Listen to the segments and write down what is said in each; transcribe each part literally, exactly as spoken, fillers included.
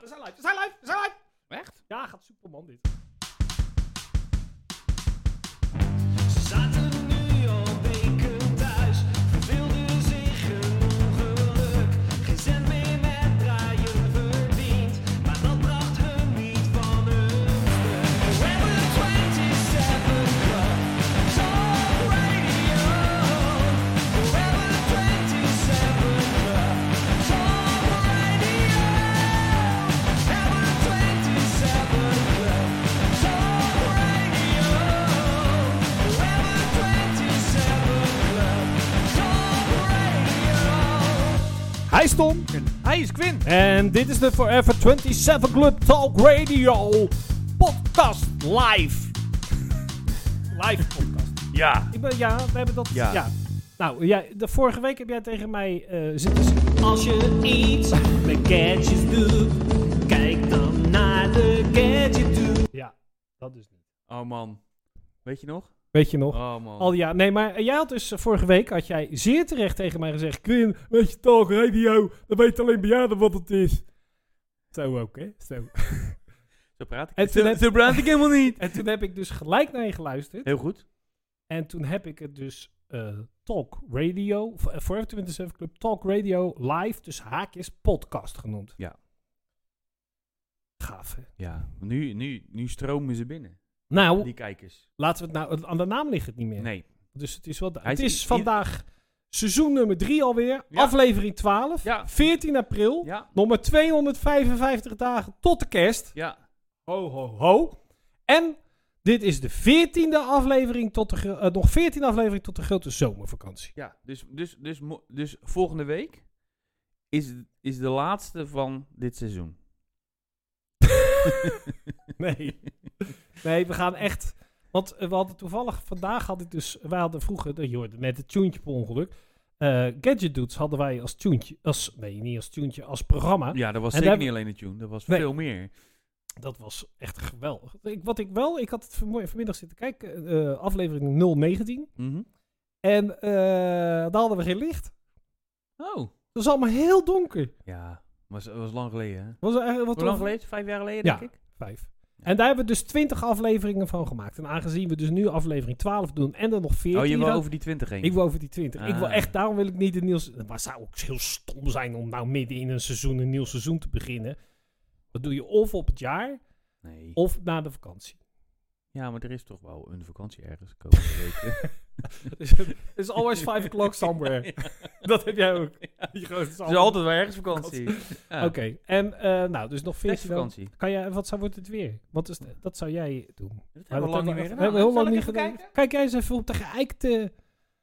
we zijn live, we zijn live, we zijn live. Echt? Ja, gaat super man dit. Ze zaten nu al weken thuis, verveelden zich een ongeluk. Geen cent meer met draaien verdiend, maar dat bracht hun niet van hun stuk. Forever twenty-seven Club, Talk Radio. Forever twenty-seven Club, Talk Radio. Forever twenty-seven Club, Talk Radio. Forever twenty-seven Club, Talk Radio. Hij is Tom. Hij is Quinn. En dit is de Forever twenty-seven Club Talk Radio podcast live. Live podcast. Ja. Ik ben, ja, we hebben dat. Ja. Ja. Nou, jij, de vorige week heb jij tegen mij eh, zitten zeggen. Als je iets met gadgets doet, kijk dan naar de Gadget Dude. Ja, dat is niet. Oh man. Weet je nog? Weet je nog? Oh man. Al ja, nee, maar jij had dus eh, vorige week, had jij zeer terecht tegen mij gezegd, Quinn, weet je Talk Radio, dan weet alleen bejaarden wat het is. Zo ook, hè? Zo. Zo praat ik. En toen Zo, heb- zo praat ik helemaal niet. En toen heb ik dus gelijk naar je geluisterd. Heel goed. En toen heb ik het dus eh, Talk Radio, F- Forever twenty-seven Club Talk Radio live, dus haakjes podcast genoemd. Ja. Gaaf, hè? Ja. Nu, nu, nu stromen ze binnen. Nou, Die kijkers. laten we het nou, aan de naam ligt het niet meer. Nee. Dus het is wel, Hij het is is i- vandaag seizoen nummer drie alweer, Ja. aflevering twaalf, Ja. veertien april. Ja. Nog maar tweehonderdvijfenvijftig dagen tot de kerst. Ja. Ho, ho, ho. En dit is de veertiende aflevering tot de, gro- eh, nog veertien aflevering tot de grote zomervakantie. Ja. Dus, dus, dus, mo- dus volgende week is, is de laatste van dit seizoen. Nee. Nee, we gaan echt... Want eh, we hadden toevallig... Vandaag had ik dus... Wij hadden vroeger... eh, Je hoorde net het tuentje per ongeluk. eh, Gadget Dudes hadden wij als tuentje... Als, nee, niet als tuentje. Als programma. Ja, dat was En zeker daar- niet alleen een tune. Dat was Nee. veel meer. Dat was echt geweldig. Ik, wat ik wel... Ik had het vanmo- vanmiddag zitten kijken. eh, aflevering nul negentien. Mhm. En eh daar hadden we geen licht. Oh. Het was allemaal heel donker. Ja. Was, was lang geleden, hè? Was er eigenlijk wat Hoe lang over- geleden? Vijf jaar geleden, Ja. denk ik? Vijf. En daar hebben we dus twintig afleveringen van gemaakt. En aangezien we dus nu aflevering twaalf doen en er nog veertien... Oh, je wil gaan- over die twintig heen. Ik wil over die twintig. Ik wil Ah. echt, daarom wil ik niet het nieuws... Maar het zou ook heel stom zijn om nou midden in een seizoen een nieuw seizoen te beginnen. Dat doe je of op het jaar, Nee. of na de vakantie. Ja, maar er is toch wel een vakantie ergens komende week. Het is always five o'clock somewhere. Dat heb jij ook. Die grote Er is altijd wel ergens vakantie. Ja. Oké, en eh, nou, dus nog veertien... vakantie. Kan jij, wat zou wordt het weer? Wat is, dat zou jij doen. Dat Maar hebben we lang niet meer we gedaan. hebben we heel Zal lang ik niet even gedaan. kijken? Kijk jij eens even op de geëikte...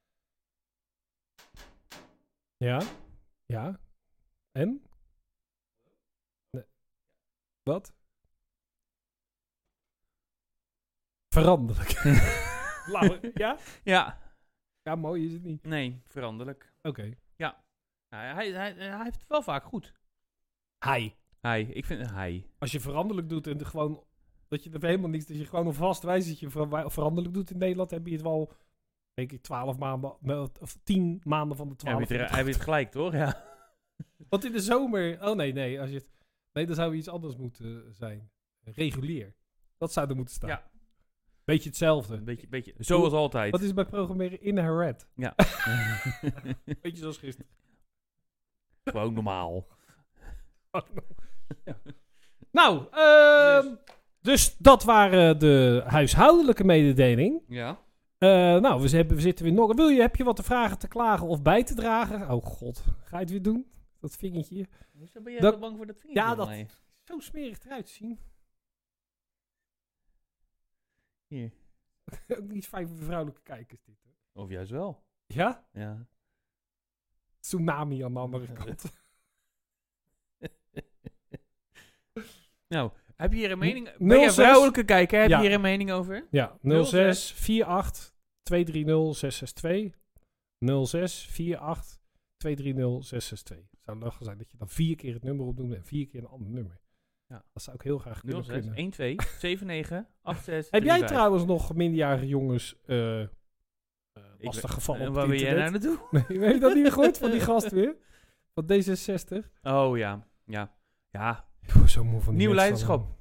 Ja? Ja? En? Nee. Wat? Veranderlijk. Lauw, ja? Ja. Ja, mooi is het niet. Nee, veranderlijk. Oké. Nou, hij, hij, hij heeft het wel vaak goed. Hij. Hij. Ik vind hij. Als je veranderlijk doet en de gewoon... Dat je er helemaal niks... Dat je gewoon een vast wijzertje ver- veranderlijk doet in Nederland... heb je het wel... Denk ik twaalf maanden... met- Of tien maanden van de Hij twaalf. heeft, er- hij heeft het gelijk, toch? Ja. Want in de zomer... Oh nee, nee. Als je het, nee, dan zou iets anders moeten zijn. Regulier. Dat zou er moeten staan. Ja. Beetje hetzelfde. Een beetje, beetje. Zoals altijd. Wat is bij programmeren inherent? Ja. Beetje zoals gisteren. Gewoon normaal. Ja. Nou, ehm, dus dat waren de huishoudelijke mededeling. Ja. Eh, nou, we, hebben, we zitten weer nog. Wil je, heb je wat te vragen, te klagen of bij te dragen? Oh god, ga je het weer doen? Dat vingertje. Hoezo ben jij Dat- zo bang voor dat vingertje Ja, van dat- mij? Zo smerig eruit zien. Hier. Ook niet fijn voor vrouwelijke kijkers dit. Hè? Of juist wel. Ja? Ja. Tsunami aan de andere kant. Nou, heb je hier een mening... nul Ben je zes vrouwelijke kijker? Heb Ja. je hier een mening over? Ja, nul zes vier acht twee drie nul zes zes twee. nul zes vier acht twee drie nul zes zes twee. Het zou lachen zijn dat je dan vier keer het nummer opdoet en vier keer een ander nummer. Ja. Dat zou ik heel graag nul kunnen. zes een twee zeven negen acht zes Heb jij trouwens nog minderjarige jongens eh uh, Ik lastig ben- gevallen En op waar het ben jij nou internet? naartoe? Nee, heb je dat niet gehoord van die gast weer? Van D zesenzestig? Oh ja, ja. Ja, Ik word zo moe van die Nieuw mensen leiderschap.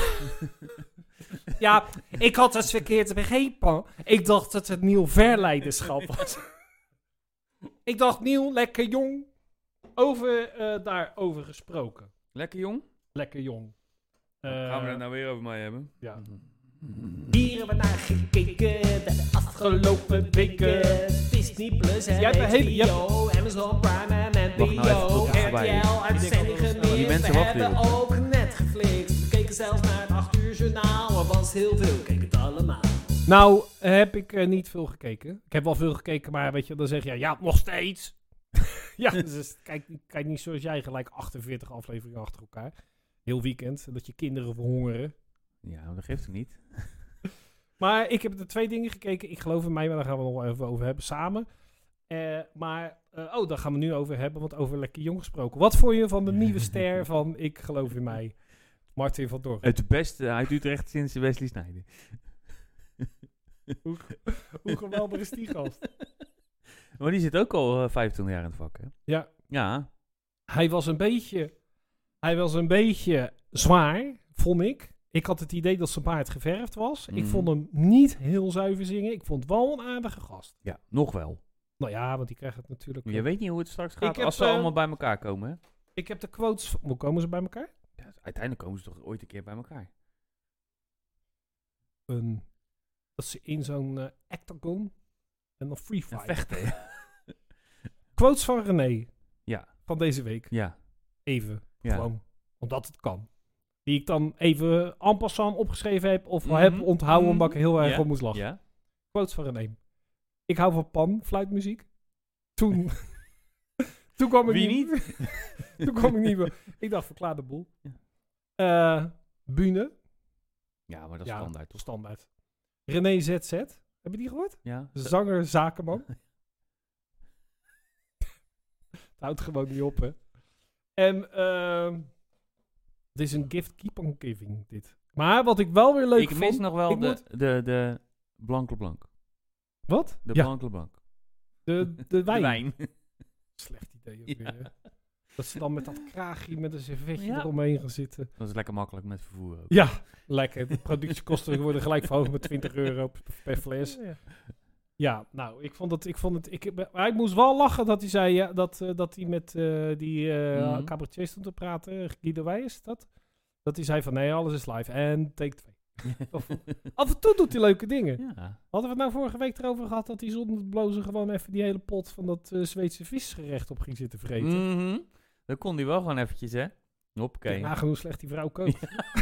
Ja, ik had het verkeerd begrepen. Ik dacht dat het nieuw verleiderschap was. Ik dacht nieuw, lekker jong. Over, eh, daarover gesproken. Lekker jong. Lekker jong. Gaan we Eh, het nou weer over mij hebben? Ja. Hier hebben we naar gekeken de afgelopen weken. Disney Plus en Jij hebt een H B O, hele- je Amazon Prime en N Wacht nou even B O, tot het voorbij is. R T L, uitzending gemist. Die mensen We wachten hebben weer ook Netflix. We keken zelfs naar het acht uur journaal. Er was heel veel, we keken het allemaal. Nou, heb ik eh, niet veel gekeken. Ik heb wel veel gekeken, maar weet je, dan zeg je, ja, nog steeds. Ja, dus kijk, kijk niet zoals jij gelijk achtenveertig afleveringen achter elkaar. Heel weekend, dat je kinderen verhongeren. Ja, maar dat geeft het niet. Maar ik heb er twee dingen gekeken. Ik geloof in mij, maar daar gaan we nog wel even over hebben samen. Eh, maar, eh, oh, daar gaan we nu over hebben, want over Lekker Jong gesproken. Wat vond je van de nieuwe ster van Ik geloof in mij? Martin van Dorp. Het beste uit Utrecht sinds Wesley Sneijder. Hoe geweldig is die gast? Maar die zit ook al uh, vijfentwintig jaar in het vak, hè? Ja. Ja. Hij was een beetje, hij was een beetje zwaar, vond ik. Ik had het idee dat zijn baard geverfd was. Ik Mhm. vond hem niet heel zuiver zingen. Ik vond het wel een aardige gast. Ja, nog wel. Nou ja, want die krijgt het natuurlijk... Je weet niet hoe het straks gaat Ik heb, als ze eh, allemaal bij elkaar komen, hè? Ik heb de quotes... van- Hoe komen ze bij elkaar? Ja, uiteindelijk komen ze toch ooit een keer bij elkaar. Een, dat ze in zo'n eh, octagon en dan free En fight. vechten. Quotes van René. Ja. Van deze week. Ja. Even. Ja. Gewoon. Omdat het kan. Die ik dan even en passant opgeschreven heb. Of Mhm. heb onthouden omdat ik er heel erg Ja. op moest lachen. Ja. Quotes van René. Ik hou van pan, fluitmuziek. Toen... toen kwam ik Wie niet... toen kwam ik niet meer... Ik dacht, verklaar de boel. Ja. Eh Bune. Ja, maar dat is Ja, standaard, toch? Standaard. René Z Z. Heb je die gehoord? Ja. Zanger, zakenman. Het houdt gewoon niet op, hè. En ehm het is een gift keep on giving, dit. Maar wat ik wel weer leuk Ik mis vond... nog wel ik de, moet- de, de Blanc Le Blanc. Wat? De ja, Blanc Le Blanc. de, de wijn. De wijn. Slecht idee ook Ja. weer, hè. Dat ze dan met dat kraagje met een servetje Ja. eromheen gaan zitten. Dat is lekker makkelijk met vervoer ook. Ja, lekker. De productiekosten worden gelijk verhoogd met twintig euro per, per fles. Ja. Ja, nou, ik vond het... Ik vond het ik, maar ik moest wel lachen dat hij zei ja, dat, eh, dat hij met eh, die eh Mhm. cabaretier stond te praten. Guido Wij is dat? Dat hij zei van nee, alles is live. En take twee. Of- Af en toe doet hij leuke dingen. Ja. Hadden we het nou vorige week erover gehad dat hij zonder te blozen gewoon even die hele pot van dat eh, Zweedse visgerecht op ging zitten vreten? Mhm. Dat kon hij wel gewoon eventjes, hè? Hoppakee. Ja, nagenoeg hoe slecht die vrouw kookt.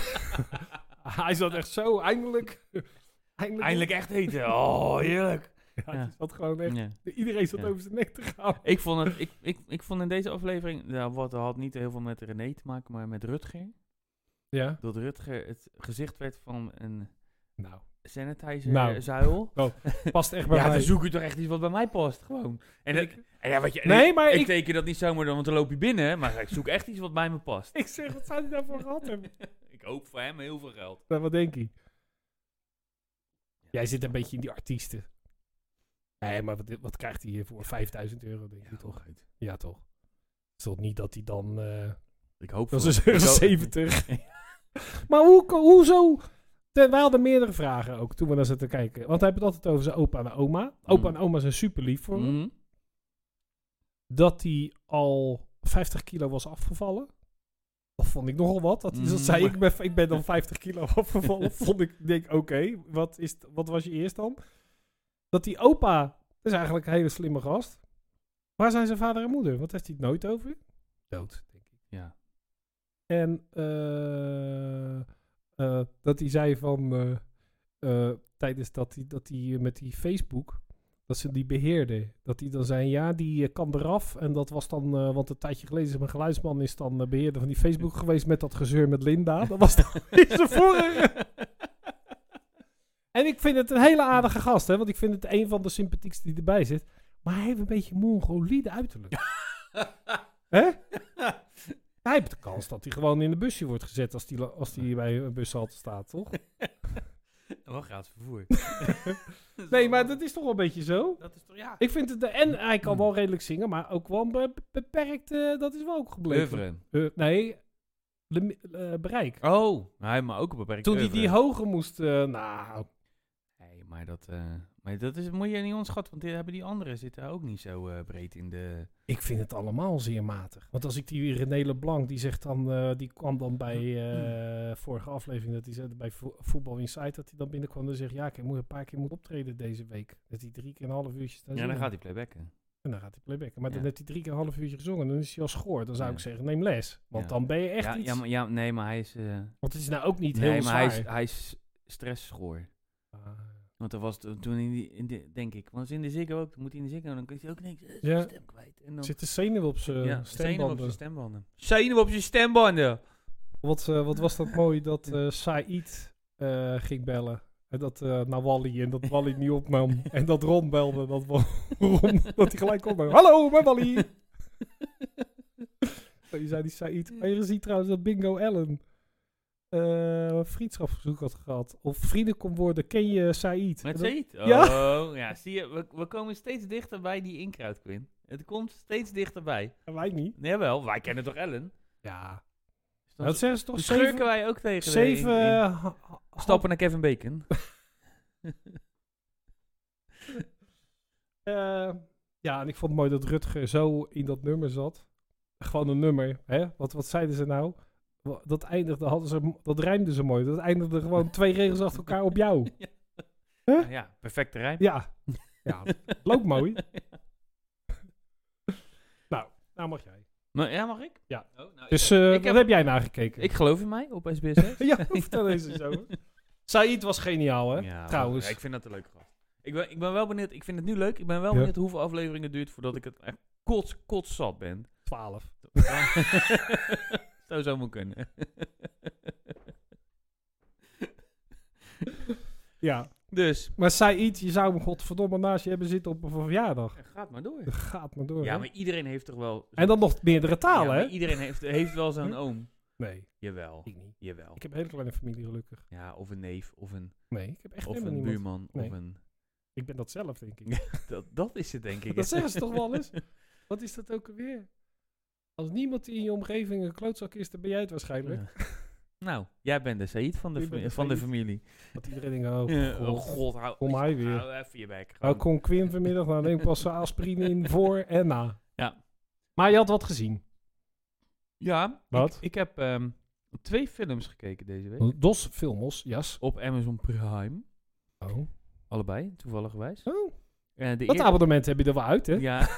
Hij zat echt zo, eindelijk. eindelijk, Eindelijk echt eten. Oh, heerlijk. Ja, Ja. het zat gewoon echt. Ja. Iedereen zat Ja. over zijn nek te gaan. Ik vond het, ik, ik, ik vond in deze aflevering, nou, wat had niet heel veel met René te maken, maar met Rutger. Ja. Dat Rutger het gezicht werd van een Nou, sanitizer Nou. zuil. past echt bij Ja, mij. dan zoek je toch echt iets wat bij mij past, gewoon. En, dat- Ik- en ja, wat je, Nee, ik, maar ik ik- teken dat niet zomaar dan, want dan loop je binnen, maar ik zoek echt iets wat bij me past. Ik zeg, wat zou hij daarvoor gehad hebben? Ik hoop voor hem heel veel geld. Nou, wat denk je? Jij zit een beetje in die artiesten. Nee, maar wat, wat krijgt hij hier voor? vijfduizend euro, denk je toch? Ja, toch? Het is toch niet dat hij dan... eh Ik hoop dat voor is hem. een Ik hoop- zeventig. Maar hoe, hoezo? Ten- Wij hadden meerdere vragen ook toen we naar zitten kijken. Want hij heeft het altijd over zijn opa en oma. Opa Mm. en oma zijn super lief voor hem. Mhm. Dat hij al vijftig kilo was afgevallen. Dat vond ik nogal wat. Dat hij dat Mm. zei, ik ben, ik ben dan vijftig kilo afgevallen. Vond ik, denk oké, wat is t- wat was je eerst dan? Dat die opa, dat is eigenlijk een hele slimme gast. Waar zijn zijn vader en moeder? Wat heeft hij het nooit over? Dood, denk ik. Ja. En eh, eh, dat hij zei van eh, eh, tijdens dat hij, dat hij eh, met die Facebook, dat ze die beheerde, dat hij dan zei, ja, die eh, kan eraf. En dat was dan, eh, want een tijdje geleden is mijn geluidsman is dan eh, beheerder van die Facebook geweest met dat gezeur met Linda. Dat was dan in zijn vorige. En ik vind het een hele aardige gast, hè, want ik vind het een van de sympathiekste die erbij zit. Maar hij heeft een beetje mongoliede uiterlijk. Hè? Hij heeft de kans dat hij gewoon in de busje wordt gezet als hij als die bij een bushalte staat, toch? Wat gaat vervoer? Nee, maar dat is toch wel een beetje zo. Dat is toch, ja. Ik vind het, de, en hij kan wel redelijk zingen, maar ook wel be- beperkt, eh, dat is wel ook gebleven. Oeuvre. Eh, nee, limi- eh, bereik. Oh, hij maar ook een beperkt Toen hij oeuvre. die hoger moest... eh, nou, Nee, maar dat, eh, maar dat is, moet je niet onderschatten, want die, hebben die anderen zitten ook niet zo eh, breed in de... ik vind het allemaal zeer matig. Want als ik die René Leblanc, die zegt dan... eh, die kwam dan bij eh, vorige aflevering... dat hij zei bij vo- Voetbal Insight... dat hij dan binnenkwam en zegt... ja, ik moet een paar keer moet optreden deze week. Dat hij drie keer een half uurtje staat Ja, dan zingen. gaat hij playbacken. En dan gaat hij playbacken. Maar Ja. dan heeft hij drie keer een half uurtje gezongen. Dan is hij al schoor. Dan zou Ja. ik zeggen, neem les. Want Ja. dan ben je echt Ja, iets... ja, maar, ja, nee, maar hij is... eh, Want het is nou ook niet nee, heel maar zwaar. hij is, hij is stressschoor. Ah. Want er was to- toen in die, in de, denk ik, want in de Ziggo ook, dan moet hij in de Ziggo, dan kun je ook niks, eh, zijn Ja. stem kwijt. En dan, Zit de zenuw op zijn ja, zenuw op stembanden. zijn stembanden. Zenuw op zijn stembanden! Wat, eh, wat was dat mooi dat eh Said eh, ging bellen. En dat eh naar Wally en dat Wally niet opnam. En dat Ron belde. Dat, Wa- Ron, dat hij gelijk opnam. Hallo, mijn Wally! Toen zei die Said. En je ziet trouwens dat Bingo Ellen eh vriendschapsverzoek had gehad. Of vrienden kon worden. Ken je Said? Met En dat- Said? Oh, Ja. ja. Zie je, we, we komen steeds dichter bij die inkruid, Quinn. Het komt steeds dichterbij. En wij niet. Jawel, wij kennen toch Ellen? Ja. Dus dan Dat zeggen ze toch? dan schurken Zeven... wij ook tegen de zeven in- in- eh, ha- ha- stappen naar Kevin Bacon. Eh, ja, en ik vond het mooi dat Rutger zo in dat nummer zat. Gewoon een nummer, hè? Wat, wat zeiden ze nou? Wa- Dat eindigde, hadden ze, dat rijmde ze mooi. Dat eindigde gewoon twee regels achter elkaar op jou. Ja, ja, perfecte rijm. Ja, ja, loopt mooi. Nou, nou mag jij. Maar, ja, mag ik? Ja. Oh, nou, Dus ik, eh, ik wat heb, heb jij nagekeken? ik geloof in mij op S B S. ja, vertel eens eens over. Said was geniaal, hè? Ja, Trouwens. ja, ik vind dat een leuke gast. Ik ben, ik ben wel benieuwd, ik vind het nu leuk, ik ben wel Ja. benieuwd hoeveel afleveringen het duurt voordat ik het echt kots, kots zat ben. twaalf. Zou zo moet kunnen. Ja, Dus, maar Said, je zou hem godverdomme naast je hebben zitten op een verjaardag. gaat maar door. Dat gaat maar door, Ja, hè? maar iedereen heeft toch wel... En dan nog meerdere talen, ja, hè? maar iedereen heeft, heeft wel zo'n oom. Nee, Jawel, ik niet. jawel. Ik heb een hele kleine familie, gelukkig. Ja, of een neef, of een, Nee, ik heb echt of helemaal een niemand. buurman, Nee. of een... Ik ben dat zelf, denk ik. Dat, dat is het, denk ik. Dat zeggen ze toch wel eens? Wat is dat ook alweer? Als niemand in je omgeving een klootzak is, dan ben jij het waarschijnlijk. Ja. Nou, jij bent de Said van de, Ik ben fami- de van de Said. familie. Dat iedereen denkt, oh, Ja, god. oh god, hou, Kom hij weer. hou even je bek. Nou, gewoon. kon Quinn vanmiddag, nou neem pas zijn aspirine in voor en na. Ja. Maar je had wat gezien. Ja, Wat? Ik, ik heb ehm, twee films gekeken deze week. Dos Filmos, jas. Op Amazon Prime. Oh. Allebei, toevallig gewijs. oh. Eh, de Dat eer- abonnement heb je er wel uit, hè? Ja.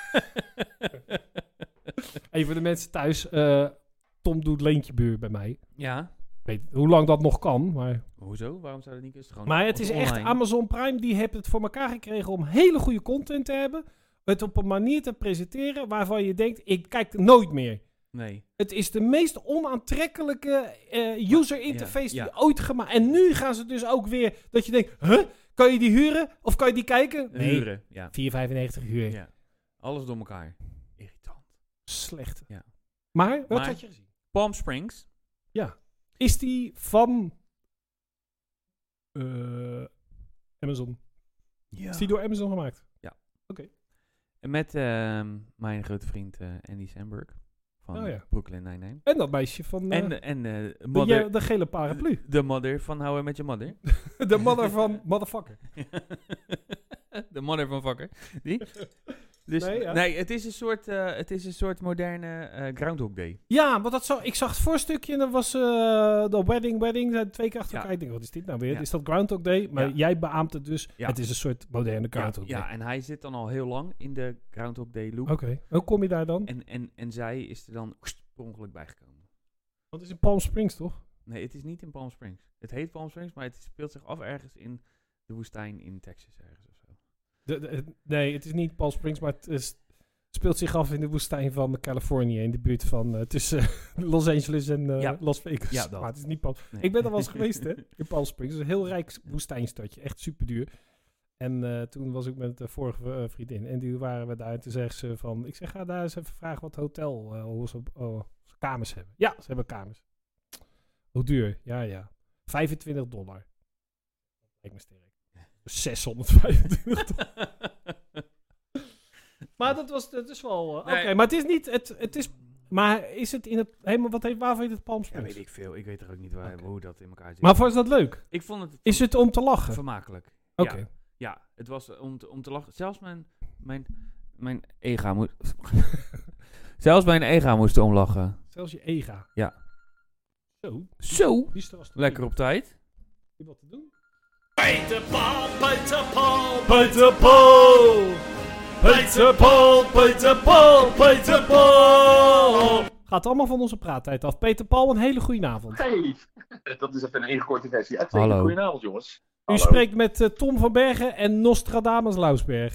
Even voor de mensen thuis. eh, Tom doet leentjebuur bij mij. ja. Ik weet hoe lang dat nog kan, maar... Hoezo? Waarom zou dat niet kunnen? Gewoon Maar het is echt, online. Amazon Prime die heeft het voor elkaar gekregen om hele goede content te hebben. Het op een manier te presenteren waarvan je denkt, ik kijk er nooit meer. Nee. Het is de meest onaantrekkelijke eh, user interface ja. die ooit gemaakt. En nu gaan ze dus ook weer dat je denkt, huh? Kan je die huren? Of kan je die kijken? Nee, Huren. Ja. vier vijfennegentig huur. ja. Alles door elkaar. Irritant. Slecht. Ja. Maar, wat Maar- had je gezien? Palm Springs. Is die van eh, Amazon? Ja. Is die door Amazon gemaakt? Met ehm, mijn grote vriend eh, Andy Samberg. Van Oh ja. Brooklyn Nine-Nine. En dat meisje van eh, En, de- en eh, de, mother, je- de gele paraplu. de mother van How I Met Your Mother. De mother van motherfucker. De mother van Vakker. Die? Dus, Nee, nee, ja. het, is een soort, eh, het is een soort moderne eh, Groundhog Day. Ja, want dat zo, ik zag het voorstukje en dat was eh, de wedding, wedding, zijn twee keer achter Ja. elkaar. Ik denk, wat is dit nou weer? Ja. Is dat Groundhog Day? Maar Ja. jij beaamt het dus. Ja. Het is een soort moderne Groundhog ja, Day. ja, en hij zit dan al heel lang in de Groundhog Day loop. Oké, hoe kom je daar dan? En, en, en zij is er dan per ongeluk bijgekomen. Want het is in Palm Springs, toch? Nee, het is niet in Palm Springs. Het heet Palm Springs, maar het speelt zich af ergens in de woestijn in Texas ergens of zo. De, de- het- nee, het is niet Palm Springs, maar het is, speelt zich af in de woestijn van Californië. In de buurt van, eh, tussen Los Angeles en eh, Ja. Las Vegas. Ja, dat. Maar het is niet Palm Nee. Ik ben er wel eens geweest, hè, in Palm Springs. Het is een heel rijk woestijnstadje, echt super duur. En eh, toen was ik met de vorige eh, vriendin en die waren we daar. En toen zegt ze van, ik zeg, ga daar eens even vragen wat hotel, eh, hoe ze, oh, ze kamers hebben. Ja, ze hebben kamers. Hoe duur? Ja, ja. vijfentwintig dollar. Lijkt me sterk. zeshonderdvijfentwintig dollar. Maar dat was, dat is wel... eh, Oké, Nee. maar het is niet... Het, het is maar is het in het... Helemaal, wat heeft, waarvoor heet het Palm Ja, Springs? weet ik veel. Ik weet er ook niet waar, Oké. hoe dat in elkaar zit. Maar voor is dat leuk? ik vond het Is het om te lachen? vermakelijk. Oké. Ja. Ja, het was eh, om te, om te lachen. Zelfs mijn, mijn, mijn ega moest... Zelfs mijn ega moest om lachen. Zelfs je ega. Ja. Zo. Zo. Die is er als de Lekker op tijd. Heb je wat te doen? Peter Paul, Peter Paul, Peter Paul! Peter Paul, Peter Paul, Peter Paul! Gaat allemaal van onze praattijd af. Peter Paul, een hele goede avond. Hey, dat is even een ingekorte versie. Uitstekend. Hallo. Goedenavond, jongens. U Hallo. spreekt met eh, Tom van Bergen en Nostradamus Lausberg.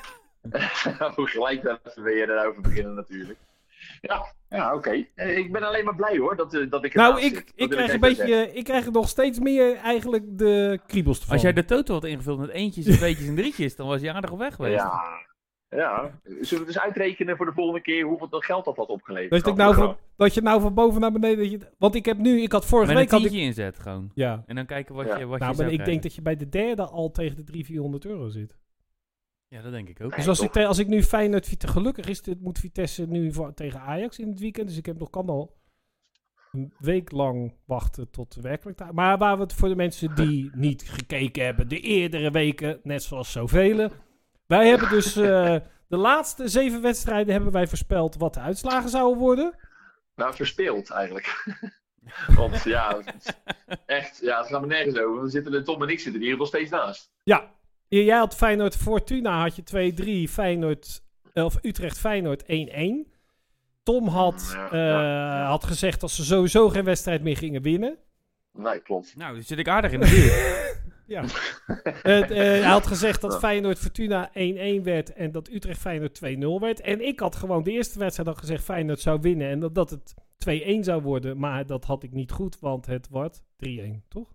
Hoe gelijk dat we weer erover beginnen natuurlijk. Ja, ja oké. Eh, Ik ben alleen maar blij hoor dat, eh, dat ik Nou, ernaast ik, zit. Dat ik, wil krijg een even zeggen. beetje, ik krijg er nog steeds meer eigenlijk de kriebels ervan. Als jij de toto had ingevuld met eentjes, en tweetjes en drietjes, dan was je aardig op weg geweest. Ja, ja. Zullen we dus uitrekenen voor de volgende keer hoeveel dat geld dat had opgeleverd? Dat, ik nou van, dat je nou van boven naar beneden... Dat je, want ik heb nu... Ik had vorige Met een week... Had tientje ik, inzet gewoon. ja. En dan kijken wat Ja. je, wat Nou, je maar zou ik denk krijgen. dat je bij de derde al tegen de driehonderd, vierhonderd euro zit. Ja, dat denk ik ook. Nee, Dus als ik, toch? te- als ik nu Feyenoord Vitesse... Gelukkig is dit, moet Vitesse nu voor, tegen Ajax in het weekend. Dus ik heb nog, kan al een week lang wachten tot de werkelijk tijd. Maar waar we het voor de mensen die niet gekeken hebben... De eerdere weken, net zoals zoveel... Wij hebben dus... eh, de laatste zeven wedstrijden hebben wij voorspeld wat de uitslagen zouden worden. Nou, verspeeld eigenlijk. Want ja, het is echt, ja, het gaat me nergens over. We zitten er Tom en ik zitten hier nog steeds naast. Ja, jij had Feyenoord Fortuna, had je twee drie, Feyenoord, of Utrecht Feyenoord één-één. Tom had, Ja, eh, ja, ja. had gezegd dat ze sowieso geen wedstrijd meer gingen winnen. Nee, klopt. Nou, dan zit ik aardig in de buurt. Ja. Het, eh, hij had gezegd dat Ja. Feyenoord Fortuna één-één werd en dat Utrecht Feyenoord twee nul werd. En ik had gewoon de eerste wedstrijd al gezegd Feyenoord zou winnen en dat, dat het twee-één zou worden. Maar dat had ik niet goed, want het wordt drie-één, toch?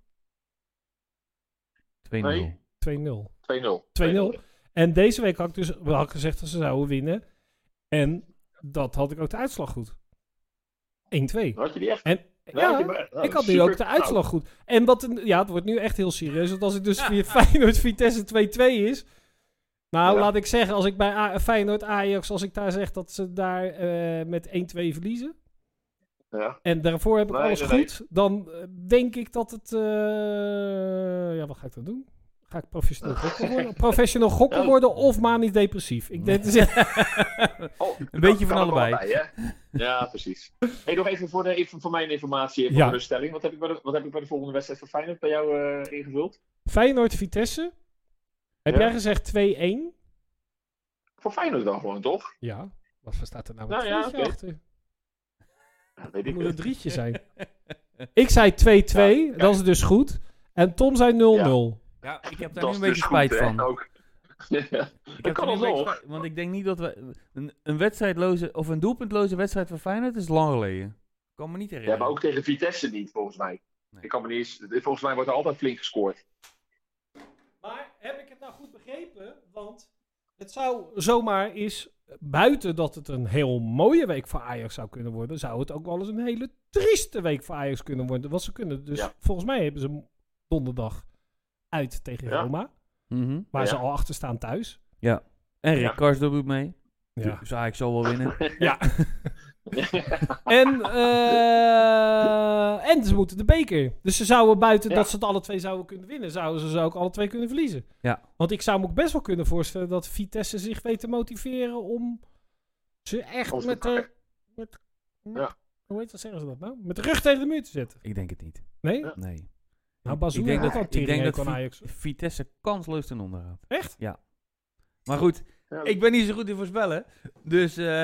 twee nul. Nee. twee nul. twee nul. twee nul. En deze week had ik dus had ik gezegd dat ze zouden winnen. En dat had ik ook de uitslag goed. één-twee. Had je die echt? En Nou, ja, je maar- nou, ik had nu super. ook de uitslag goed. En wat een, ja, het wordt nu echt heel serieus. Want als ik dus Ja. via Feyenoord Vitesse twee-twee is. Nou, Ja. laat ik zeggen, als ik bij A- Feyenoord Ajax, als ik daar zeg dat ze daar eh, met één-twee verliezen. Nou, ja. En daarvoor heb ik Nee, alles nee, nee. goed. Dan eh, denk ik dat het... eh, ja, wat ga ik dan doen? Ga ik professioneel gokker worden? Professioneel gokker Ja. worden of manisch depressief? Ik denk dat Oh, Een beetje van kan ook allebei. hè? Ja, precies. Hey, nog even voor, de, even voor mijn informatie en Ja. voor de stelling. Wat heb, ik bij de, wat heb ik bij de volgende wedstrijd van Feyenoord bij jou eh, ingevuld? Feyenoord Vitesse. Heb Ja. jij gezegd twee-één? Voor Feyenoord dan gewoon, toch? Ja. Wat staat er nou Nou een ja, drietje oké. achter? Ja, weet Het ik moet een niet. drietje zijn. Ik zei twee-twee, Ja, dat is dus goed. En Tom zei nul nul. Ja, ik heb daar Dat nu is een dus beetje goed, spijt hè, van. ook. Ja. Ik Dat heb kan er nu een beetje alsnog. spijt- Want ik denk niet dat we... Een, een wedstrijdloze, of een doelpuntloze wedstrijd van Feyenoord is lang geleden. Ik kan me niet Ja, herinneren. maar ook tegen Vitesse niet, volgens mij. Nee. Ik kan me niet eens, volgens mij wordt er altijd flink gescoord. Maar heb ik het nou goed begrepen? Want het zou zomaar eens, buiten dat het een heel mooie week voor Ajax zou kunnen worden, zou het ook wel eens een hele trieste week voor Ajax kunnen worden. Want ze kunnen dus, Ja. volgens mij hebben ze donderdag uit tegen Ja. Roma, Mhm. waar Ja. ze al achter staan thuis. Ja. En Rick Ja. Karsdorp doet mee. Ja. Dus Ajax zal wel winnen. Ja. En, eh, en ze moeten de beker. Dus ze zouden buiten Ja. dat ze het alle twee zouden kunnen winnen, zouden ze ze ook alle twee kunnen verliezen. Ja. Want ik zou me ook best wel kunnen voorstellen dat Vitesse zich weet te motiveren om ze echt Om te met de... pakken. Met, met- Ja. Hoe heet dat, zeggen ze dat nou? Met de rug tegen de muur te zetten. Ik denk het niet. Nee? Ja. Nee. Nou, Bazoer ik denk heeft dat, ook al ik denk tering dat van Vi- Ajax. Vitesse kansloos ten onder gaat. Echt? Maar goed, Ja. ik ben niet zo goed in voorspellen. Dus eh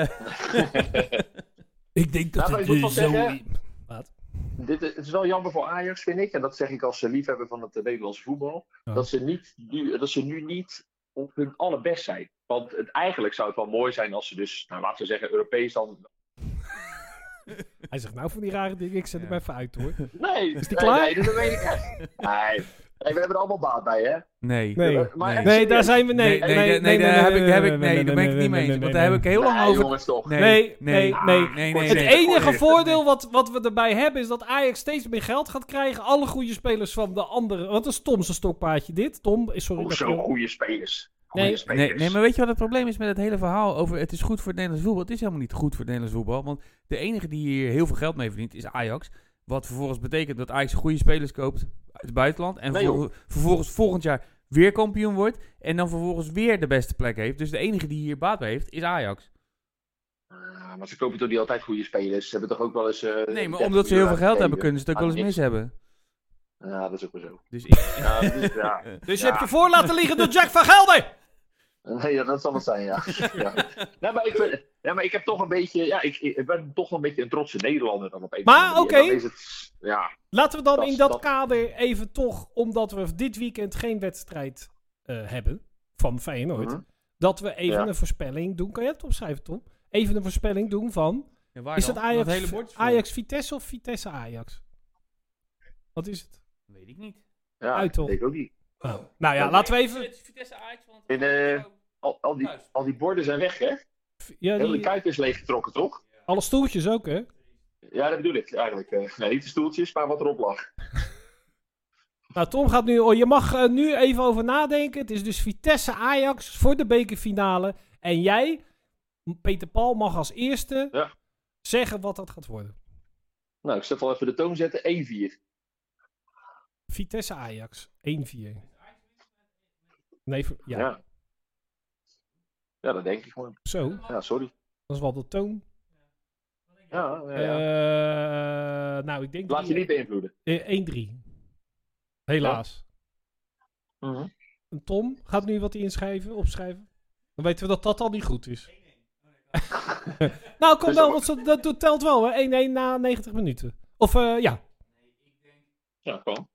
Ik denk Nou, maar ik moet wel zeggen- Wat? Dit is, het is wel jammer voor Ajax, vind ik. En dat zeg ik als eh, liefhebber van het eh, Nederlandse voetbal. Ja. Dat, ze niet, nu, dat ze nu niet op hun allerbest zijn. Want het, eigenlijk zou het wel mooi zijn als ze dus, nou, laten we zeggen, Europees dan... Hij zegt nou van die rare dingen, ik zet hem Ja. even uit hoor. Nee, Is die nee, klaar? nee, dat weet ik echt. Nee. Nee, we hebben er allemaal baat bij, hè? nee. Nee. Eh, maar Nee. echt Nee, serieus. daar zijn we... Nee, Nee, nee, nee, daar heb ik, heb ik, nee, daar ben ik het niet mee eens. Want daar heb ik heel lang Oh, Nee, over... jongens, toch. Nee, Nee, nee, Ah, nee. nee, nee, Het nee. enige nee. voordeel wat, wat we erbij hebben is dat Ajax steeds meer geld gaat krijgen. Alle goede spelers van de andere... Wat een stom zijn stokpaardje dit. Tom, sorry. Oh, dat zo ik- goede spelers. goede Nee, spelers. Nee, nee, maar weet je wat het probleem is met het hele verhaal over het is goed voor het Nederlands voetbal? Het is helemaal niet goed voor het Nederlands voetbal. Want de enige die hier heel veel geld mee verdient is Ajax. Wat vervolgens betekent dat Ajax goede spelers koopt uit het buitenland. En Nee, vervol- vervolgens volgend jaar weer kampioen wordt. En dan vervolgens weer de beste plek heeft. Dus de enige die hier baat bij heeft is Ajax. Ah, maar ze kopen toch niet altijd goede spelers? Ze hebben toch ook wel eens... eh, Nee, maar dertig omdat ze heel veel miljoen geld hebben, uitgegeven kunnen ze het ook wel eens aan mis niks. hebben. Ja, dat is ook wel zo. Dus ik, Ja, dat is, ja. Dus je Ja. hebt je voor laten liggen door Jack van Gelder! Nee, ja, dat zal het zijn, ja. ja. Nee, maar ik, ben, ja, maar ik heb toch een beetje... Ja, ik, ik ben toch wel een beetje een trotse Nederlander dan op een Maar, of andere manier. oké. Dan is het... Ja, Laten we dan Dat- in dat, dat- kader even toch, omdat we dit weekend geen wedstrijd eh, hebben van Feyenoord, Mhm. dat we even Ja. een voorspelling doen. Kan je het opschrijven, Tom? Even een voorspelling doen van... ja, waar Is dan? het Dat Ajax, hele bord is vol. Ajax Vitesse of Vitesse Ajax? Wat is het? Weet ik niet. ja Uit, toch? dat weet ik ook niet. Oh. Nou ja, laten we even... Het is Vitesse Ajax, want... In, eh, Al, al, die, al die borden zijn weg, hè? Ja, Heel de die, kuip is leeggetrokken, toch? alle stoeltjes ook, hè? Ja, dat bedoel ik eigenlijk. eh nee, niet de stoeltjes, maar wat erop lag. Nou, Tom gaat nu... Oh, je mag eh, nu even over nadenken. Het is dus Vitesse Ajax voor de bekerfinale. En jij, Peter Paul, mag als eerste Ja. zeggen wat dat gaat worden. Nou, ik zal wel even de toon zetten. één vier. Vitesse Ajax, één vier. Nee, voor- ja. Ja. ja, dat denk ik gewoon. Zo, Ja, sorry. dat is wel de toon. Ja, ja, ja. Eh, nou, ik denk... Laat je drie- niet beïnvloeden. eh, één drie. Helaas. Mhm. En Tom gaat nu wat inschrijven, opschrijven. Dan weten we dat dat al niet goed is. nou, kom Dus wel, dan- want zo- dat, dat telt wel, hè? één één na negentig minuten. Of, eh, ja. Ja, kan.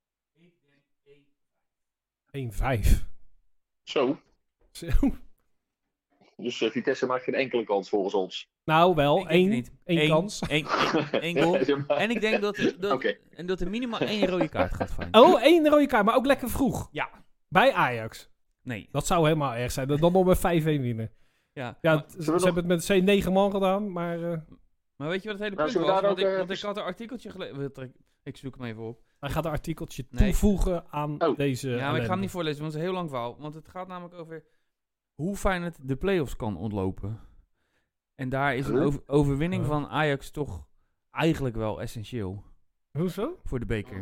één vijf. Zo. Zo. Dus eh, Vitesse maakt geen enkele kans volgens ons. Nou, wel, Ik denk één, niet. één Eén- kans. één- één- één goal. Ja, zeg maar. En ik denk dat, dat, Oké. en dat er minimaal één rode kaart gaat vallen. Oh, één rode kaart, maar ook lekker vroeg. Ja. Bij Ajax. Nee. Dat zou helemaal erg zijn. Dan nog met vijf één winnen. Ja. Ja, maar, t- ze zullen we hebben het met C negen man gedaan, maar eh, maar weet je wat het hele Nou, punt zullen we was? daar Want ook, ik, eh, want ik had een artikeltje gelezen. Ik, ik zoek hem even op. hij gaat een artikeltje Nee. toevoegen aan Oh. deze Ja, maar ik ga hem ellende. niet voorlezen, want het is een heel lang verhaal. Want het gaat namelijk over hoe Feyenoord de play-offs kan ontlopen. En daar is een Huh? over- overwinning Huh? van Ajax toch eigenlijk wel essentieel Hoezo? voor de beker.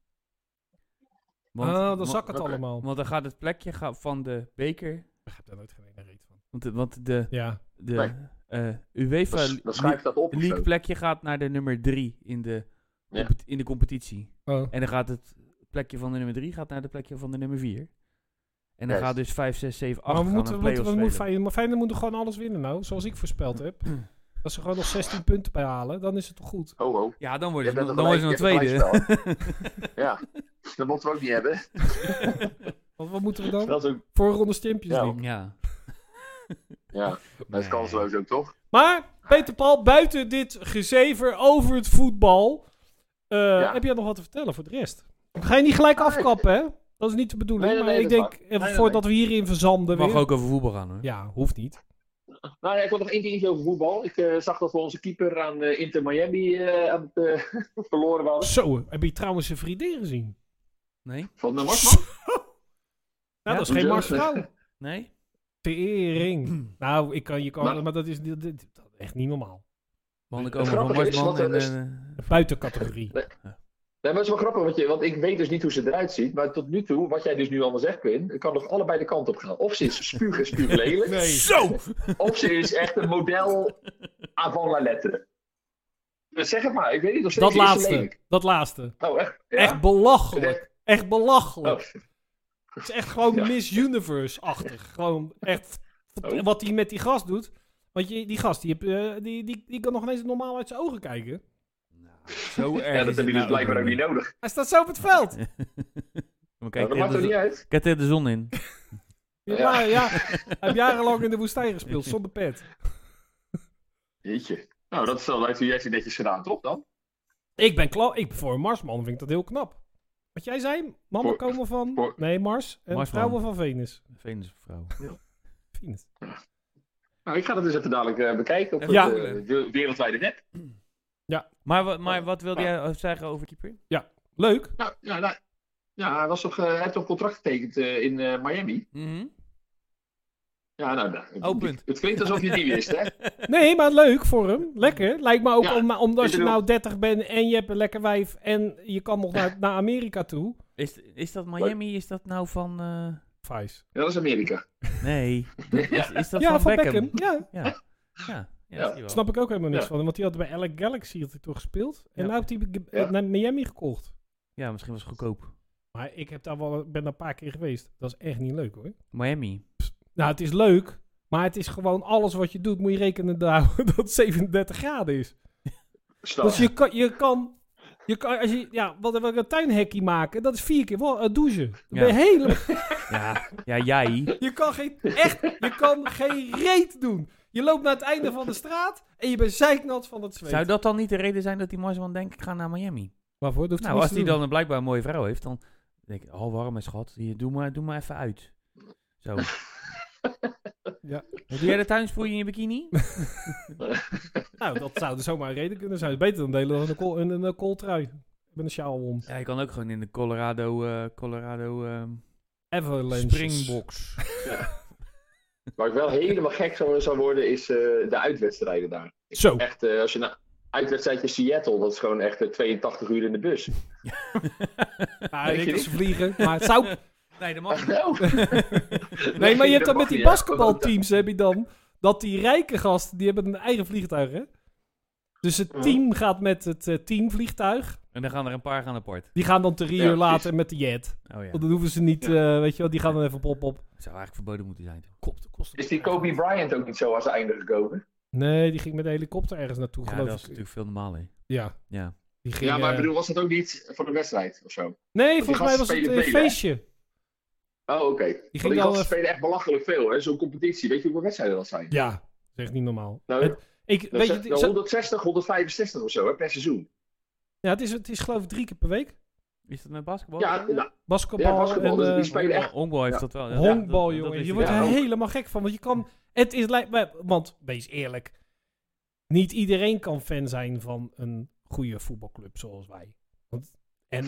Ah, dan wa- zakt het oké. allemaal. Want dan gaat het plekje ga- van de beker. Ik heb daar nooit geen ene reet van. Want de, want de, Ja. de Nee. eh, UEFA Dan, dan schrijf ik dat op. of League zo. plekje gaat naar de nummer drie in de, Ja. compet- in de competitie. Oh. En dan gaat het plekje van de nummer drie gaat naar de plekje van de nummer vier. En dan Juist. gaat dus vijf, zes, zeven, acht Maar we gaan moeten, een we moeten, play-offs we moeten spelen. Feyenoord, maar Feyenoord moet gewoon alles winnen nou, zoals ik voorspeld heb. Als ze gewoon nog zestien punten bij halen, dan is het toch goed. Ho, ho. Ja, dan Je worden ze, bent dan er worden ze nog gelijk, je tweede. hebt gelijk Ja, dat moeten we ook niet hebben. Want wat moeten we dan? Dat is ook, Voor een ronde Champions Ja. League. Ja. ja, dat is Nee. kansloos ook, toch? Maar, Peter Paul, buiten dit gezever over het voetbal, eh, Ja. heb jij nog wat te vertellen voor de rest? Ik ga je niet gelijk Nee. afkappen, hè? Dat is niet de bedoeling. Nee, nee, maar nee, ik dat denk, is waar. even Nee, nee, voordat we hierin verzanden Mag weer. ook over voetbal gaan hoor. Ja, hoeft niet. Nou ja, ik wil nog één dingetje over voetbal. Ik eh, zag dat we onze keeper aan eh, Inter Miami eh, aan het eh, verloren waren. Zo, heb je trouwens zijn vriendin gezien? Nee? Van de Marsman. Nou, Ja, dat is geen hoezo? Mars vrouw. Nee? Tering. nou, ik kan je kan, Nou. maar dat is, dit- dit- dat is echt niet normaal. Want ik Het komen van grappige is, Marsman want en... er is- eh, Buitencategorie. Nee, maar het is wel grappig, want, je, want ik weet dus niet hoe ze eruit ziet. Maar tot nu toe, wat jij dus nu allemaal zegt, Quinn, het kan nog allebei de kant op gaan. Of ze is spuug, spuug lelijk. Zo! Of ze is echt een model avant la lettre. Dus zeg het maar, ik weet niet of ze Dat is ze laatste. lelijk. Dat laatste. Oh, echt? Ja? Echt belachelijk. Echt belachelijk. Oh, Het is echt gewoon Ja. Miss Universe-achtig. Gewoon echt Oh. wat hij met die gast doet. Want je, die gast, die, heb, eh, die, die, die kan nog ineens normaal uit zijn ogen kijken. Zo erg ja, is dat het heb je dus nou blijkbaar ook niet. niet nodig. Hij staat zo op het veld. Maar Nou, kijk, dat maakt er er de niet zon- uit. kijk er de zon in. Ja, Ja. ja. Hij heeft jarenlang in de woestijn gespeeld, zonder pet. Jeetje. Nou, dat is wel uit hoe jij ze netjes gedaan, toch dan? Ik ben klaar. Ik, voor een Marsman vind ik dat heel knap. Wat jij zei, mannen Voor- komen van... voor- nee, Mars. En Marsman. vrouwen van Venus. Venusvrouw. Venus. Nou, ik ga dat dus even dadelijk eh, bekijken op Ja. het eh, we- wereldwijde net. Maar, wa- maar wat wilde jij eh, zeggen over keeper? Leuk. Nou, ja, nou, ja hij, was toch, eh, hij heeft toch een contract getekend eh, in eh, Miami. Mhm. Ja, nou, nou Oh, punt. het klinkt alsof je het niet wist, hè? Nee, maar leuk voor hem. Lekker. Lijkt me ook, Ja, om, omdat ik je bedoel- nou dertig bent en je hebt een lekker wijf en je kan nog naar, naar Amerika toe. Is, is dat Miami? Is dat nou van... eh, Vice. Ja, dat is Amerika. Nee. Is, is dat Ja, van, van Beckham? Beckham. Ja, Ja. Ja. Ja, Ja. zie je wel. snap ik ook helemaal niks Ja. van. Want die had bij L A Galaxy had hij toch gespeeld. En Ja. nou heeft hij ge- Ja. naar Miami gekocht. Ja, misschien was het goedkoop. Maar ik heb daar wel, ben daar een paar keer geweest. Dat is echt niet leuk hoor. Miami. Nou, het is leuk. Maar het is gewoon alles wat je doet, moet je rekenen daar dat het zevenendertig graden is. Snap. Dus je kan, je kan, je kan als je, ja, wat we een tuinhekkie maken, dat is vier keer wel, uh, douchen. Dan ben je Ja. helemaal, Ja, ja jij. je kan geen, echt, je kan geen reet doen. Je loopt naar het einde van de straat en je bent zeiknat van het zweet. Zou dat dan niet de reden zijn dat die Marsman denkt, ik ga naar Miami? Waarvoor? Dat hoeft Nou, hij als niet hij te dan een blijkbaar een mooie vrouw heeft, dan denk ik, oh warm is schat, hier, doe maar, doe maar even uit. Zo. Ja. Doe jij de tuinspoei in je bikini? doen. Nou, dat zou dus zomaar een reden kunnen zijn. Beter dan delen dan een, kool, een, een, een kooltrui. Met een sjaal om. Ja, je kan ook gewoon in de Colorado, eh, Colorado ehm Avalanche. Springboks. Waar ik wel helemaal gek zou, zou worden, is eh, de uitwedstrijden daar. Zo. Echt, eh, als je naar uitwedstrijdje Seattle, dat is gewoon echt eh, tweeëntachtig uur in de bus. Ja, Weet ik je dat niet? ze vliegen. Maar het zou... Nee, dat mag niet. Nou. Nee, maar je hebt dan dat met mag die niet, hè? basketbalteams heb je dan dat die rijke gasten, die hebben een eigen vliegtuig, hè? Dus het team gaat met het uh, teamvliegtuig. En dan gaan er een paar gaan apart. Die gaan dan drie Ja, uur precies. later met de jet. Oh ja. Want dan hoeven ze niet, Ja. uh, weet je wel, die gaan dan even pop op. Dat zou eigenlijk verboden moeten zijn. Toch? Kost, kost Is die Kobe Bryant ook niet zo als einde gekomen? Nee, die ging met de helikopter ergens naartoe, Ja, geloof dat is ik. natuurlijk veel normaler. Ja, Ja. die ging... Ja, maar ik eh, bedoel, was dat ook niet voor de wedstrijd of zo? Nee, die volgens mij was gasten het een spelen veel, hè? feestje. Oh, oké. ging Want die dan, gasten eh, spelen echt belachelijk veel, hè? Zo'n competitie. Weet je hoeveel wedstrijden dat zijn? Ja, dat is echt niet normaal. Nou, Het- ik, Dat weet je, is het- zo- honderdzestig, honderdvijfenzestig of zo, hè, per seizoen. ja, het, is, het is geloof ik drie keer per week. Is dat met basketbal? Ja, nou, Basketbal, Ja, basketbal, en dus die eh, spelen echt. Honkbal heeft Ja. dat wel. Ja, honkbal, dat- dat jongen. is Je die- wordt er ja, ook. helemaal gek van. Want je kan... Het is lijkt me... Want, wees eerlijk. Niet iedereen kan fan zijn van een goede voetbalclub zoals wij. Want, en...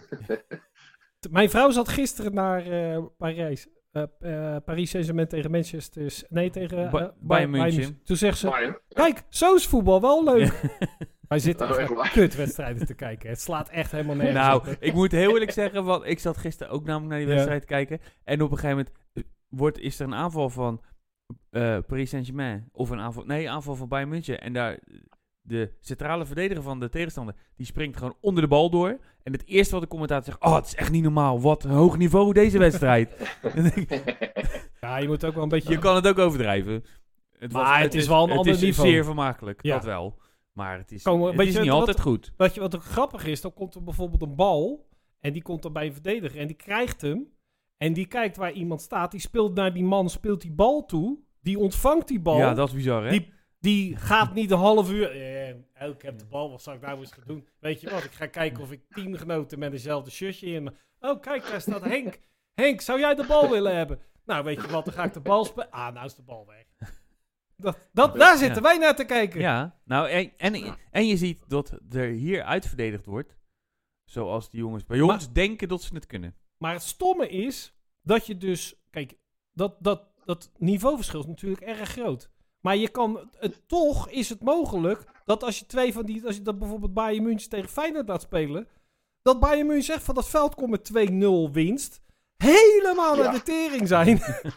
t- mijn vrouw zat gisteren naar eh, Parijs. eh eh, Paris Saint-Germain tegen Manchester... s- Nee, tegen... Ba- eh, Bayern Bay- München. Toen zegt ze... Bayern. Kijk, zo is voetbal wel leuk. Wij zitten Oh, echt echt naar waar? kutwedstrijden te kijken. Het slaat echt helemaal nergens op, Nou, hè. ik moet heel eerlijk zeggen, want ik zat gisteren ook namelijk naar die Ja. wedstrijd te kijken. En op een gegeven moment eh, wordt, is er een aanval van eh, Paris Saint-Germain. Of een aanval, nee, aanval van Bayern München. En daar, de centrale verdediger van de tegenstander, die springt gewoon onder de bal door. En het eerste wat de commentator zegt, oh, het is echt niet normaal. Wat een hoog niveau deze wedstrijd. En dan denk ik, Ja, je moet ook wel een beetje... je kan het ook overdrijven. Het Maar het is wel een het ander is niveau. zeer vermakelijk, Ja. dat wel. Maar het is, Komen- het weet is je niet wat- altijd goed. Weet je wat ook grappig is? Dan komt er bijvoorbeeld een bal. En die komt dan bij een verdediger. En die krijgt hem. En die kijkt waar iemand staat. Die speelt naar die man, speelt die bal toe. Die ontvangt die bal. Ja, dat is bizar, hè? Die, die gaat niet een half uur... Eh, oh, ik heb de bal, wat zou ik nou eens gaan doen? Weet je wat, ik ga kijken of ik teamgenoten met dezelfde shirtje in... me- Oh, kijk, daar staat Henk. Henk, zou jij de bal willen hebben? Nou, weet je wat, dan ga ik de bal spelen. Ah, nou is de bal weg. Dat, dat, daar zitten wij naar te kijken. Ja, nou, en, en, en je ziet dat er hier uitverdedigd wordt. Zoals die jongens bij ons denken dat ze het kunnen. Maar het stomme is dat je dus... Kijk, dat, dat, dat niveauverschil is natuurlijk erg groot. Maar je kan... Het, toch is het mogelijk dat als je twee van die... Als je dat bijvoorbeeld Bayern München tegen Feyenoord laat spelen... Dat Bayern München echt van dat veld komt met twee nul winst. Helemaal naar Ja. de tering zijn.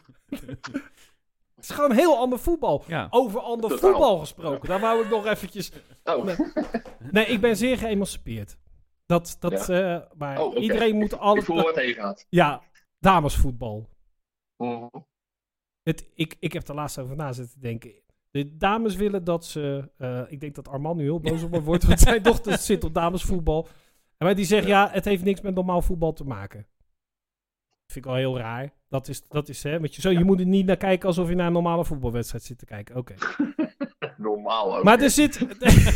Het is gewoon heel ander voetbal. Ja. Over ander Totaal. voetbal gesproken. Daar wou ik nog eventjes... Oh, Nee. Nee, ik ben zeer geëmancipeerd. Dat, dat, eh, maar Oh, oké. iedereen moet ik alles... voel wat heen gaat. Ja, damesvoetbal. Mhm. Het, ik, ik heb er laatst over na zitten denken. De dames willen dat ze... eh, ik denk dat Armand nu heel boos op me wordt. Want zijn dochter zit op damesvoetbal. En wij die zeggen, ja, het heeft niks met normaal voetbal te maken. Vind ik wel heel raar. Dat is, dat is hè. Want je, zo, je moet er niet naar kijken alsof je naar een normale voetbalwedstrijd zit te kijken. Oké. Normaal ook. Maar er zit...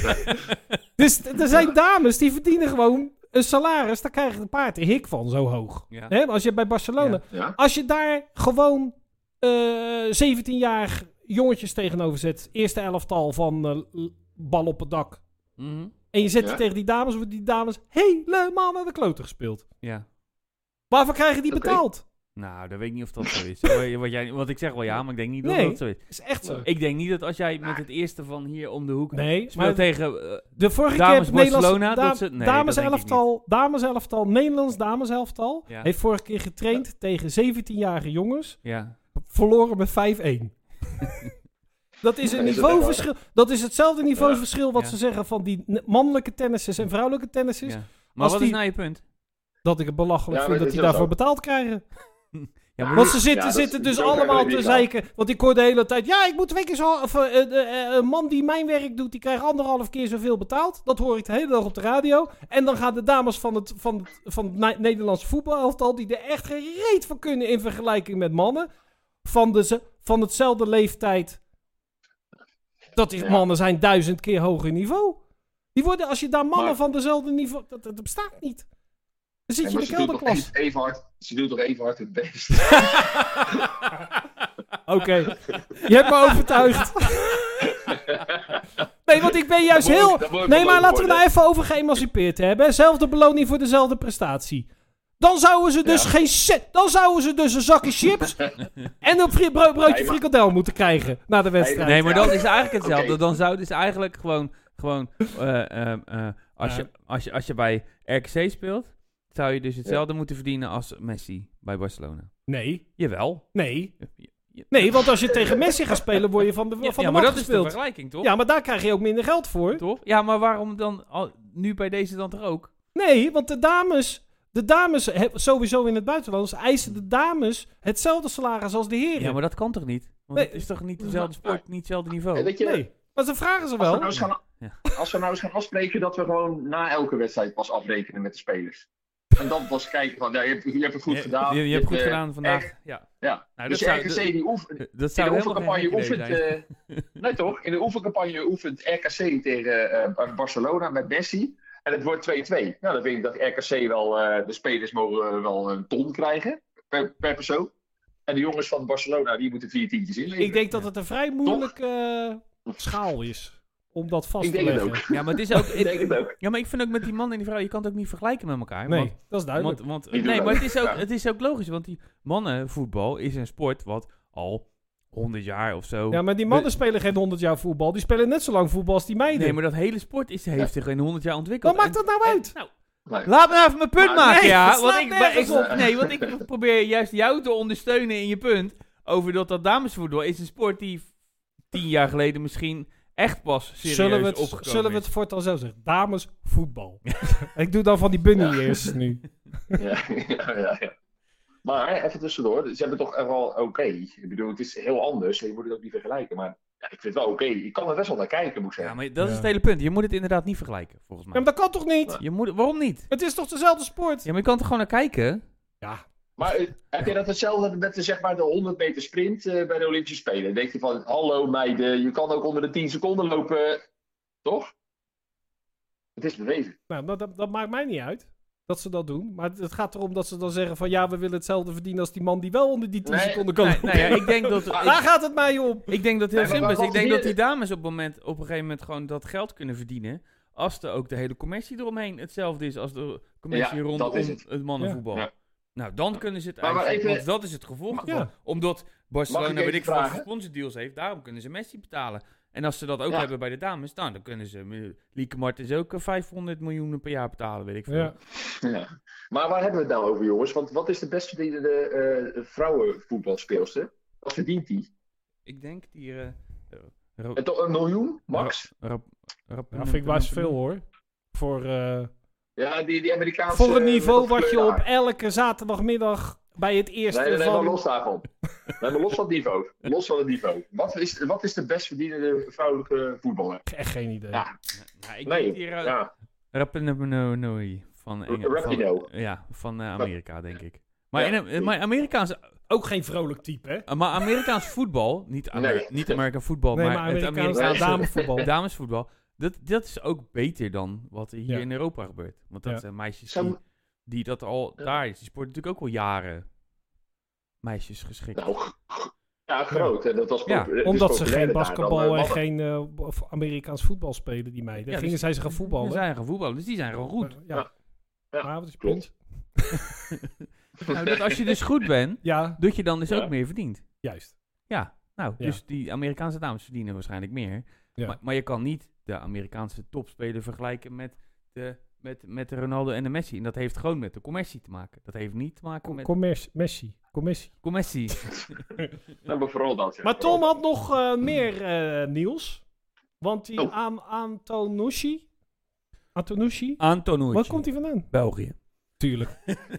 dus er zijn dames die verdienen gewoon een salaris. Daar krijg je een paard een hik van, zo hoog. Ja. Hè? Als je bij Barcelona... Ja. Ja? Als je daar gewoon eh zeventienjarig jongetjes tegenover zet. Eerste elftal van eh, l- bal op het dak. Mhm. En je zet Ja. die tegen die dames. Worden die dames helemaal naar de kloten gespeeld. Ja. Waarvoor krijgen die Oké. betaald? Nou, dat weet ik niet of dat zo is. Wat wat jij, wat ik zeg wel ja, maar ik denk niet dat Nee. dat zo is. Is echt zo. Ik denk niet dat als jij met het eerste van hier om de hoek Nee, speelt maar tegen... eh, de vorige Dames keer Nederlands Barcelona, da- dat ze- nee, dames dat denk ik elftal, dames elftal, Nederlands dames elftal Ja. heeft vorige keer getraind tegen zeventienjarige jongens, ja. verloren met vijf-één. Dat is een Is dat niveauverschil. Dat is hetzelfde niveauverschil wat Ja. ze zeggen van die n- mannelijke tennissers en vrouwelijke tennissers. ja. Maar Als wat die- is nou je punt? Dat ik het belachelijk Ja, vind maar dat het die is daarvoor ook zo. betaald krijgen. Ja, maar Want nu- ze zitten, ja, dat zitten is- dus zo ver allemaal wil ik te niet zeiken. Want ik hoor de hele tijd... Ja, ik moet twee keer zo... Of, eh, eh, eh, een man die mijn werk doet, die krijgt anderhalf keer zoveel betaald. Dat hoor ik de hele dag op de radio. En dan gaan de dames van het, van het, van het Ne- Nederlandse voetbalelftal... die er echt gereed van kunnen in vergelijking met mannen... van, de, ze- van hetzelfde leeftijd... Dat die Ja. mannen zijn duizend keer hoger niveau. Die worden, als je daar mannen Maar- van dezelfde niveau... Dat, dat bestaat niet. Dan zit Ja, je maar in de ze doet toch kelderklas. even, even hard, ze doet toch even hard het best. Oké, je hebt me overtuigd. Nee, want ik ben juist Dat moet- heel... dat moet Nee, maar beloond laten we worden. nou even over geëmancipeerd hebben. hè. Zelfde beloning voor dezelfde prestatie. Dan zouden ze dus Ja. geen cent... Dan zouden ze dus een zakje chips en een fri- bro- broodje Nee, maar- frikandel moeten krijgen na de wedstrijd. Nee, maar Ja. dan is het eigenlijk hetzelfde. Oké. Dan zou het dus eigenlijk gewoon... gewoon eh, ehm, eh, als, Ja. je, als, je, als je bij R K C speelt... zou je dus hetzelfde moeten verdienen als Messi bij Barcelona. Nee, Jawel. nee. Je- je- Nee, want als je tegen Messi gaat spelen, word je van de, Ja, van ja, de maar mat dat is de gespeeld. vergelijking, toch? Ja, maar daar krijg je ook minder geld voor. Toch? Ja, maar waarom dan al, nu bij deze dan toch ook? Nee, want de dames... De dames, he- sowieso in het buitenland, eisen de dames hetzelfde salaris als de heren. Ja, maar dat kan toch niet? Want Nee. het is toch niet dezelfde sport, niet hetzelfde niveau? En weet je, Nee, maar ze vragen ze als, we wel. nou eens gaan, Ja. als we nou eens gaan afspreken dat we gewoon na elke wedstrijd pas afrekenen met de spelers. En dan pas kijken van, ja, je, hebt, je hebt het goed je, gedaan. Je, je hebt goed eh, gedaan vandaag. echt- ja. Ja, Nou, dus dat de zou, R K C dat, die oefent, dat in de zou helemaal geen oefencampagne gek idee oefent... zijn. eh, nee toch? In de oefencampagne oefent R K C tegen eh, Barcelona met Messi. En het wordt twee-twee. Nou, dan vind ik dat R K C wel... eh, de spelers mogen eh, wel een ton krijgen per, per persoon. En de jongens van Barcelona, die moeten vier tientjes inleveren. Ik denk dat het een vrij moeilijke eh, schaal is om dat vast Ik te denk het leggen. ook. Ja, maar het is ook... Ik denk het ook. Ja, maar ik vind ook met die man en die vrouw, je kan het ook niet vergelijken met elkaar. Nee, Want, dat is duidelijk. want, want, Die doen nee, dat. maar het is, ook, Ja. het is ook logisch, want die mannenvoetbal is een sport wat al honderd jaar of zo... ja, maar die mannen spelen geen honderd jaar voetbal. Die spelen net zo lang voetbal als die meiden. Nee, maar dat hele sport is, heeft zich in honderd jaar ontwikkeld. Wat maakt En- dat nou uit? nou, Nee. laat me nou even mijn punt Maar- maken, Nee, ja. dat Want slaat ik, nergens ik- op. nee, want ik probeer juist jou te ondersteunen in je punt over dat dat damesvoetbal is een sport die tien jaar geleden misschien echt pas serieus Zullen we, het, opgekomen zullen we is. het voortaan zo zeggen? Dames voetbal. Ik doe dan van die bunny Ja. eerst nu. Ja, ja, ja, ja. Maar even tussendoor, ze hebben toch echt wel oké. Ik bedoel, het is heel anders. Je moet het ook niet vergelijken. Maar ja, ik vind het wel oké. Ik kan er best wel naar kijken, moet ik Ja, zeggen. maar dat is Ja. het hele punt. Je moet het inderdaad niet vergelijken, volgens Ja, mij. maar dat kan toch niet? Je moet, waarom niet? Het is toch dezelfde sport? Ja, maar je kan er gewoon naar kijken. Ja. Maar eh, heb je dat hetzelfde met de, zeg maar, de honderd meter sprint eh, bij de Olympische Spelen? Dan denk je van, hallo meiden, je kan ook onder de tien seconden lopen. Toch? Het is bewezen. Nou, dat, dat, dat maakt mij niet uit dat ze dat doen. Maar het, het gaat erom dat ze dan zeggen van... Ja, we willen hetzelfde verdienen als die man die wel onder die tien Nee, seconden kan Nee, lopen. nou ja, ik denk dat... Daar ik, gaat het mij om. ik denk dat het heel Nee, maar simpel is. wat Ik denk hier- dat die dames op, het moment, op een gegeven moment gewoon dat geld kunnen verdienen. Als er ook de hele commercie eromheen hetzelfde is als de commercie Ja, rondom dat is het. het. mannenvoetbal. Ja. Nou, dan kunnen ze het Maar- maar eigenlijk... even- want dat is het gevolg Ja. ervan. Omdat Barcelona, Mag ik weet even ik veel, vragen? sponsordeals heeft. Daarom kunnen ze Messi betalen. En als ze dat ook Ja. hebben bij de dames, nou, dan kunnen ze... eh, Lieke Martens ook eh, vijfhonderd miljoen per jaar betalen, weet ik veel. Ja. Ja. Maar waar hebben we het nou over, jongens? Want wat is de best verdienende eh vrouwenvoetbalspeelster? Wat verdient die? Ik denk die... eh, Ro- En toch een miljoen, max? Rap- rap- Dat vind ik best veel hoor. Voor, eh, Ja, die, die Amerikaanse... voor een niveau met dat wat je op kleurhaar. elke zaterdagmiddag bij het eerste Nee, nee, nee, maar van... los daarvan. Nee, maar los van het niveau. Los van het niveau. Wat is, wat is de best verdienende vrouwelijke voetballer? Echt geen idee. Ja, Nou, ik nee. denk die... eh, Ja. Rapinoe van, Eng- Rapinoe. van, ja, van eh, Amerika, denk ik. Maar, Ja. in, maar, Amerikaans, Ook geen vrolijk type, hè? eh, maar Amerikaans voetbal, niet, Amer, Nee. niet American voetbal, Nee, maar, maar het Amerikaans Amerikaanse damevoetbal. damesvoetbal, dat, dat is ook beter dan wat hier Ja. in Europa gebeurt. Want dat Ja. zijn meisjes Zou- die, die dat al, Ja. daar is die sport natuurlijk ook al jaren meisjes geschikt. Nou, g- g- ja, groot. En dat was Ja, populair- het is Omdat ze populairder geen daar dan, basketbal eh, en mannen. geen eh, of Amerikaans voetbal spelen, die meiden. Ja, Gingen dus- zij ze gaan Ze voetballen. zijn gaan voetballen, dus die zijn gewoon goed. Ja. Ja. Ja, Maar wat is je klopt. punt? Nou, dat als je dus goed bent, Ja, dat je dan dus Ja. ook meer verdient. juist. Ja, nou, Ja. dus die Amerikaanse dames verdienen waarschijnlijk meer. Ja. Maar, maar je kan niet de Amerikaanse topspeler vergelijken met de, met, met de Ronaldo en de Messi. En dat heeft gewoon met de commercie te maken. Dat heeft niet te maken met... Commercie, Messi, commissie. commercie. Nou, maar vooral dat. Ja. Maar Tom had nog eh, meer eh, nieuws. Want die Oh. An- Antonucci, Antonucci, Antonucci. waar komt hij vandaan? België. Tuurlijk.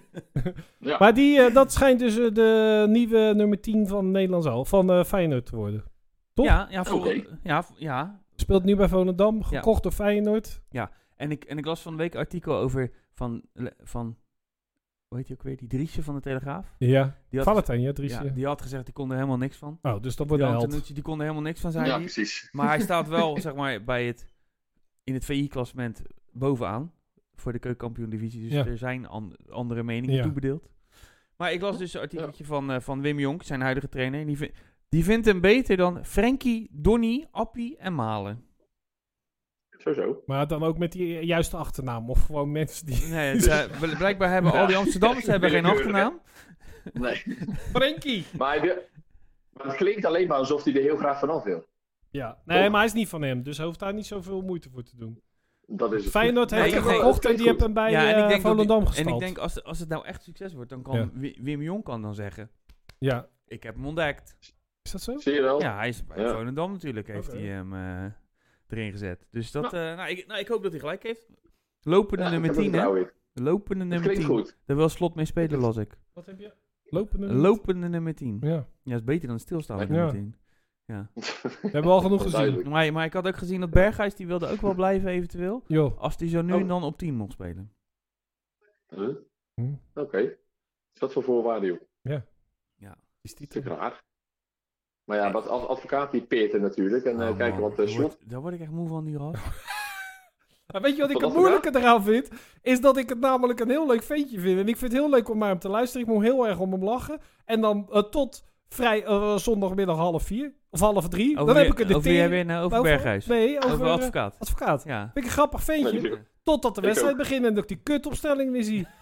Ja. Maar die, eh, dat schijnt dus eh, de nieuwe nummer tien van Nederland al, van eh, Feyenoord te worden. Toch? Ja, ja, voor, Oké. ja, v- ja. Speelt nu bij Volendam, gekocht door Feyenoord. En ik, en ik las van de week een artikel over van, le- van hoe heet je ook weer, die Driesje van de Telegraaf. Ja, Die had, Valentijn, ja, Dries. ja, ja. die had gezegd, die kon er helemaal niks van. Oh, dus dat Die wordt een held. Antonucci, die kon er helemaal niks van, zei Ja, hij. precies. Maar hij staat wel, zeg maar, bij het, in het V I-klassement bovenaan. Voor de keukenkampioen-divisie. Dus Ja. er zijn an- andere meningen Ja. toebedeeld. Maar ik las dus een artikeltje van, uh, van Wim Jonk, zijn huidige trainer. En die, vi- die vindt hem beter dan Frenkie, Donny, Appie en Malen. Sowieso. Maar dan ook met die juiste achternaam. Of gewoon mensen die... Nee, het, uh, bl- blijkbaar hebben al die Amsterdammers hebben geen willekeurig, hè? achternaam. Nee. Frenkie! Maar, de, maar het klinkt alleen maar alsof hij er heel graag vanaf wil. Ja, nee, maar hij is niet van hem. Dus hij hoeft daar niet zoveel moeite voor te doen. Dat is het. Feyenoord Nee, heeft hem ik denk- gekocht en die goed. heeft hem bij Ja, en ik eh, denk dat die- Volendam En gestald. ik denk, als, als het nou echt succes wordt, dan kan Ja. Wi- Wim Jonk kan dan zeggen, Ja, ik heb hem ontdekt. is dat zo? Zie je wel? Ja, hij is bij Ja. Volendam natuurlijk, heeft Oké. hij hem uh, erin gezet. Dus dat, uh, nou, ik, nou, ik hoop dat hij gelijk heeft. Lopende Ja, nummer ik heb er tien, hè? vertrouwen in. Lopende Dat nummer klinkt tien. goed. Daar wil Slot mee spelen, las ik. Wat heb je? Lopende? Lopende nummer tien. Ja, Ja, is beter dan stilstaande Ja. nummer tien. we hebben al genoeg gezien. Duidelijk. Maar, maar ik had ook gezien dat Berghuis, die wilde ook wel blijven eventueel. Joh. Als die zo nu Oh. en dan op tien mocht spelen. Huh? Hm. Oké. Is dat voor voorwaarden, joh? Is die Vind ik raar. Maar ja, wat als advocaat die peert er natuurlijk. En eh, Oh, kijken man. wat de Daar slot... word- Daar word ik echt moe van, die ras. Maar weet je wat ik Wat het dat moeilijke eraan vind? Is dat ik het namelijk een heel leuk ventje vind. En ik vind het heel leuk om naar hem te luisteren. Ik moet heel erg om hem lachen. En dan uh, tot vrij uh, zondagmiddag half vier. Of half drie. Over dan wie- heb ik er de over wie tering- jij weer nou, over over- Berghuis? Nee, over, Over eh, advocaat. advocaat. Ja. Vind ik een grappig ventje. Nee, Totdat de Ik wedstrijd ook. begint en dat ik die kutopstelling weer zie.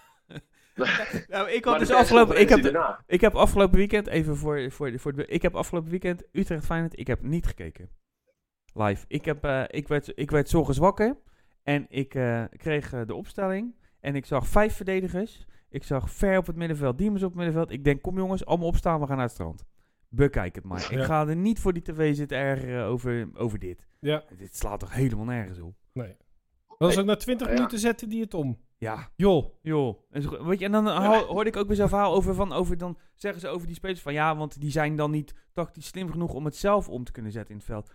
Nou, ik Maar had de dus afgelopen... Ik heb, daarna. ik heb afgelopen weekend, even voor, voor, voor het... Ik heb afgelopen weekend Utrecht Feyenoord, ik heb niet gekeken. Live. Ik, heb, uh, ik, werd, ik werd 's ochtends wakker. En ik uh, kreeg uh, de opstelling. En ik zag vijf verdedigers. Ik zag Ver op het middenveld, Diemers op het middenveld. Ik denk, kom jongens, allemaal opstaan, we gaan naar het strand. Bekijk het maar. Ja. Ik ga er niet voor die tv zitten ergeren over, over dit. Ja, Dit slaat toch helemaal nergens op. nee. Dat was ook na twintig Ja. minuten zetten die het om. Ja, Joh. joh. En, zo, weet je, en dan ho- hoorde ik ook weer zo'n verhaal over, van, over... Dan zeggen ze over die spelers van... Ja, want die zijn dan niet tactisch slim genoeg om het zelf om te kunnen zetten in het veld.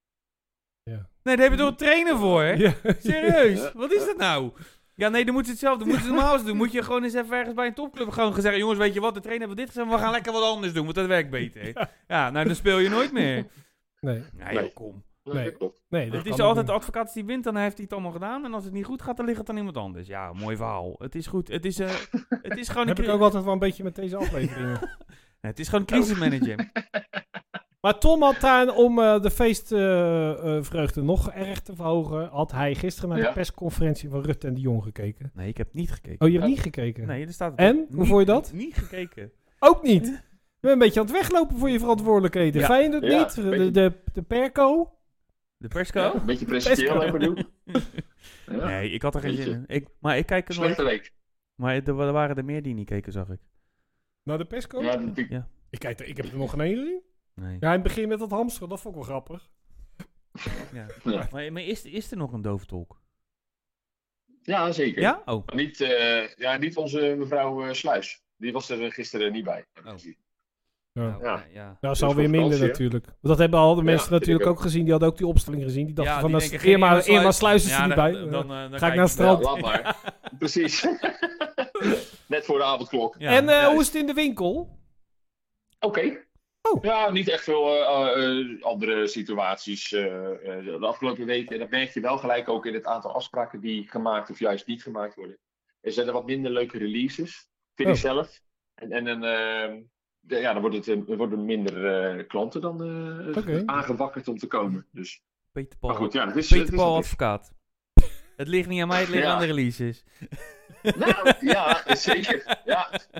Ja. Nee, daar heb je toch een trainer voor, hè? Ja. Serieus? Ja. Wat is dat nou? Ja, nee, dan moeten ze het zelf doen. Moeten ze het normaal eens doen. Moet je gewoon eens even ergens bij een topclub gewoon gaan zeggen... Jongens, weet je wat? De trainer heeft dit gezegd, maar we gaan lekker wat anders doen. Want dat werkt beter. Ja, nou, dan speel je nooit meer. Nee, Nee, Nee. joh, kom. Nee. Dat klopt. nee, dat Het kan is ook altijd de niet. advocaat die wint, dan heeft hij het allemaal gedaan. En als het niet goed gaat, dan ligt het aan iemand anders. Ja, mooi verhaal. Het is goed. Het is, uh, het is gewoon een... Heb ik cri- ook altijd wel een beetje met deze afleveringen. Nee, het is gewoon een crisismanager. Maar Tom had daar, om uh, de feestvreugde uh, uh, nog erg te verhogen, had hij gisteren naar Ja. de persconferentie van Rutte en de Jong gekeken. Nee, ik heb niet gekeken. Oh, je hebt niet gekeken? Nee, er staat... En? Niet- Hoe vond je dat? Niet gekeken. Ook niet? Je bent een beetje aan het weglopen voor je verantwoordelijkheden. Ja. Feyenoord Ja, niet, een de, beetje. de, de Perco. De persco? Ja, een beetje presenteel even doen. Ja. Nee, ik had er geen Weet zin je. in. Ik, maar ik kijk er Slechte nooit. week. Maar er, wa- er waren er meer die niet keken, zag ik. Nou, de Pesco? Ja, die- Ja. Ik, kijk, er- ik heb er nog geen één gezien. Nee. Ja, in het begin met dat hamsteren, dat vond ik wel grappig. Ja. Ja. Maar, maar is, is er nog een doofdolk? ja, zeker. Ja? Oh. Maar niet, eh, ja, niet onze mevrouw eh, Sluis. Die was er eh, gisteren niet bij. Oh. Ja. Nou, Ja. ja. ja. Nou, is zal voor weer minder vakantie, hè? natuurlijk. Want dat hebben al de Ja, mensen vind ik natuurlijk ook ook. gezien. Die hadden ook die opstelling gezien. Die dachten Ja, van, die dat denken, is geen Irma, Irma Irma Sluis. Sluis is Ja, er niet dan- bij. dan- dan- dan Ga ik kijk naar het ik wel. strand. Laat maar. Precies. Net voor de avondklok. Ja. En eh, juist. hoe is het in de winkel? Oké. Oh. Ja, niet echt veel eh, eh, andere situaties eh, eh, de afgelopen weken. En dat merk je wel gelijk ook in het aantal afspraken die gemaakt of juist niet gemaakt worden. Er zijn er wat minder leuke releases, vind Oh. ik zelf. En, en een, eh, de- ja, dan wordt het, eh, er worden minder eh, klanten dan eh, Oké. aangewakkerd om te komen. Dus, Peter Paul, maar goed, ja, het is, Peter het is Paul wat het is. advocaat. Het ligt niet aan mij, het ligt Ja. aan de releases. Nou, ja, zeker. Ja.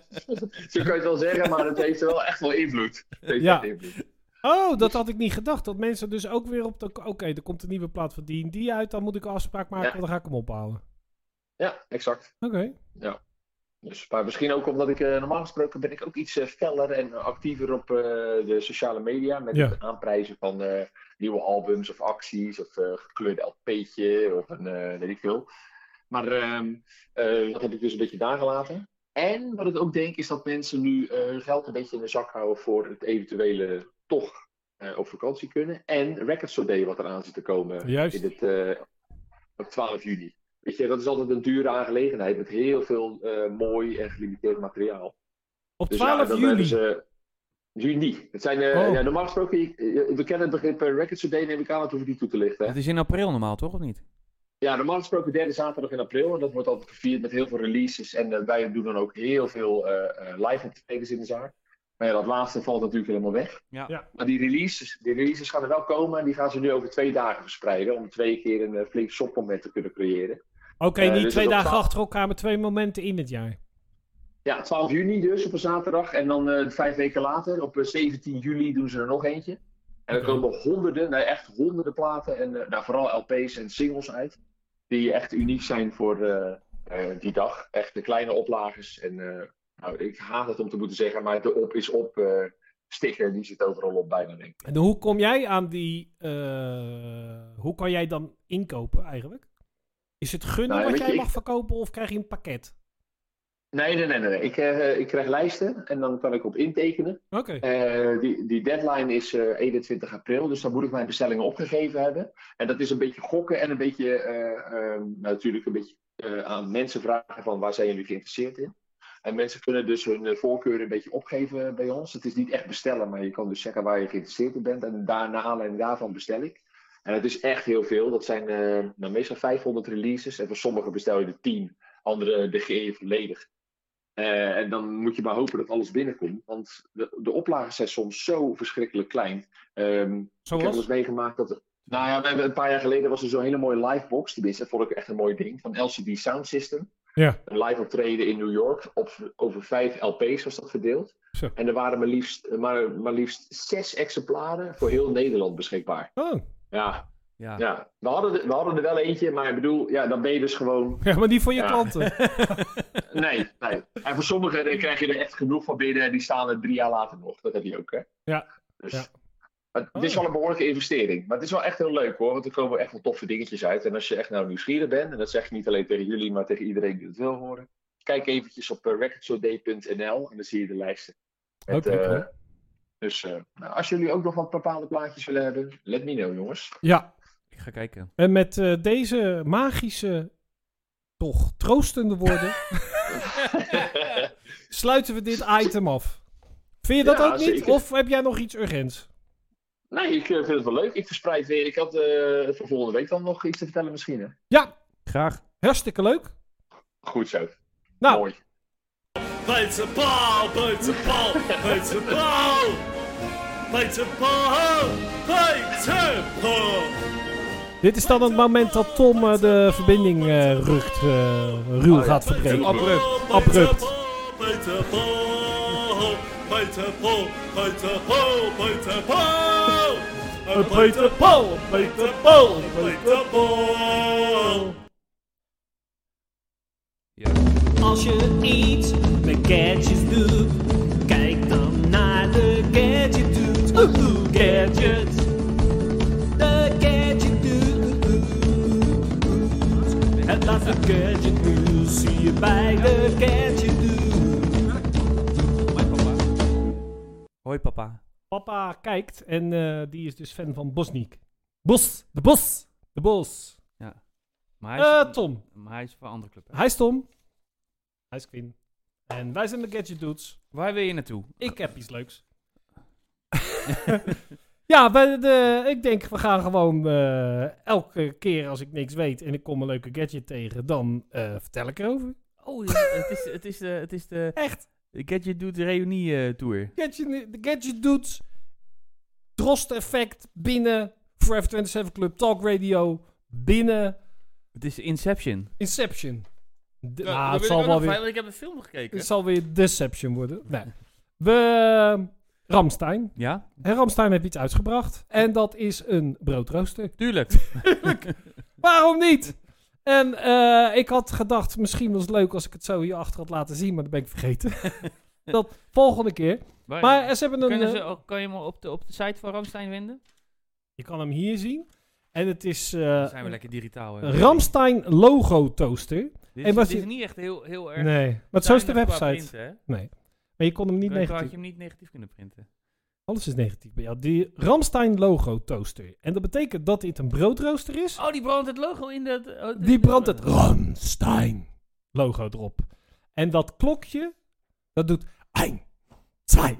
Zo kan je het wel zeggen, maar het heeft wel echt wel invloed. Het heeft Ja. echt invloed. Oh, dat had ik niet gedacht. Dat mensen dus ook weer op de... Oké, okay, er komt een nieuwe plaat van die en die uit. Dan moet ik een afspraak maken, Ja. want dan ga ik hem ophalen. Ja, exact. Oké. Ja. Dus, maar misschien ook omdat ik, uh, normaal gesproken ben ik ook iets uh, feller en actiever op uh, de sociale media. Met Ja. het aanprijzen van uh, nieuwe albums of acties of uh, gekleurde L P'tje of een, uh, weet ik veel. Maar um, uh, dat heb ik dus een beetje nagelaten. En wat ik ook denk is dat mensen nu uh, hun geld een beetje in de zak houden voor het eventuele toch uh, op vakantie kunnen. En Record Store Day wat eraan zit te komen Juist. in het, uh, op twaalf juni. Weet je, dat is altijd een dure aangelegenheid met heel veel uh, mooi en gelimiteerd materiaal. Op Dus twaalf ja, dan juli. hebben ze juni. Het zijn, uh, Oh. ja, normaal gesproken, uh, we kennen het begrip uh, Record Store Day, neem ik aan, dat hoef ik niet toe te lichten. Hè? Het is in april normaal, toch? Of niet? Ja, normaal gesproken derde zaterdag in april. En dat wordt altijd gevierd met heel veel releases. En uh, wij doen dan ook heel veel uh, uh, live optredens in de zaak. Maar ja, dat laatste valt natuurlijk helemaal weg. Ja. Ja. Maar die releases, die releases gaan er wel komen. En die gaan ze nu over twee dagen verspreiden. Om twee keer een uh, flink shopmoment te kunnen creëren. Oké, okay, Uh, niet dus twee op dagen twaalf achter elkaar, maar twee momenten in het jaar. Ja, twaalf juni dus op een zaterdag. En dan uh, vijf weken later, op uh, zeventien juli, doen ze er nog eentje. En er Oké. komen honderden, nee, echt honderden platen. En uh, nou, vooral L P's en singles uit. Die echt uniek zijn voor uh, uh, die dag. Echt de kleine oplagers. En uh, nou, ik haat het om te moeten zeggen, maar de op is op uh, sticker, die zit overal op bijna, denk ik. En hoe kom jij aan die... Uh, hoe kan jij dan inkopen eigenlijk? Is het gunnen Nou, wat weet jij je, mag ik- verkopen of krijg je een pakket? Nee, nee, nee, nee. Ik, uh, ik krijg lijsten en dan kan ik op intekenen. Oké. Uh, die, die deadline is uh, eenentwintig april, dus dan moet ik mijn bestellingen opgegeven hebben. En dat is een beetje gokken en een beetje, uh, uh, natuurlijk een beetje uh, aan mensen vragen van waar zijn jullie geïnteresseerd in. En mensen kunnen dus hun uh, voorkeur een beetje opgeven bij ons. Het is niet echt bestellen, maar je kan dus zeggen waar je geïnteresseerd in bent. En daar, naar aanleiding daarvan bestel ik. En het is echt heel veel. Dat zijn uh, nou, meestal vijfhonderd releases. En voor sommige bestel je er tien, andere de geheel volledig. Uh, en dan moet je maar hopen dat alles binnenkomt. Want de, de oplagen zijn soms zo verschrikkelijk klein. Um, ik heb wel eens Zoals? meegemaakt dat... Nou ja, we hebben een paar jaar geleden was er zo'n hele mooie livebox. Tenminste, dat vond ik echt een mooi ding. Van L C D Sound System. Ja. Een live optreden in New York. Op, over vijf L P's was dat verdeeld. Zo. En er waren maar liefst, maar, maar liefst zes exemplaren voor heel Nederland beschikbaar. Oh. Ja, Ja. ja. We, hadden er, we hadden er wel eentje. Maar ik bedoel, ja, dan ben je dus gewoon... Ja, maar niet voor je Ja. klanten. Nee, nee. En voor sommigen eh, krijg je er echt genoeg van binnen en die staan er drie jaar later nog. Dat heb je ook, hè? Ja. Dus, Ja. maar het is wel een behoorlijke investering. Maar het is wel echt heel leuk, hoor. Want er komen echt wel toffe dingetjes uit. En als je echt nou nieuwsgierig bent, en dat zeg ik niet alleen tegen jullie, maar tegen iedereen die het wil horen. Kijk eventjes op uh, record store day punt n l en dan zie je de lijsten. Met, Oké, eh, cool. dus uh, nou, als jullie ook nog wat bepaalde plaatjes willen hebben, let me know, jongens. Ja. Ik ga kijken. En met uh, deze magische, toch troostende woorden, sluiten we dit item af. Vind je dat Ja, ook niet? zeker. Of heb jij nog iets urgents? Nee, ik uh, vind het wel leuk. Ik verspreid weer. Ik had uh, voor volgende week dan nog iets te vertellen misschien, hè? Ja, Graag. hartstikke leuk. Goed zo. Nou, Mooi. Buiten bal, buiten bal, buiten bal. Buiten bal, buiten bal. dit is dan het moment dat Tom uh, de verbinding uh, rukt, uh, ruw Oh, ja. gaat verbreken. Abrupt. Abrupt. Buiten bal, buiten bal, buiten bal, buiten bal. Buiten bal, buiten bal, buiten bal. Ja. Als je iets met gadgets doet, kijk dan naar de Gadget Dudes. Oeh, gadgets. De Gadget Dudes. Het laatste Gadget Nieuws zie je bij de Gadget Dudes. Hoi papa. Hoi papa. Papa kijkt en uh, die is dus fan van Bosniek. Bos, de Bos, de Bos. Maar hij is, Uh, Tom, maar hij is van een andere club. hè? hij is Tom. Hij is Quinn. En wij zijn de Gadget Dudes. Waar wil je naartoe? Ik heb iets leuks. Ja, we, de, ik denk we gaan gewoon uh, elke keer als ik niks weet en ik kom een leuke gadget tegen, dan uh, vertel ik erover. Oh, het is, het is de, het is de Echt. Gadget Dude Reunie uh, Tour. Gadget, de Gadget Dudes. Drost Effect binnen. Forever zevenentwintig Club Talk Radio binnen. Het is Inception. Inception. De, Ja, nou, dat het wil zal ik ook wel nog weer... fijn, want ik heb de film gekeken. Het zal weer Deception worden. Nee. We... Rammstein. Ja, En Rammstein heeft iets uitgebracht. En dat is een broodrooster. tuurlijk. Waarom niet? En eh, ik had gedacht, misschien was het leuk als ik het zo hierachter had laten zien, maar dat ben ik vergeten. Dat volgende keer. Waar- Maar eh, ze hebben een... Kunnen eh, ze, ook- kan je hem op de, op de site van Rammstein vinden? je kan hem hier zien. En het is Dan eh zijn we lekker digitaal. hè. een Rammstein logo toaster. Dit En is, was dit is die- niet echt heel, heel erg... Nee, maar zo is de zuinig qua website. printen, hè? Nee. Maar je kon hem niet Kan je- negatief. had je hem niet negatief kunnen printen? Alles is negatief bij jou. Die Rammstein logo toaster. En dat betekent dat dit een broodrooster is. Oh, die brandt het logo in dat... oh, dat- Die brandt het Rammstein logo erop. En dat klokje, dat doet één, twee.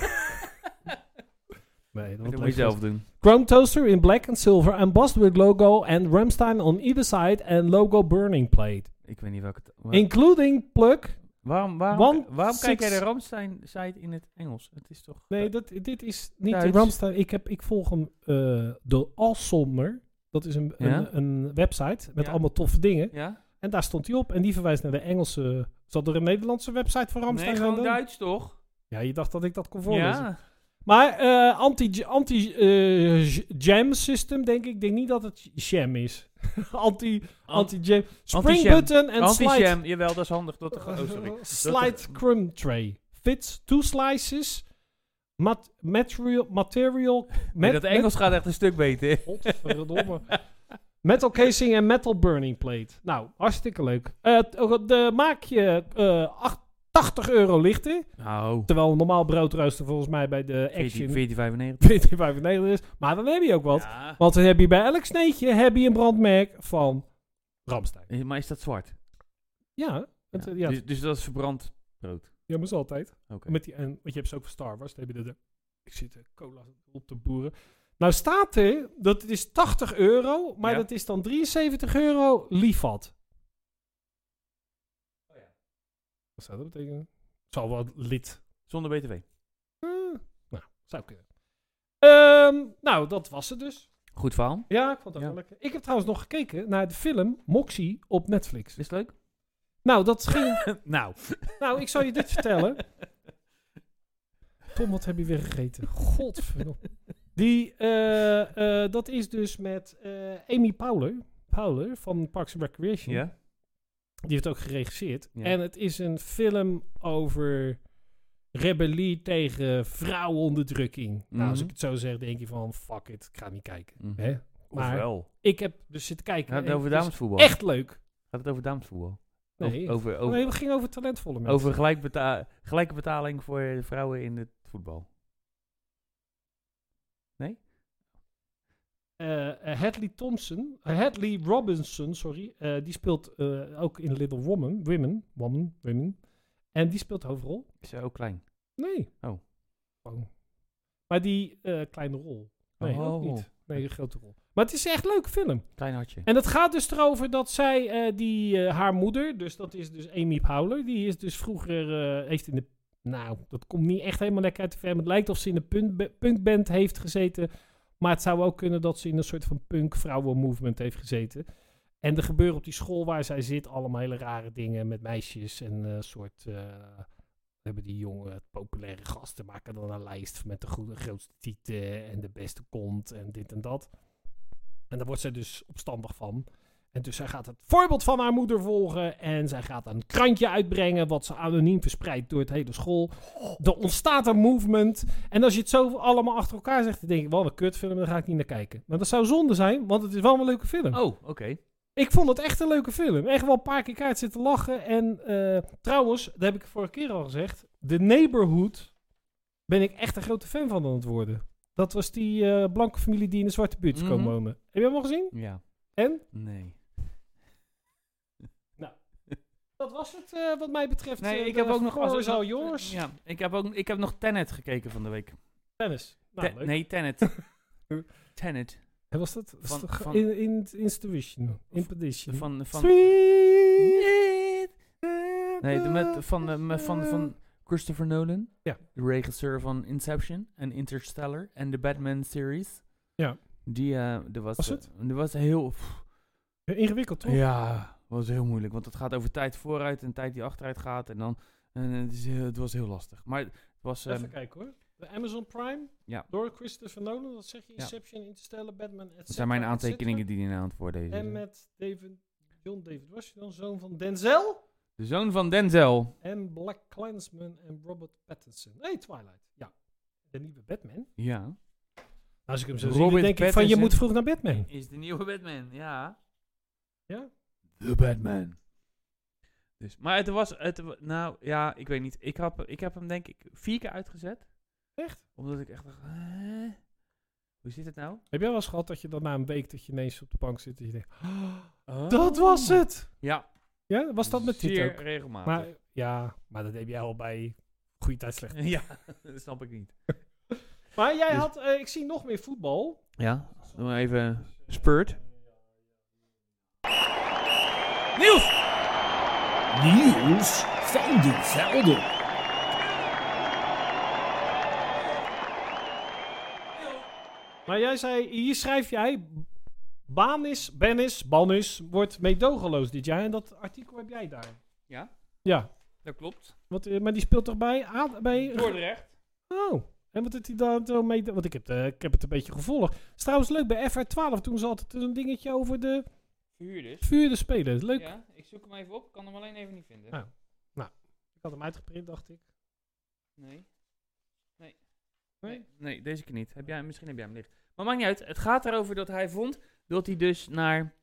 Nee, dat Dat moet je zelf doen. Chrome toaster in black and silver, embossed with logo and Rammstein on either side and logo burning plate. Ik weet niet welke... t- waar- Including plug. waarom waarom, one, waarom kijk jij six- de Rammstein-site in het Engels? Het is toch... Nee, dat, dit is niet Duits. de Rammstein. Ik, heb, ik volg hem, uh, de Awesomer. Dat is een, Ja? een, een website met Ja. allemaal toffe dingen. Ja? En daar stond hij op. En die verwijst naar de Engelse... Zal er een Nederlandse website van Rammstein Nee, zijn gewoon dan? Duits, toch? Ja, je dacht dat ik dat kon voorlezen. Ja. Maar uh, anti, anti uh, j- jam system, denk ik. Ik denk niet dat het jam is. anti, anti jam. Spring Anti-jam. button en slide. Anti-jam, jawel, dat is handig. Dat oh, sorry. slide crumb tray. Fits two slices. Mat material. material Nee, dat Engels gaat echt een stuk beter. Godverdomme. Metal casing en metal burning plate. Nou, hartstikke leuk. Uh, t- de maak je uh, acht- tachtig euro lichter. Nou, Terwijl een normaal broodrooster volgens mij bij de Action veertien vijfennegentig. veertien vijfennegentig is. Maar dan heb je ook wat. Ja. Want dan heb je bij elk sneetje heb je een brandmerk van Rammstein. Eh, Maar is dat zwart? Ja, het, Ja. ja. Dus, dus dat is verbrand brood. ja, maar is altijd. Oké. Met die, en, want je hebt ze ook voor Star Wars. Dan heb je de, de, ik zit de cola op te boeren. Nou staat er dat het is tachtig euro, maar Ja. dat is dan drieënzeventig euro liefvat. Oh ja. Wat zou dat betekenen? Zal wel lid. Zonder B T W. Eh, nou, zou kunnen. Ehm, nou, dat was het dus. Goed verhaal. Ja, ik vond het ook Ja. wel lekker. Ik heb trouwens nog gekeken naar de film Moxie op Netflix. Is het leuk? Nou, dat ging... nou. nou, ik zal je dit vertellen. Tom, wat heb je weer gegeten? Godverdomme. Die, eh, eh, dat is dus met eh, Amy Powler, Powler van Parks and Recreation. Ja? Die heeft ook geregisseerd. Ja. En het is een film over rebellie tegen vrouwenonderdrukking. Nou, als Mhm. ik het zo zeg, denk je van, fuck it, ik ga niet kijken. Mhm. Hè? Maar Ofwel. ik heb dus zitten kijken. Gaat het en over het is damesvoetbal? echt leuk. Gaat het over damesvoetbal? Nee, Over, over, over, nee, het ging over talentvolle mensen. over gelijk beta- gelijke betaling voor de vrouwen in het voetbal. Eh, eh, Hadley Thompson, eh, Hadley Robinson, sorry, eh, die speelt eh, ook in Little Woman, Women, Woman, Women. En die speelt de hoofdrol. Is zij ook klein? Nee. Oh. Oh. Maar die eh, kleine rol. Nee, ook Oh. niet. Nee, een grote rol. Maar het is echt een leuke film. Klein hartje. En het gaat dus erover dat zij, eh, die, eh, haar moeder, dus dat is dus Amy Powler, die is dus vroeger, eh, heeft in de, nou, dat komt niet echt helemaal lekker uit de verf. Het lijkt of ze in de punk- punkband heeft gezeten. Maar het zou ook kunnen dat ze in een soort van punk-vrouwen-movement heeft gezeten. En er gebeuren op die school waar zij zit allemaal hele rare dingen met meisjes. En een soort... Uh, hebben die jonge populaire gasten maken dan een lijst met de goede, grootste tieten en de beste kont en dit en dat. En daar wordt zij dus opstandig van. En dus zij gaat het voorbeeld van haar moeder volgen. En zij gaat een krantje uitbrengen. Wat ze anoniem verspreidt door het hele school. Er ontstaat een movement. En als je het zo allemaal achter elkaar zegt. Dan denk ik, wel een kutfilm. Daar ga ik niet naar kijken. Maar dat zou zonde zijn. Want het is wel een leuke film. Oh, oké. Ik vond het echt een leuke film. Echt wel een paar keer kaart zitten lachen. En uh, trouwens, dat heb ik vorige keer al gezegd. The Neighborhood. Ben ik echt een grote fan van aan het worden. Dat was die uh, blanke familie die in de zwarte buurt is komen Mhm. wonen. Heb je hem al gezien? Ja. En? Nee. Dat was het uh, wat mij betreft. Nee, uh, ik heb ook nog... Als als- al yours. Ja, ik heb ook ik heb nog Tenet gekeken van de week. Tennis. Nou, Te- leuk. nee, Tenet. Tenet. En was dat? Was Van- dat van- in, in, Intuition. Impedition. Van... van Sweet. Nee, de met, van, de, met- van, van Christopher Nolan. Ja. De regisseur van Inception en Interstellar en de Batman series. Ja. Die, eh er was... Was het? eh, er was heel... pff, Ingewikkeld, toch? ja. was heel moeilijk. Want het gaat over tijd vooruit en tijd die achteruit gaat. En dan, en het, is, heel- het was heel lastig. Maar het was... Even ehm, kijken hoor. De Amazon Prime. Ja. Door Christopher Nolan. Dat zeg je. Ja. Inception, Interstellar, Batman, et cetera. dat zijn mijn et aantekeningen cetera. die hij aan het voorlezen En is. met David, John David Washington, zoon van Denzel. De zoon van Denzel. En Black Klansman en Robert Pattinson. Nee, Twilight. Ja. De nieuwe Batman. Ja. Als ik hem zo zie, Robert dan denk ik van je Pattinson. moet vroeg naar Batman. Is de nieuwe Batman, ja. Ja? The Batman. Dus, maar het was, het, wa- nou ja, ik weet niet. Ik heb, ik heb hem denk ik vier keer uitgezet. Echt? Omdat ik echt dacht, hè? Hoe zit het nou? Heb jij wel eens gehad dat je dan na een week dat je ineens op de bank zit en je denkt, Oh. dat was het! Ja. Ja, was dat met dit Zeer ook? regelmatig. Maar ja, maar dat heb jij al bij goede tijd slecht. ja, dat snap ik niet. Maar jij Dus- had, eh, ik zie nog meer voetbal. Ja, doen we even spurt. Niels! Nieuws van de velden. Maar jij zei, hier schrijf jij, Banis, Bennis, Bannis wordt meedogenloos dit jaar. En dat artikel heb jij daar. Ja, Ja, dat klopt. wat, eh, maar die speelt toch bij? A- bij Dordrecht. Oh, en wat heeft hij dan zo mee? Want ik heb, eh, ik heb het een beetje gevolgd. Het is trouwens leuk, bij F R twaalf toen ze altijd een dingetje over de Verhuurders. vuurde spelen. Leuk. Ja, ik zoek hem even op. Ik kan hem alleen even niet vinden. Ah. Ik had hem uitgeprint, dacht ik. Nee. Nee. Nee? Nee, nee, deze keer niet. Heb jij, misschien heb jij hem liggen. Maar maakt niet uit. Het gaat erover dat hij vond dat hij dus naar...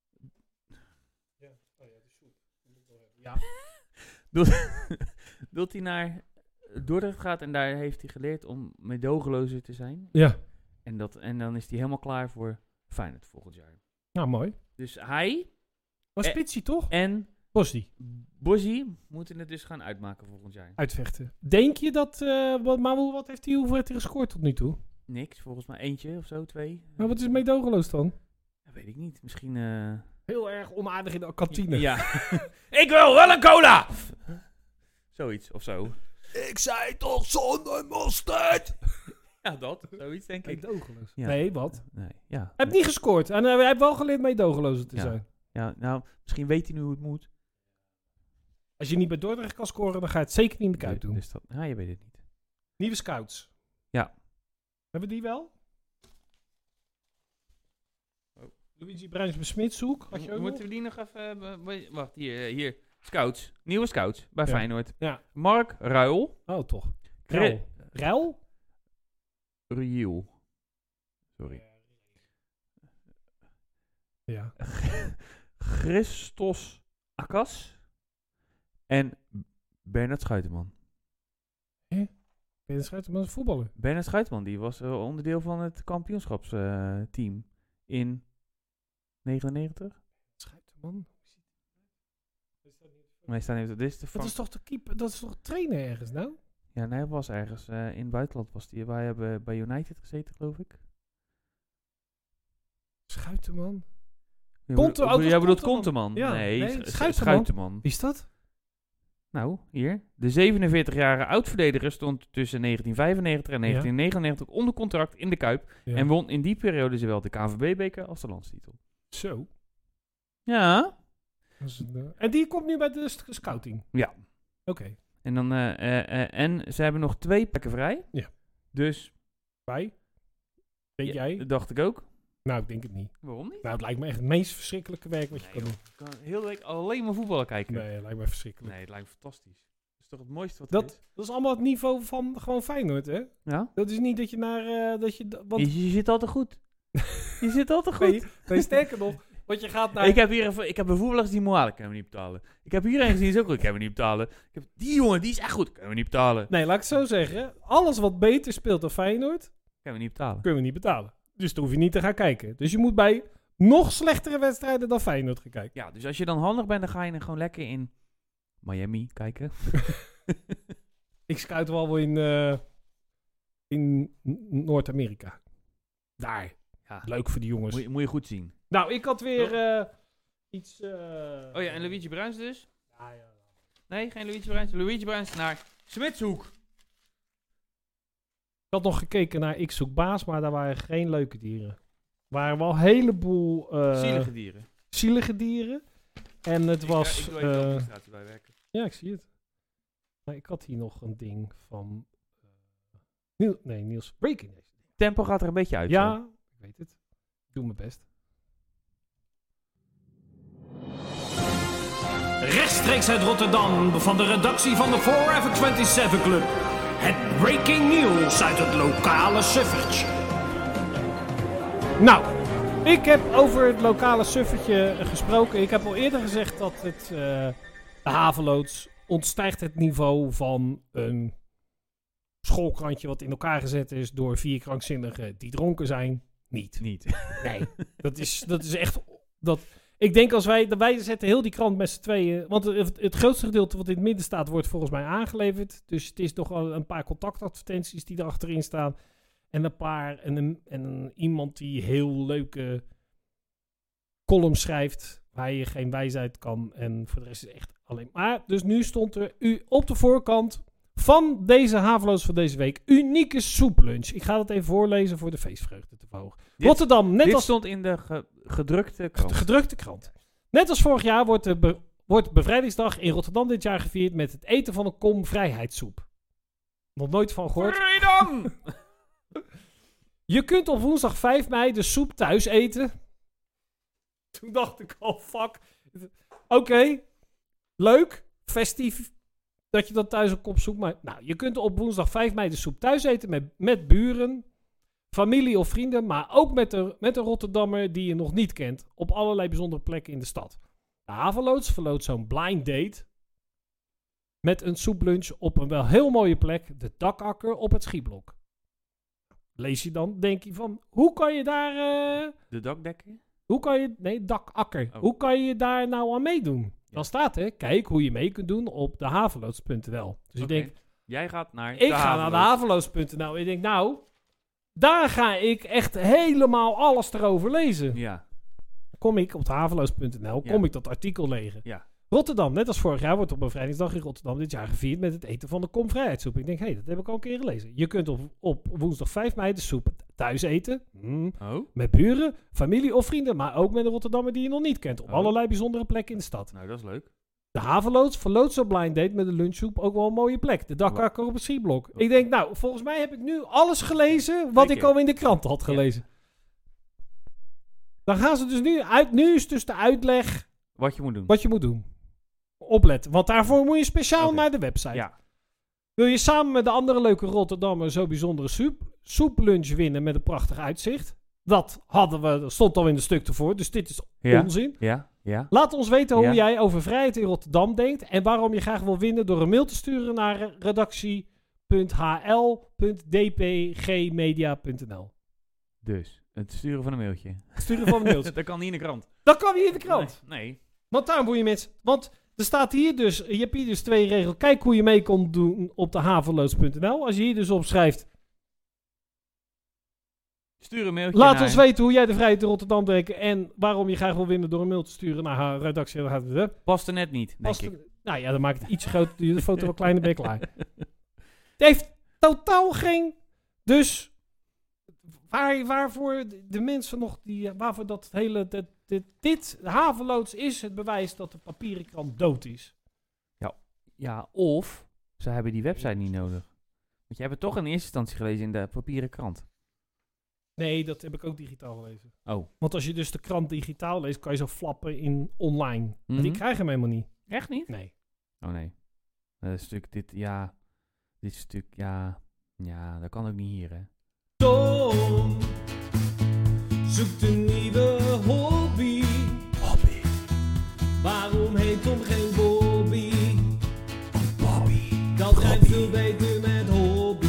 Ja. dat, dat hij naar Dordrecht gaat en daar heeft hij geleerd om meedogenlozer te zijn. Ja. En, dat, en dan is hij helemaal klaar voor Feyenoord volgend jaar. Nou, mooi. Dus hij Was Eh. Spitsie toch? en Bossie. Bossie moeten het dus gaan uitmaken volgend jaar. Uitvechten. Denk je dat... eh, wat, maar hoe- wat heeft hij, hoeveel heeft hij gescoord tot nu toe? Niks, volgens mij eentje of zo, twee. Maar wat is meedogenloos dan? Dat weet ik niet. Misschien... eh, Heel erg onaardig in de kantine. Ja. Ik wil wel een cola! Zoiets, of zo. Ik zei toch zonder mosterd? Ja, dat. Zoiets, denk ik. Meedogenloos. Ja. Nee, wat? Nee, ja. Hij heeft niet gescoord. En eh, hij heeft wel geleerd meedogenloos te Ja. zijn. Ja, nou, misschien weet hij nu hoe het moet. Als je niet bij Dordrecht kan scoren, dan ga je het zeker niet in de Kuip Dus- doen. Dus dat, ja, je weet het niet. Nieuwe scouts. Ja. Hebben we die wel? Oh. Luigi Bruins-Besmitshoek. Had je ook Moeten nog? we die nog even... hebben? Wa- Wacht, hier, eh, hier. Scouts. Nieuwe scouts bij Ja. Feyenoord. Ja. Mark Ruil. Oh, toch. Gre- Ruil. Ruil? Ruil. Sorry. Ja. Christos Akas. En Bernard Schuiterman. Ben je een schuiter, voetballer? Bernard Schuiterman, die was eh, onderdeel van het kampioenschapsteam in negenennegentig. Schuiterman? Maar hij staat even... Dit is de Dat Frank- is toch de keeper? Dat is toch trainer ergens nou? Ja, nee, hij was ergens eh, in het buitenland. Was die, wij hebben bij United gezeten, geloof ik. Schuiterman? Ja, Conte- bedoel- oh, het was jij bedoelt Conteman. Conteman? Ja, nee, nee, Sch- Schuiterman. Schuiterman. Wie is dat? Nou, hier. De zevenenveertig-jarige oud-verdediger stond tussen negentien vijfennegentig en negentien negenennegentig onder contract in de Kuip. Ja. En won in die periode zowel de K N V B-beker als de landstitel. Zo. Ja. Dat is een, eh, en die komt nu bij de sc- scouting? Ja. Oké. En, dan, eh, eh, eh, en ze hebben nog twee plekken vrij. Ja. Dus, Bij? Denk ja, jij? dat dacht ik ook. Nou, ik denk het niet. Waarom niet? Nou, het lijkt me echt het meest verschrikkelijke werk wat je Nee, kan joh. doen. Ik kan heel de week alleen maar voetballen kijken. Nee, het lijkt me verschrikkelijk. Nee, het lijkt me fantastisch. Dat is toch het mooiste wat er Dat, is? dat is allemaal het niveau van gewoon Feyenoord, hè? Ja? Dat is niet dat je naar... eh, dat je, d- want, Je, je zit altijd goed. Je zit altijd goed. nee, nee, sterker nog, want je gaat naar... Ik heb hier een, ik heb een voetballer die moraal, ik kan hem niet betalen. Ik heb hier een die is ook goed, ik kan hem niet betalen. Ik heb die jongen, die is echt goed, ik kan hem niet betalen. Nee, laat ik het zo zeggen. Alles wat beter speelt dan Feyenoord, Ik kan hem niet betalen. kunnen we niet betalen. Dus dan hoef je niet te gaan kijken. Dus je moet bij nog slechtere wedstrijden dan Feyenoord gaan kijken. Ja, dus als je dan handig bent, dan ga je dan gewoon lekker in Miami kijken. Ik scout wel wel in, eh, in N- Noord-Amerika. Daar. Ja, Leuk voor die jongens. moet je, moet je goed zien. Nou, ik had weer eh, iets... eh, Oh ja, en Luigi Bruins dus? Ja, ja. Nee, geen Luigi Bruins. Luigi Bruins naar Smitshoek. Ik had nog gekeken naar Ik Zoek Baas, maar daar waren geen leuke dieren. Er waren wel een heleboel... eh, Zielige dieren. zielige dieren. En het was... Ik, ik doe even de eh, administratie bijwerken. ja, ik zie het. Maar ik had hier nog een ding van... eh, Niel, nee, Niels. Breaking News. Tempo gaat er een beetje uit. zo. Ja, ik weet het. Ik doe mijn best. Rechtstreeks uit Rotterdam van de redactie van de Forever zevenentwintig Club. Het breaking news uit het lokale suffertje. Nou, ik heb over het lokale suffertje gesproken. Ik heb al eerder gezegd dat het, eh, de havenloods ontstijgt het niveau van een schoolkrantje wat in elkaar gezet is door vier krankzinnigen die dronken zijn. Niet. Niet. Nee, dat is, dat is echt... Dat, ik denk als wij... Wij zetten heel die krant met z'n tweeën... Want het, het grootste gedeelte wat in het midden staat... wordt volgens mij aangeleverd. Dus het is toch wel een paar contactadvertenties die erachterin staan. En een paar... En, een, en een, iemand die heel leuke columns schrijft... waar je geen wijsheid kan. En voor de rest is het echt alleen maar... Dus nu stond er u op de voorkant... van deze havenloods van deze week... unieke soeplunch. Ik ga dat even voorlezen voor de feestvreugde te verhogen. Dit- Rotterdam, net Dit als stond in de ge- gedrukte krant. de gedrukte krant. Net als vorig jaar wordt, de be- wordt Bevrijdingsdag in Rotterdam dit jaar gevierd met het eten van een kom vrijheidssoep. Nog nooit van gehoord. Freedom! Je kunt op woensdag vijf mei de soep thuis eten. Toen dacht ik al, fuck. Oké, leuk, festief, dat je dan thuis een kop soep maakt. Nou, je kunt op woensdag vijf mei de soep thuis eten met, met buren, familie of vrienden, maar ook met een, met een Rotterdammer die je nog niet kent, op allerlei bijzondere plekken in de stad. De havenloods verloopt zo'n blind date met een soeplunch op een wel heel mooie plek, de Dakakker op het Schieblok. Lees je dan, denk je van, hoe kan je daar, eh, De dakdekker? hoe kan je, nee, Dakakker, Oh. hoe kan je daar nou aan meedoen? Ja. Dan staat er, kijk hoe je mee kunt doen op de havenloods punt n l. Dus Oké. ik denk, Jij gaat naar ik de ga naar de havenloods. havenloods punt n l. Ik denk, nou, daar ga ik echt helemaal alles erover lezen. Ja. Kom ik op de havenloods punt n l, Ja. kom ik dat artikel lezen. Ja. Rotterdam, net als vorig jaar, wordt op Bevrijdingsdag in Rotterdam dit jaar gevierd met het eten van de kom vrijheidssoep. Ik denk, hé, hey, dat heb ik al een keer gelezen. Je kunt op, op woensdag vijf mei de soep thuis eten. Mm, Oh, met buren, familie of vrienden, maar ook met een Rotterdammer die je nog niet kent. Op Oh. allerlei bijzondere plekken in de stad. nou dat is leuk. De havenloods verloodt zo'n blind date met een lunchsoep ook wel een mooie plek. De Dakakker op het Schieblok. Ik denk, nou, volgens mij heb ik nu alles gelezen wat ik Zeker. al in de krant had gelezen. Dan gaan ze dus nu uit. Nu is dus de uitleg Wat je moet doen. wat je moet doen. Opletten, want daarvoor moet je speciaal Oké. naar de website. Ja. Wil je samen met de andere leuke Rotterdammers zo'n bijzondere soep, soeplunch winnen met een prachtig uitzicht? Dat hadden we, dat stond al in de stuk ervoor, dus dit is Ja. onzin. Ja. Ja. Laat ons weten hoe Ja. jij over vrijheid in Rotterdam denkt en waarom je graag wil winnen door een mail te sturen naar redactie punt h l punt d p g media punt n l. Dus, het sturen van een mailtje. Sturen van een mailtje. Dat kan niet in de krant. Dat kan niet in de krant. Nee. nee. Want daar moet je mensen... Want er staat hier dus... Je hebt hier dus twee regels. Kijk hoe je mee kon doen op de havenloods punt n l. Als je hier dus opschrijft... Stuur een mailtje Laat naar... ons weten hoe jij de vrijheid in Rotterdam denkt en waarom je graag wil winnen door een mail te sturen naar haar redactie. Dan gaat het, hè? Past er net niet, denk Als ik. de- nou ja, dan maakt het iets groter. Doe je de foto wel kleiner, ben je klaar. Het heeft totaal geen... Dus waar, waarvoor de mensen nog... Die, waarvoor dat hele... Dit, dit, dit de havenloods is het bewijs dat de papieren krant dood is. Ja, of ze hebben die website niet nodig. Want je hebt het toch in eerste instantie gelezen in de papieren krant. Nee, dat heb ik ook digitaal gelezen. Oh. Want als je dus de krant digitaal leest, kan je zo flappen in online. Maar Mhm. die krijgen hem helemaal niet. Echt niet? Nee. Oh nee. Dat stuk, dit, ja. Dit stuk, ja. Ja, dat kan ook niet hier, hè. Tom zoekt een nieuwe hobby. Hobby. Waarom heet Tom geen Bobby? Bobby. Dat rijmt veel beter met hobby.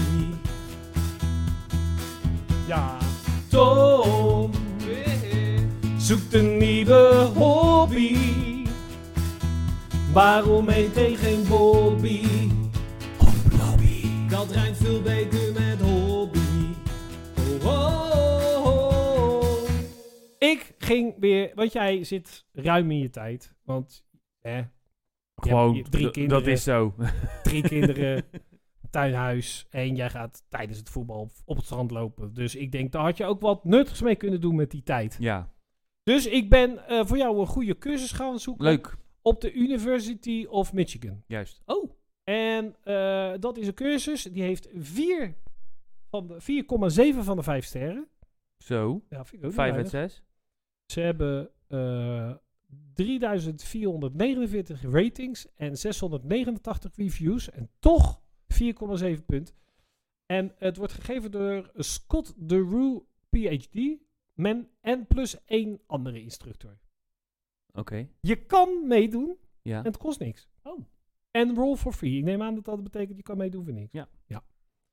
Ja. Tom zoekt een nieuwe hobby. Waarom heet hij geen Bobby? Dat rijmt veel beter met hobby. Oh, oh, oh. Ik ging weer... Want jij zit ruim in je tijd. Want, hè, Gewoon, je drie d- kinderen. dat is zo. drie kinderen, tuinhuis. En jij gaat tijdens het voetbal op het strand lopen. Dus ik denk, daar had je ook wat nuttigs mee kunnen doen met die tijd. Ja, Dus ik ben eh, voor jou een goede cursus gaan zoeken. leuk. op de University of Michigan. Juist. Oh. En uh, dat is een cursus die heeft vier van de vier komma zeven van de vijf sterren. Zo. Ja, vind ik ook vijf niet uit zes. Ze hebben uh, drieduizend vierhonderdnegenenveertig ratings en zeshonderdnegenentachtig reviews. En toch vier komma zeven punt. En het wordt gegeven door Scott DeRue, P H D, man en plus één andere instructeur. Oké. Okay. Je kan meedoen ja. en het kost niks. Oh. En roll for free. Ik neem aan dat dat betekent je kan meedoen voor niks. Ja. ja.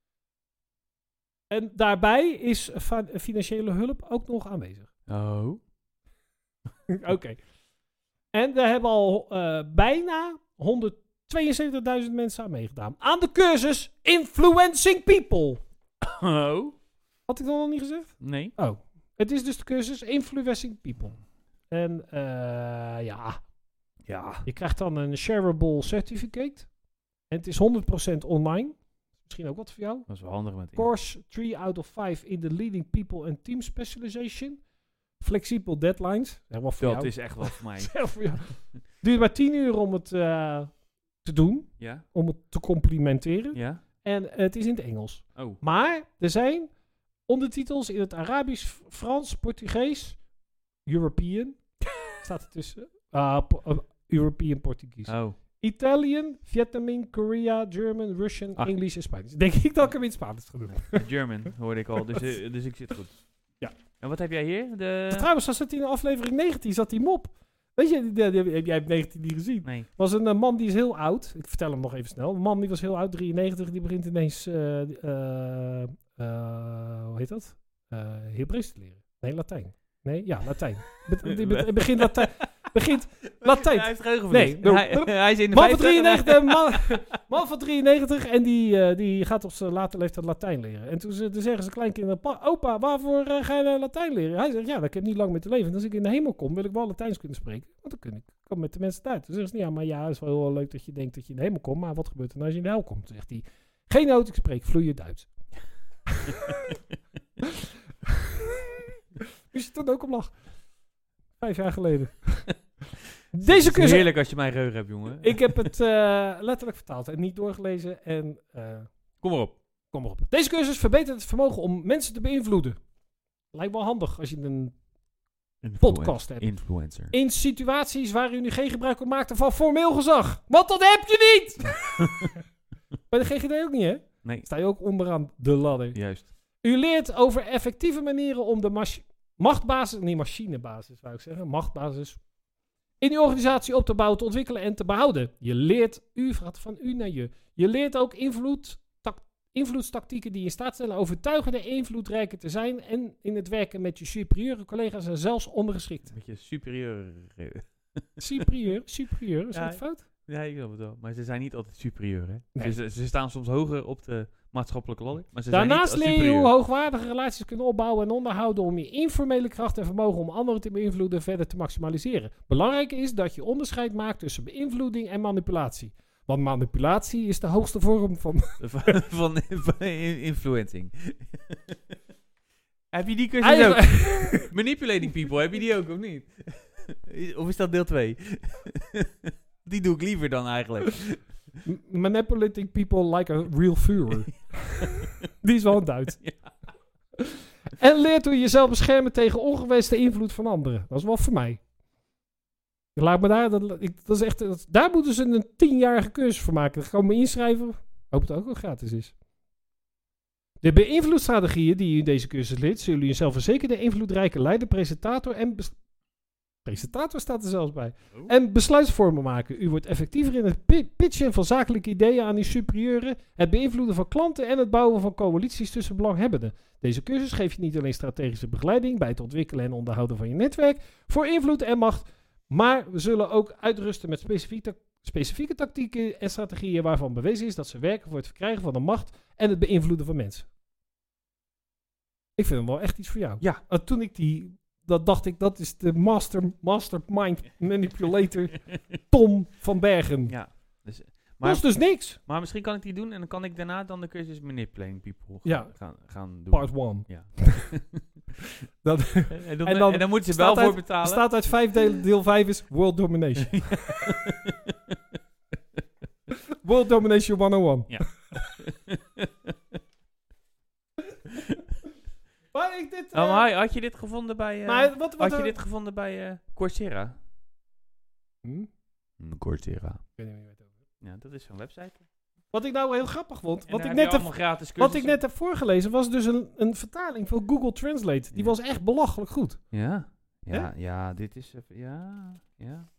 En daarbij is fa- financiële hulp ook nog aanwezig. Oh. Oké. Okay. En daar hebben al uh, bijna honderdtweeënzeventigduizend mensen aan meegedaan. Aan de cursus Influencing People. Oh. Had ik dat nog niet gezegd? Nee. Oh. Het is dus de cursus Influencing People. En uh, ja... Ja. Je krijgt dan een shareable certificate. En het is honderd procent online. Misschien ook wat voor jou. Dat is wel handig met Course three out of five in the leading people and team specialization. Flexibel deadlines. Ja, wat voor dat jou. is echt wel voor mij. voor jou. Duurt maar tien uur om het uh, te doen. Ja. Om het te complimenteren. Ja. En uh, het is in het Engels. Oh. Maar er zijn ondertitels in het Arabisch, Frans, Portugees, European. Staat er tussen. Uh, po- uh, European Portugees. Oh. Italian, Vietnamese, Korea, German, Russian, ah. English en Spanisch. Denk ik dat ik hem in het Spaans ga doen. German hoorde ik al, dus, uh, dus ik zit goed. Ja. En wat heb jij hier? De... Trouwens, dat zat in de aflevering negentien, zat die mop. Weet je, die, die, die, jij hebt negentien niet gezien. Nee. Was een uh, man die is heel oud. Ik vertel hem nog even snel. Een man die was heel oud, drieënnegentig, die begint ineens, uh, uh, uh, hoe heet dat? Uh, Hebreeuws te leren. Nee, Latijn. Nee, ja, Latijn. Be- die be- begint Latijn. Begint Latijn. Hij heeft geheugenverlies. Nee, hij, hij is in de man van vijftig drieënnegentig, man, man van drieënnegentig en die, uh, die gaat op zijn later leeftijd Latijn leren. En toen, ze, toen zeggen ze kleinkinderen, pa, opa, waarvoor uh, ga je uh, Latijn leren? Hij zegt, ja, ik heb niet lang meer te leven. En als ik in de hemel kom, wil ik wel Latijns kunnen spreken. Want dan kun ik kom met de mensen uit. Toen zeggen ze, ja, maar ja, het is wel heel leuk dat je denkt dat je in de hemel komt. Maar wat gebeurt er nou als je in de hel komt? Toen zegt hij, geen nood, ik spreek vloeiend Duits. Moest je toen ook om lachen? Vijf jaar geleden. Deze cursus... Heerlijk als je mijn geheugen hebt, jongen. Ik heb het uh, letterlijk vertaald en niet doorgelezen. En, uh, kom maar op. Kom maar op. Deze cursus verbetert het vermogen om mensen te beïnvloeden. Lijkt wel handig als je een Influ- podcast hebt. Influencer. In situaties waar u nu geen gebruik kunt maken van formeel gezag. Want dat heb je niet! Bij de G G D ook niet, hè? Nee. Sta je ook onderaan de ladder. Juist. U leert over effectieve manieren om de mach- machtbasis... Nee, machinebasis, wou ik zeggen. Machtbasis... in uw organisatie op te bouwen, te ontwikkelen en te behouden. Je leert, u gaat van u naar je. Je leert ook invloed, tak, invloedstactieken die je in staat stellen overtuigend en invloedrijker te zijn en in het werken met je superieure collega's en zelfs ondergeschikt. Een beetje superieur. Superieur, superieur, is Ja, dat fout? Ja, ik geloof het wel. Maar ze zijn niet altijd superieur, hè? Nee. Ze, ze staan soms hoger op de maatschappelijke ladder. Maar ze Daarnaast zijn niet leer je superieur. hoe hoogwaardige relaties kunnen opbouwen en onderhouden om je informele kracht en vermogen om anderen te beïnvloeden verder te maximaliseren. Belangrijk is dat je onderscheid maakt tussen beïnvloeding en manipulatie. Want manipulatie is de hoogste vorm van... van, van, van influencing. Heb je die cursus Eigen- ook? Manipulating people, heb je die ook of niet? Of is dat deel twee? Die doe ik liever dan eigenlijk. M- Manipulating people like a real Führer. Die is wel een Duits. Ja. En leert hoe je jezelf beschermen tegen ongewenste invloed van anderen. Dat is wel voor mij. Laat me daar, dat, ik, dat is echt, dat, daar moeten ze een tienjarige cursus voor maken. Ik ga me inschrijven. Ik hoop dat het ook wel gratis is. De beïnvloedstrategieën die u in deze cursus leert, zullen u een zelfverzekerde, invloedrijke leider, presentator en... Bes- presentator staat er zelfs bij. Oh. En besluitvormen maken. U wordt effectiever in het pi- pitchen van zakelijke ideeën aan uw superieuren, het beïnvloeden van klanten en het bouwen van coalities tussen belanghebbenden. Deze cursus geeft je niet alleen strategische begeleiding bij het ontwikkelen en onderhouden van je netwerk voor invloed en macht, maar we zullen ook uitrusten met specifieke, specifieke tactieken en strategieën waarvan bewezen is dat ze werken voor het verkrijgen van de macht en het beïnvloeden van mensen. Ik vind hem wel echt iets voor jou. Ja. Uh, toen ik die... Dat dacht ik, dat is de master, mastermind manipulator Tom van Bergen. Ja. Dus, Maar, Kost dus niks. maar misschien kan ik die doen en dan kan ik daarna dan de cursus Manipulating People Ja. gaan, gaan, gaan doen. Part one. Ja. Dat, en, dan, En dan en dan moeten ze staat wel voor uit- betalen. staat uit vijf delen. Deel vijf is World Domination. World Domination honderdéén. Ja. Maar ik dit... Oh, eh, maar had je dit gevonden bij... eh, maar wat, wat, had je eh, dit gevonden bij eh, Coursera? Hm? Hm, Coursera. Ik weet niet meer wat het over is. Ja, dat is zo'n website. Wat ik nou heel grappig vond, En wat daar ik, heb je net heb, allemaal gratis wat cursussen. ik net heb voorgelezen, was dus een, een vertaling van Google Translate. Die Ja. was echt belachelijk goed. Ja, ja, ja, dit is... even- Ja, ja.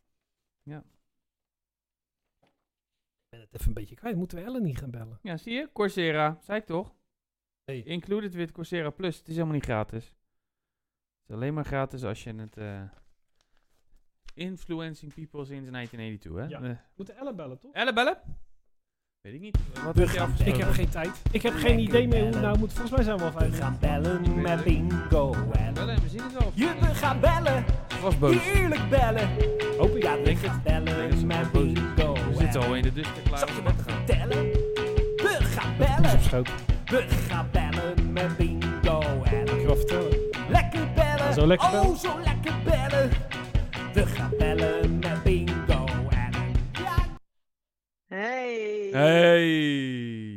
Ik ben het even een beetje kwijt. Moeten we Ellen niet gaan bellen? Ja, zie je? Coursera. Zei ik toch? Nee. Included with Coursera Plus. Het is helemaal niet gratis. Het is alleen maar gratis als je het... eh influencing people since negentien eenennegentig, hè? Ja. Eh, Moeten Ellen bellen, toch? Ellen bellen? Weet ik niet. Wat We heb je gaan- afgesproken? ik heb geen tijd. Ik heb geen idee meer hoe het nou moet. Volgens mij zijn we al We vijf. gaan bellen met bingo. En Bellen en we zien het al. je, we gaan bellen. Was boos. Heerlijk bellen. Hoop ik. Ja, we Denk gaan het. bellen Denk dat ze met wel boos is. bingo. We zitten al in de dus te klaar Zal om je te wat bed te gaan. vertellen? We gaan Dat is bellen. op schoot. We gaan bellen met bingo. En Mag je wel vertellen? lekker bellen. Ja, zo lekker oh, bellen. zo lekker bellen. We gaan bellen met bingo. En ja. Hey. Hey.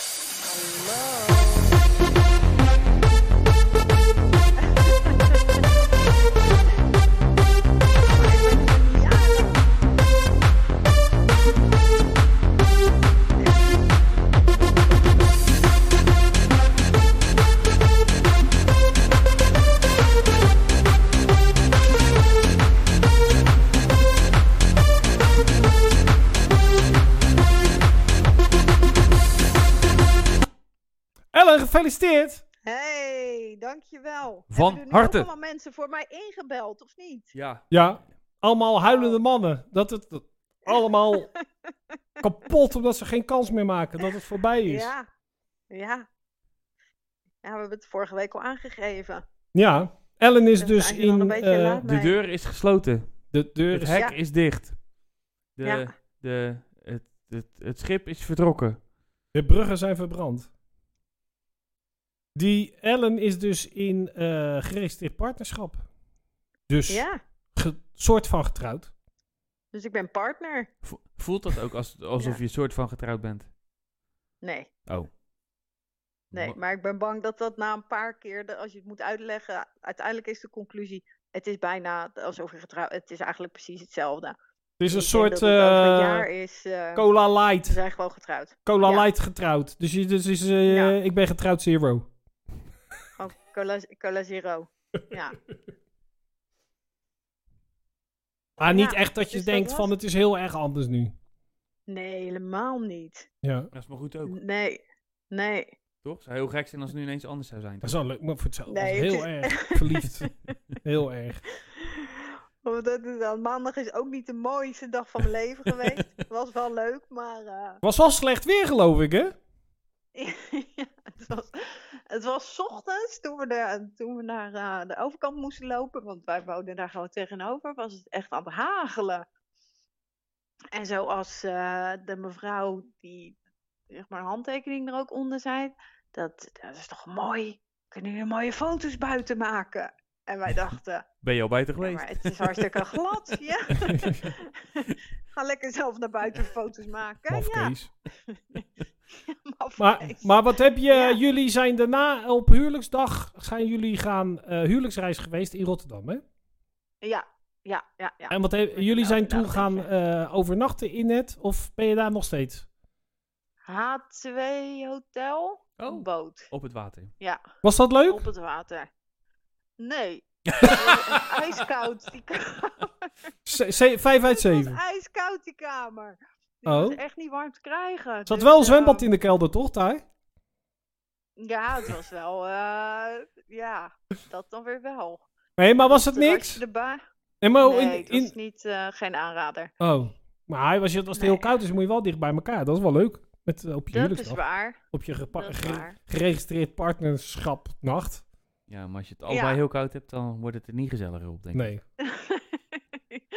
Ellen, gefeliciteerd! Hey, dankjewel. Van Hebben er nu harte. ook allemaal mensen voor mij ingebeld, of niet? Ja. Ja, allemaal huilende mannen. Dat het dat allemaal kapot omdat ze geen kans meer maken. Dat het voorbij is. Ja, Ja. Ja. Ja, we hebben het vorige week al aangegeven. Ellen is Daar dus zijn jullie al in... een beetje eh, laat. De Nee. deur is gesloten. de deur Het is... hek Ja. is dicht. De, Ja. de, het, het, het schip is vertrokken. De bruggen zijn verbrand. Die Ellen is dus in eh geregistreerd partnerschap. Dus Ja. ge- soort van getrouwd. Dus ik ben partner. Vo- Voelt dat ook als, alsof Ja. je een soort van getrouwd bent? Nee. Oh. Nee, Ma- maar ik ben bang dat dat na een paar keer, de- als je het moet uitleggen, uiteindelijk is de conclusie, het is bijna alsof je getrouwd, het is eigenlijk precies hetzelfde. Het is een Ik denk soort dat het over een eh, jaar is, eh, cola we light. zijn gewoon getrouwd. Cola Ja. light getrouwd. Dus, je, dus is, eh, Ja. ik ben getrouwd zero. Gewoon cola, cola zero. Ja. Maar niet Ja, echt dat je dus dat denkt was- van het is heel erg anders nu. Nee, helemaal niet. Ja. Dat is maar goed ook. Nee, nee. Toch? Zou heel gek zijn als het nu ineens anders zou zijn. Dat is toch? wel leuk, maar voor hetzelfde. Nee, was het heel is- erg verliefd. Heel erg. Want dat is dan, maandag is ook niet de mooiste dag van mijn leven geweest. Het was wel leuk, maar eh, Was wel slecht weer, geloof ik, hè? ja, het, was, het was 's ochtends toen we, de, toen we naar eh, de overkant moesten lopen, want wij woonden daar gewoon tegenover, was het echt aan het hagelen. En zoals eh, de mevrouw die zeg maar een handtekening er ook onder zei, dat, dat is toch mooi, kunnen jullie mooie foto's buiten maken? En wij dachten, Ben je al buiten ja, geweest? maar het is hartstikke glad, ja. Ga lekker zelf naar buiten foto's maken. Ja, Mafkees. maar, Maar, maar wat heb je... Ja. Jullie zijn daarna op huwelijksdag... Zijn jullie gaan eh, huwelijksreis geweest in Rotterdam, hè? ja, ja, ja, ja. En wat he- Met jullie een zijn toen overnachting, gaan eh, overnachten in het... Of ben je daar nog steeds? H twee Hotel, Oh. boot. Op het water. Ja, Was dat leuk? op het water. Nee. Het was ijskoud, die kamer. Z- ze- Vijf uit Het was zeven. ijskoud, die kamer. Die Oh. was echt niet warm te krijgen. Er zat Dus, wel een zwembad ehm, in de kelder, toch, daar? Ja, het was wel, eh, ja, dat dan weer wel. Nee, maar was het Terrasje niks? erbij. Nee, maar Nee, in, het was in... niet, eh, geen aanrader. Oh. Maar als, je, als het Nee. heel koud is, moet je wel dicht bij elkaar. Dat is wel leuk. Met, eh, op je Dat is huwelijksdag. waar. Op je gepa- Dat is ge- waar. geregistreerd partnerschapnacht. Ja, maar als je het allebei Ja. heel koud hebt, dan wordt het er niet gezelliger op, denk ik. Nee.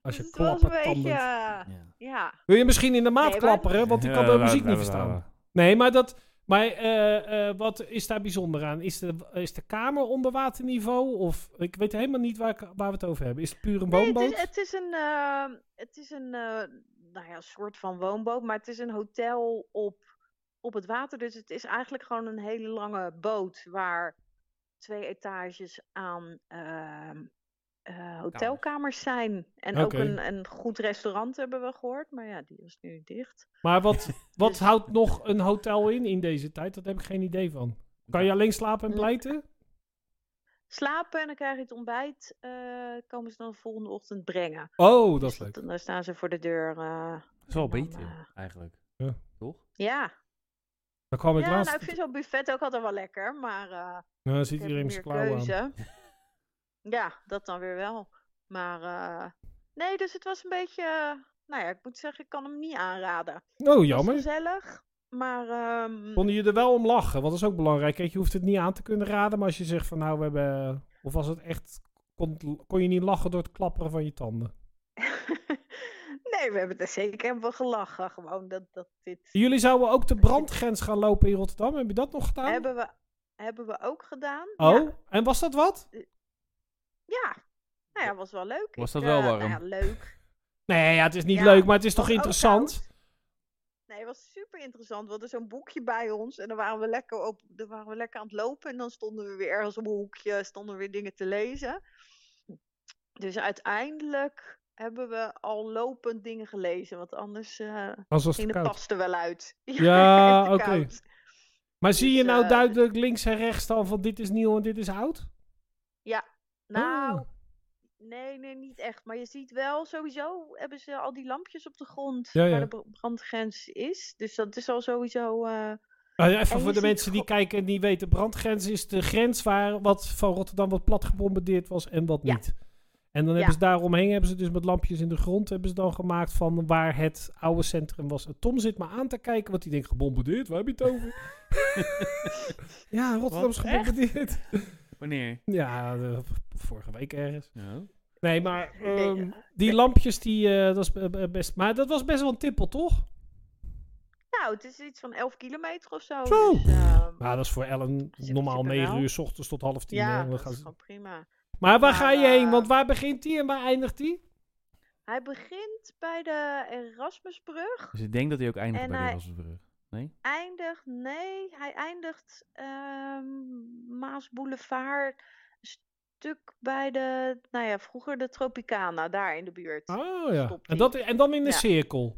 Als je Dus het was een beetje... klappertandend... eh, Ja. ja. Wil je misschien in de maat Nee, maar- klapperen? Want ik kan Ja, de la- muziek la- niet la- verstaan. la- Nee, maar dat... Maar eh, eh, wat is daar bijzonder aan? Is de, is de kamer onder waterniveau? Of ik weet helemaal niet waar, ik- waar we het over hebben. Is het puur een Nee, het woonboot? is, het is een, eh, het is een eh, nou ja, soort van woonboot, maar het is een hotel op, op het water. Dus het is eigenlijk gewoon een hele lange boot waar twee etages aan ehm, eh, hotelkamers zijn. En ook Oké. een, een goed restaurant hebben we gehoord, maar ja, die is nu dicht. Maar wat, wat Dus- houdt nog een hotel in in deze tijd? Dat heb ik geen idee van. Kan je alleen slapen en pleiten? Slapen en dan krijg je het ontbijt, eh, komen ze dan de volgende ochtend brengen. Oh, dat Dus is leuk. dat- dan staan ze voor de deur. eh, Dat is wel en dan, beter, eh, eigenlijk. Ja. Toch? ja, Dan kwam ik ja laatst... nou, ik vind zo'n buffet ook altijd wel lekker, maar... eh, Nou, dan zit Ik heb iedereen met meer zijn klauwen aan. keuze. Ja, dat dan weer wel. Maar eh, nee, dus het was een beetje. eh, nou ja, ik moet zeggen, ik kan hem niet aanraden. Oh, Het was jammer. gezellig, maar. ehm, Konden je er wel om lachen? Want dat is ook belangrijk. Kijk, je hoeft het niet aan te kunnen raden. Maar als je zegt van nou, we hebben... Of was het echt... Kon, kon je niet lachen door het klapperen van je tanden? nee, we hebben er zeker hebben we gelachen. Gewoon dat, dat dit. Jullie zouden ook de brandgrens gaan lopen in Rotterdam. Heb je dat nog gedaan? Hebben we, hebben we ook gedaan. Oh, Ja, en was dat wat? ja. Nou ja, was wel leuk. Was Ik, dat wel eh, warm? Nou ja, leuk. Nee, ja, het is niet Ja, leuk, maar het is was toch ook interessant? koud. Nee, het was super interessant. We hadden zo'n boekje bij ons en dan waren we lekker op, dan waren we lekker aan het lopen en dan stonden we weer ergens op een hoekje, stonden we weer dingen te lezen. Dus uiteindelijk hebben we al lopend dingen gelezen, want anders eh Als was ging het de koud. pas er wel uit. Ja, echt te oké. koud. Maar zie je Dus, nou eh, duidelijk links en rechts dan van dit is nieuw en dit is oud? Nou, Oh. nee, nee, niet echt. Maar je ziet wel, sowieso hebben ze al die lampjes op de grond Ja, ja. waar de br- brandgrens is. Dus dat is al sowieso... eh, Nou ja, even En voor je de ziet mensen die gewoon- kijken en die weten, brandgrens is de grens waar wat van Rotterdam wat plat gebombardeerd was en wat Ja. niet. En dan Ja. hebben ze daaromheen, hebben ze dus met lampjes in de grond, hebben ze dan gemaakt van waar het oude centrum was. En Tom zit me aan te kijken, want die denkt gebombardeerd, waar heb je het over? Ja, Rotterdam is Wat, gebombardeerd. Wanneer? Ja, de- vorige week ergens. Ja. Nee, maar Nee, ehm, eh, die lampjes, die, eh, dat is be- be- best... Maar dat was best wel een tippel, toch? Nou, het is iets van elf kilometer of zo. Zo. Dus, ehm, Nou, dat is voor Ellen Super, normaal super negen wel. uur 's ochtends tot half tien. hè. ja, En dan dat gaan is ze- gewoon prima. Maar waar Maar, ga je heen? eh, Want waar begint die en waar eindigt die? Hij begint bij de Erasmusbrug. Dus ik denk dat hij ook eindigt En bij de hij- Erasmusbrug. Nee? Eindigt, nee, hij eindigt ehm Maas Boulevard. Een stuk bij de, nou ja, vroeger de Tropicana, daar in de buurt. Oh ja. stopt En, die. dat, en dan in een Ja. cirkel.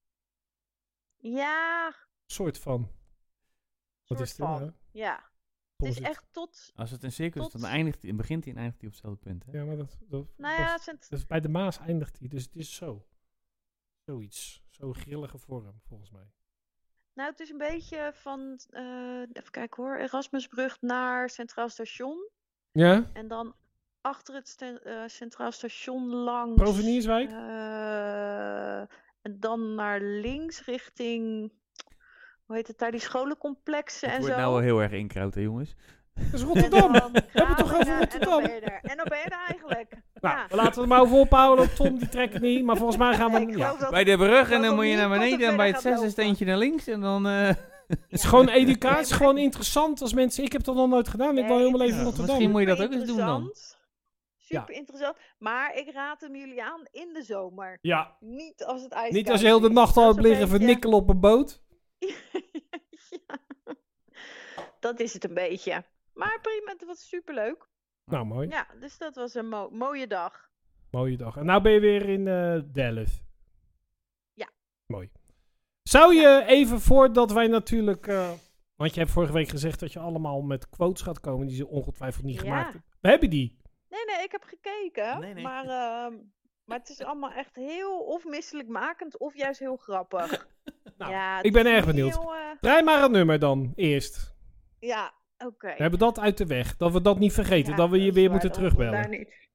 Ja, Soort van. Wat soort is dit? van. hè? Ja, Tom het is zit- echt tot, Als het een cirkel is, Tot- dan eindigt hij, begint hij en eindigt hij op hetzelfde punt. Hè? Ja, maar dat, dat, nou dat- ja, het zijn dus bij de Maas eindigt hij. Dus het is zo. Zoiets. Zo'n grillige vorm, volgens mij. Nou, het is een beetje van, eh, even kijken hoor, Erasmusbrug naar Centraal Station. Ja? En dan achter het sten- eh, Centraal Station langs... Provenierswijk? eh, en dan naar links richting, hoe heet het daar, die scholencomplexen Het en wordt zo. nou wel heel erg inkraut, hè jongens? Dat is En Rotterdam! dan We hebben het toch over Kralingen, En dan Rotterdam? ben je er. En dan ben je er eigenlijk. Nou, ja. we laten het maar over ophouden. Tom, die trekt het niet. Maar volgens mij gaan we... Nee, ik Ja. geloof dat- Bij de brug en dat dan moet je het naar niet tot beneden er en bij het verder gaat zesde steentje naar links en dan... eh, Het is Ja. gewoon educatie, Nee, is maar- gewoon interessant als mensen... Ik heb dat nog nooit gedaan. Ik wil Nee, helemaal het even is- Rotterdam. misschien moet je dat ook eens doen dan. Superinteressant. Super interessant. Maar ik raad hem jullie aan in de zomer. Ja, Niet als het ijs niet als je heel de nacht al hebt liggen vernikkelen op een boot. Ja. Dat is het een beetje. Maar prima, het was superleuk. Nou, mooi. Ja, dus dat was een mo- mooie dag. Mooie dag. En nou ben je weer in eh Delft. Ja. Mooi. Zou je even voordat wij natuurlijk... eh, want je hebt vorige week gezegd dat je allemaal met quotes gaat komen die ze ongetwijfeld niet Ja. gemaakt hebben. We hebben die. Nee, nee, ik heb gekeken. Nee, nee. Maar, ehm, maar het is allemaal echt heel of misselijkmakend of juist heel grappig. Nou, ja, het ik ben is erg niet benieuwd. heel, eh, Draai maar het nummer dan, eerst. ja, oké. We hebben dat uit de weg. Dat we dat niet vergeten. Ja, dat we je is weer waar, moeten dat hoeven we terugbellen. daar niet.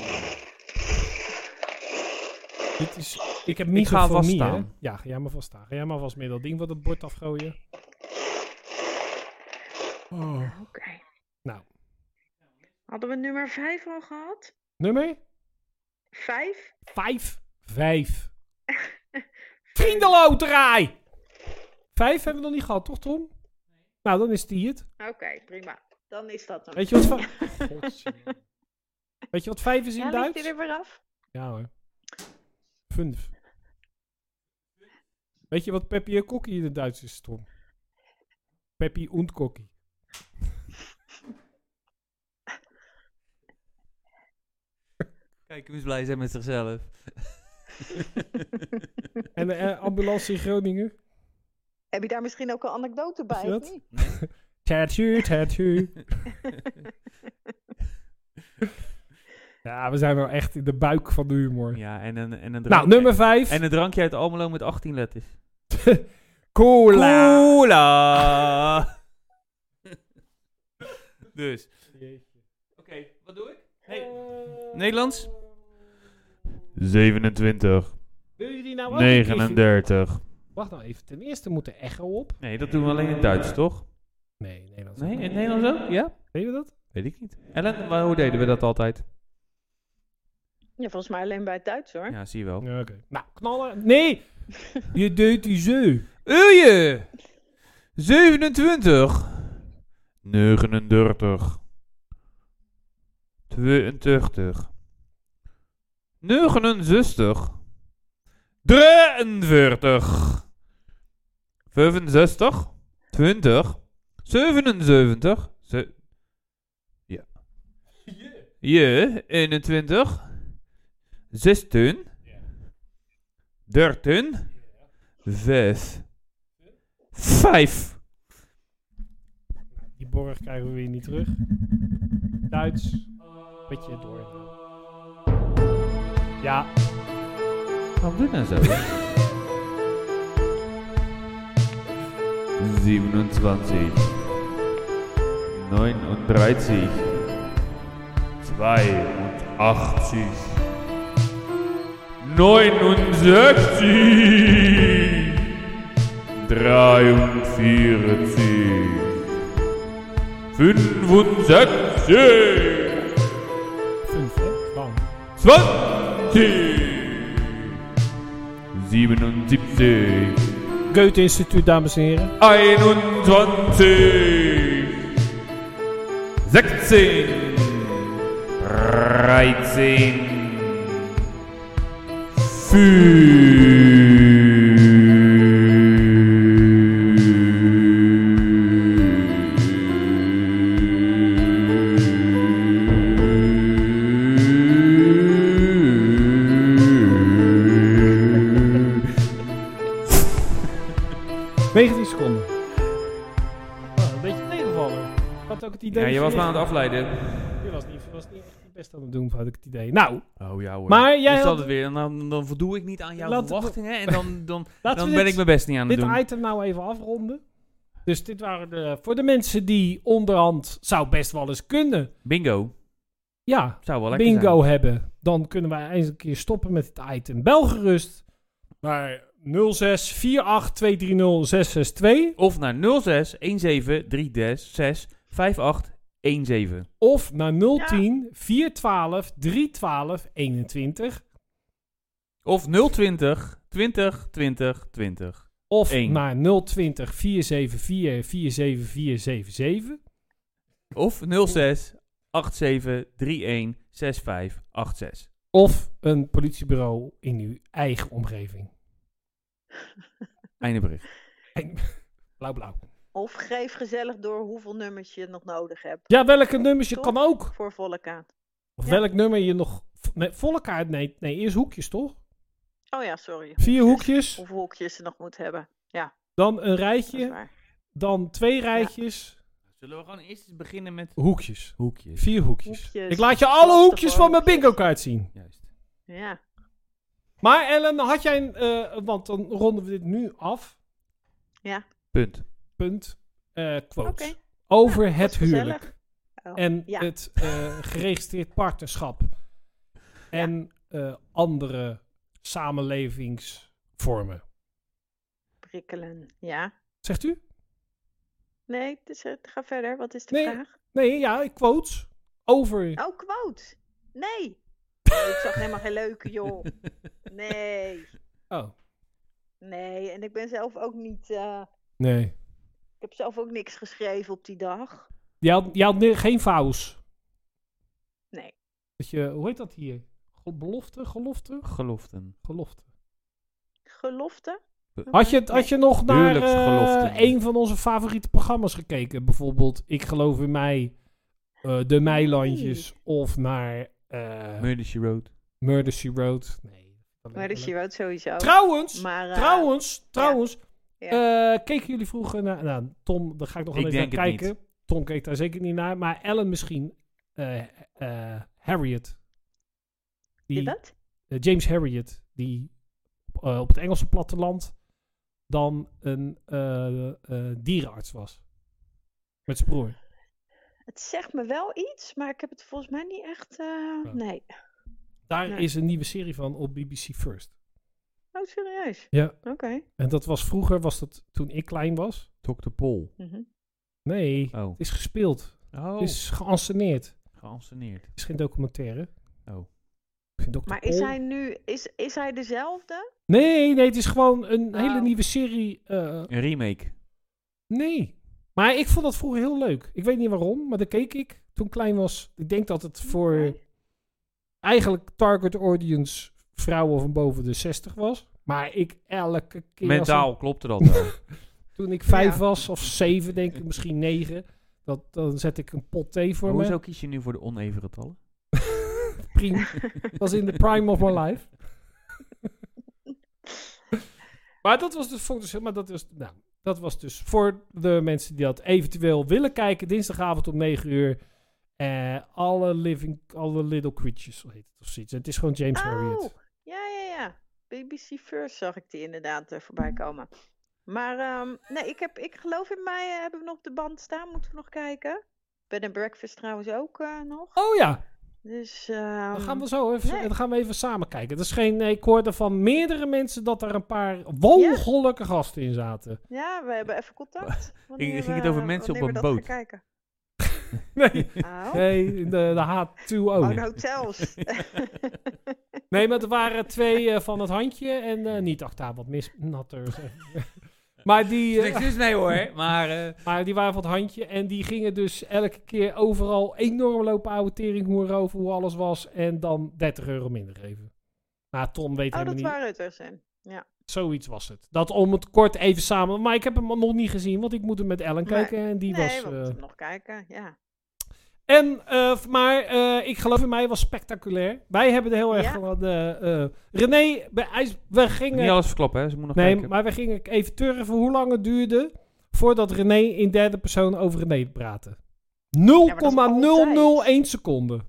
Dit is, ik heb Ik niet ga voor vast me, hè? staan. Ja, ga jij maar vast staan. Ga jij maar vast meer dat ding van het bord afgooien. Oh. Oké. Nou. Hadden we nummer vijf al gehad? Nummer? Vijf. Vijf. Vijf. Vriendenloterij! Vijf hebben we nog niet gehad, toch Tom? Nou, dan is die het. Oké, prima. Dan is dat hem. Weet je wat va- Godzijdank. Weet je wat vijf is in Ja, ligt Duits? hij er weer af? Ja hoor. Vijf. Weet je wat Peppi en Kokkie in het Duits is, Tom? Peppi und Kokkie. Kijk, hoe blij zijn met zichzelf. En de eh, ambulance in Groningen? Heb je daar misschien ook een anekdote Weet bij? je of dat? niet? Tattoo, tattoo. Ja, we zijn wel echt in de buik van de humor. Ja, en een, en een Nou, drank- nummer vijf. En een drankje uit Almelo met achttien letters. Cola. Cola! Dus. Oké, wat doe ik? Hey. Nederlands? zevenentwintig, Wil je die nou ook een keertje- negenendertig. Wacht nou even. Ten eerste moet de echo op. Nee, dat doen we alleen in het Duits, toch? Nee, Nederlands. Nee, in het Nederlands ook? Ja? Weet je dat? Weet ik niet. Ellen, maar hoe deden we dat altijd? Ja, volgens mij alleen bij het Duits hoor. Ja, zie je wel. Ja, oké. Nou, knallen. Nee! Je deed die zo. Uje! zevenentwintig. negenendertig, tweeëntachtig. negenenzestig. drieënveertig. vijfenzestig. twintig. zevenenzeventig. Ze- ja. Je. eenentwintig. zestien. dertien. Vijf. Vijf. Die borg krijgen we weer niet terug. Duits. Beetje door. Ja. Waarom doe je nou zo? siebenundzwanzig, neununddreißig, zweiundachtzig, neunundsechzig, dreiundvierzig, fünfundsechzig, Vijf, hè? Bam. zwanzig, siebenundsiebzig, Goethe Instituut, dames en heren. einundzwanzig, sechzehn, dreizehn, negentien seconden. Oh, een beetje tegenvallen. Ik had ook het idee... Ja, je dat was me aan het afleiden. Je was niet, was niet echt het beste aan het doen, had ik het idee. Nou, Oh ja hoor. maar jij is had... dat het weer? En dan, dan voldoe ik niet aan jouw Laten we- verwachtingen. En dan, dan, Laten dan we ben dit- ik mijn best niet aan het dit doen. item nou even afronden. Dus dit waren de... Voor de mensen die onderhand zou best wel eens kunnen. Bingo. Ja, Zou wel lekker bingo zijn. hebben. Dan kunnen wij eens een keer stoppen met het item. Bel gerust naar nul zes vier acht twee drie nul zes zes twee. Of naar nul zes een zeven drie zes vijf acht een zeven. Of naar nul tien vier een twee drie een twee eenentwintig. Of nul twintig twintig twintig twintig. Of Eén. naar nul twintig vier zeven vier vier zeven vier zeven zeven. Of nul zes acht zeven drie een zes vijf acht zes. Of een politiebureau in uw eigen omgeving. Einde bericht. Blauw, blauw. Of geef gezellig door hoeveel nummers je nog nodig hebt. Ja, welke nummers je Toch? kan ook. Voor volle kaart. Of Ja. welk nummer je nog... Nee, volle kaart, nee. Nee, eerst hoekjes, toch? Oh ja, sorry. Vier hoekjes. Hoeveel hoekjes je nog moet hebben. Ja, Dan een dat is rijtje. waar. Dan twee rijtjes. Zullen we gewoon eerst eens beginnen met Hoekjes. hoekjes? Vier hoekjes. Hoekjes. Ik laat je alle Lastig hoekjes van mijn hoekjes. bingo kaart zien. Juist. Ja. Maar Ellen, had jij een... eh, want dan ronden we dit nu af. Ja. punt. Punt. eh quotes. Oké. Over Nou, het was gezellig. huwelijk. Oh, En ja. het eh, geregistreerd partnerschap. En eh, andere samenlevingsvormen. Prikkelen. Ja. Zegt u? Nee, het is, het- ga verder. Wat is de Nee. vraag? Nee, ja, quotes. Over. Oh, quote. Nee. Nee, ik zag helemaal geen leuke, joh. Nee. Oh, Nee, en ik ben zelf ook niet... eh, nee. ik heb zelf ook niks geschreven op die dag. Je had, je had ne- geen vouws. Nee. Dat je, hoe heet dat hier? Go- Belofte? Gelofte? Geloften. Gelofte. Gelofte? Had je, het- had je nog naar Huwelijksgeloften. eh, een van onze favoriete programma's gekeken? Bijvoorbeeld Ik geloof in mij, eh, De Meilandjes of naar eh Murder, She Wrote. Murder, She Wrote. Nee. dat Maar de leuk. She sowieso. Trouwens, Maar, eh, trouwens, trouwens. ja. eh, keken jullie vroeger naar... Nou, Tom, daar ga ik nog wel Ik even naar denk het kijken. Tom keek daar zeker niet naar. Maar Ellen misschien. eh, eh, Harriet. Wie Die, dat? eh, James Harriet. Die eh, op het Engelse platteland dan een eh, eh, dierenarts was. Met zijn broer. Het zegt me wel iets, maar ik heb het volgens mij niet echt... eh, Nee. Daar Nee. is een nieuwe serie van op B B C First. Oh, serieus? Ja. Oké. En dat was vroeger, was dat toen ik klein was. dokter Pol. Mhm. Nee, Oh. het is gespeeld. Oh. Het is geanceneerd. Geanceneerd. Het is geen documentaire. Oh. Ik vind dokter Maar is Pol- hij nu... Is, is hij dezelfde? Nee, nee, het is gewoon een hele Oh. nieuwe serie. eh, Een remake. nee. Maar ik vond dat vroeger heel leuk. Ik weet niet waarom, maar daar keek ik toen ik klein was. Ik denk dat het voor Oké. eigenlijk target audience vrouwen van boven de zestig was. Maar ik elke keer... als Mentaal klopte dat wel. ik- toen ik vijf Ja. was, of zeven denk ik, misschien negen. Dat, dan zet ik een pot thee voor Maar me. hoezo kies je nu voor de oneven getallen? Prima. Was in the prime of my life. Maar dat was dus, vond ik dus, maar dat was, nou, dat was dus voor de mensen die dat eventueel willen kijken. Dinsdagavond om negen uur. Eh, alle living, alle little creatures, zo heet het of zoiets. Het is gewoon James Oh, Harriet. ja, ja, ja. B B C First zag ik die inderdaad uh, voorbij komen. Maar um, nee, ik, heb, ik geloof in mij uh, hebben we nog op de band staan. Moeten we nog kijken. Bed and Breakfast trouwens ook uh, nog. Oh ja, Dus um, dan gaan we zo even, nee. dan gaan we even samen kijken. Dat is geen, nee, ik hoorde van meerdere mensen dat er een paar walgelijke gasten in zaten. ja, we hebben even contact. ging het over mensen op een boot? Kijken. Nee, Oh, nee de, de H twee O. oh de hotels. Nee, maar er waren twee eh, van het handje en eh, niet ach daar wat mis natter. maar, die, eh, Niks mee hoor, maar... eh, maar die waren van het handje en die gingen dus elke keer overal enorm lopen oude teringhoer over hoe alles was en dan dertig euro minder geven. Nou, Tom weet Oh, helemaal dat niet. waren het er zijn. Ja. Zoiets was het. Dat om het kort even samen. Maar ik heb hem nog niet gezien, want ik moet hem met Ellen Nee. kijken en die nee, was. we eh, moeten nog kijken. Ja. En, eh, maar eh, ik geloof in mij was spectaculair. Wij hebben er heel erg Ja. van. eh eh, René, we, hij- we gingen. niet alles verklappen, hè. Ze moet nog Nee, kijken. maar we gingen even turven hoe lang het duurde voordat René in derde persoon over René praatte. nul komma nul nul één seconde.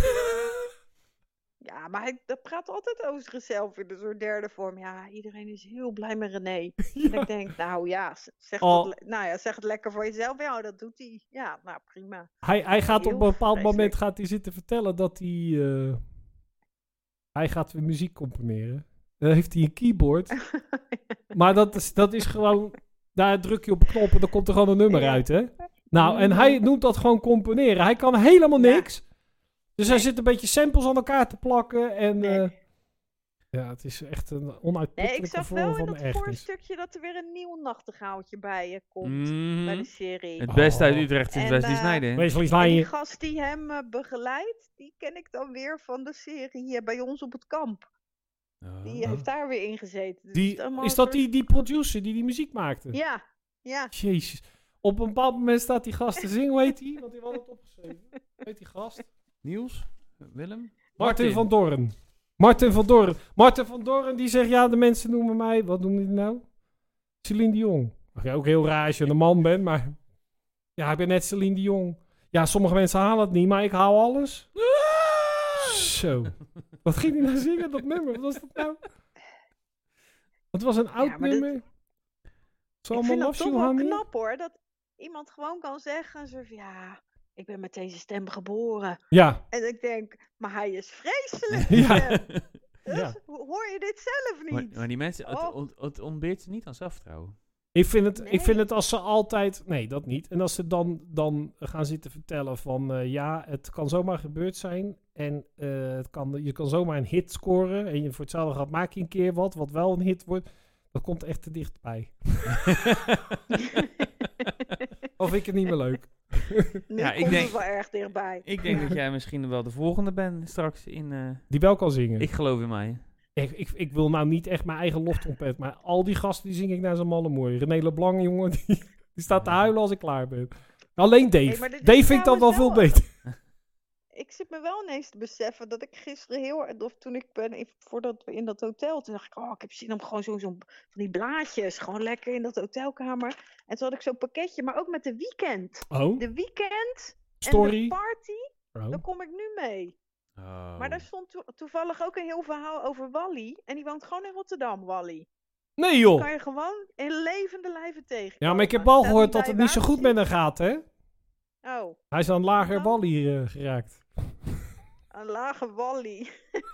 Ja, maar hij dat praat altijd over zichzelf in een soort derde vorm. Ja, iedereen is heel blij met René. En ik denk, nou ja, z- zeg, Oh. het, le- nou ja, zeg het lekker voor jezelf. Ja, dat doet hij. Ja, nou prima. Hij, hij gaat op Heel een bepaald vreselijk. moment gaat hij zitten vertellen dat hij. eh, hij gaat weer muziek componeren. Dan heeft hij een keyboard. Maar dat is, dat is gewoon. Daar druk je op een knop en dan komt er gewoon een nummer Ja. uit, hè? Nou, en Mhm. hij noemt dat gewoon componeren. Hij kan helemaal Ja. niks. Dus hij zit een beetje samples aan elkaar te plakken. En Nee. eh, ja, het is echt een Nee, ik onuitputtelijke zag vorm wel in van dat ergernis. voorstukje dat er weer een nieuw nachtegaaltje bij je komt. Mhm. Bij de serie. Het beste uit Oh. Utrecht is En, Wesley eh, Snijden. hè? Wesley En Snijden. die gast die hem eh, begeleidt, die ken ik dan weer van de serie hier bij ons op het kamp. Die Oh. heeft daar weer in gezeten. Dus het Die, allemaal is een dat soort- die, die producer die die muziek maakte? Ja, ja. Jezus. Op een bepaald moment staat die gast te zingen. Hoe heet die? Want die had het opgeschreven. Hoe heet die gast? Niels? Willem? Martin van Doorn. Martin van Doorn. Martin van Doorn die zegt, ja, de mensen noemen mij, wat noemen die nou? Celine Dion. Ach, ja, ook heel raar als je een man bent, maar ja, ik ben net Celine Dion. Ja, sommige mensen halen het niet, maar ik haal alles. Zo. Wat ging die nou zingen, dat nummer? Wat was dat nou? Het was een oud maar dit- nummer. Ik Someone vind dat loves toch you, wel honey. knap hoor, dat iemand gewoon kan zeggen, zo van, ja, ik ben met deze stem geboren. Ja. En ik denk, maar hij is vreselijk. Ja. die stem. Dus, Ja. ho- hoor je dit zelf Maar, niet? maar die mensen, het, Oh. ont, het ontbeert ze niet aan zelfvertrouwen. Ik vind, het, ik Nee. vind het als ze altijd... Nee, dat niet. En als ze dan, dan gaan zitten vertellen van... eh, ja, het kan zomaar gebeurd zijn. En eh, het kan, je kan zomaar een hit scoren. En je, voor hetzelfde geld maak je een keer wat, wat wel een hit wordt. Dat komt echt te dichtbij. Of vind ik het niet meer leuk? Nu Ja, ik komt denk- het wel erg dichtbij. Ik denk dat jij misschien wel de volgende bent straks in... eh, Die wel kan zingen. ik geloof in mij. Ik, ik, ik wil nou niet echt mijn eigen loftrompet, maar al die gasten die zing ik naar zijn mannen mooi. René Leblanc, jongen, die, die staat te huilen als ik klaar ben. Alleen Dave. Hey, maar dit is Dave vind ik dan wel trouwens veel wel- beter. Ik zit me wel ineens te beseffen dat ik gisteren heel... Of toen ik ben, even voordat we in dat hotel... Toen dacht ik, oh, ik heb zin om gewoon zo'n zo van die blaadjes. Gewoon lekker in dat hotelkamer. En toen had ik zo'n pakketje, maar ook met de weekend. Oh, De weekend en story. de party, Oh. daar kom ik nu mee. Oh. Maar daar stond to- toevallig ook een heel verhaal over Wally. En die woont gewoon in Rotterdam, Wally. Nee joh. Kan je gewoon in levende lijven tegen. Ja, maar ik heb al gehoord dat het niet zo goed met hem gaat, hè? Oh, Hij is aan lager Nou. Wally eh, geraakt. een lage Wally.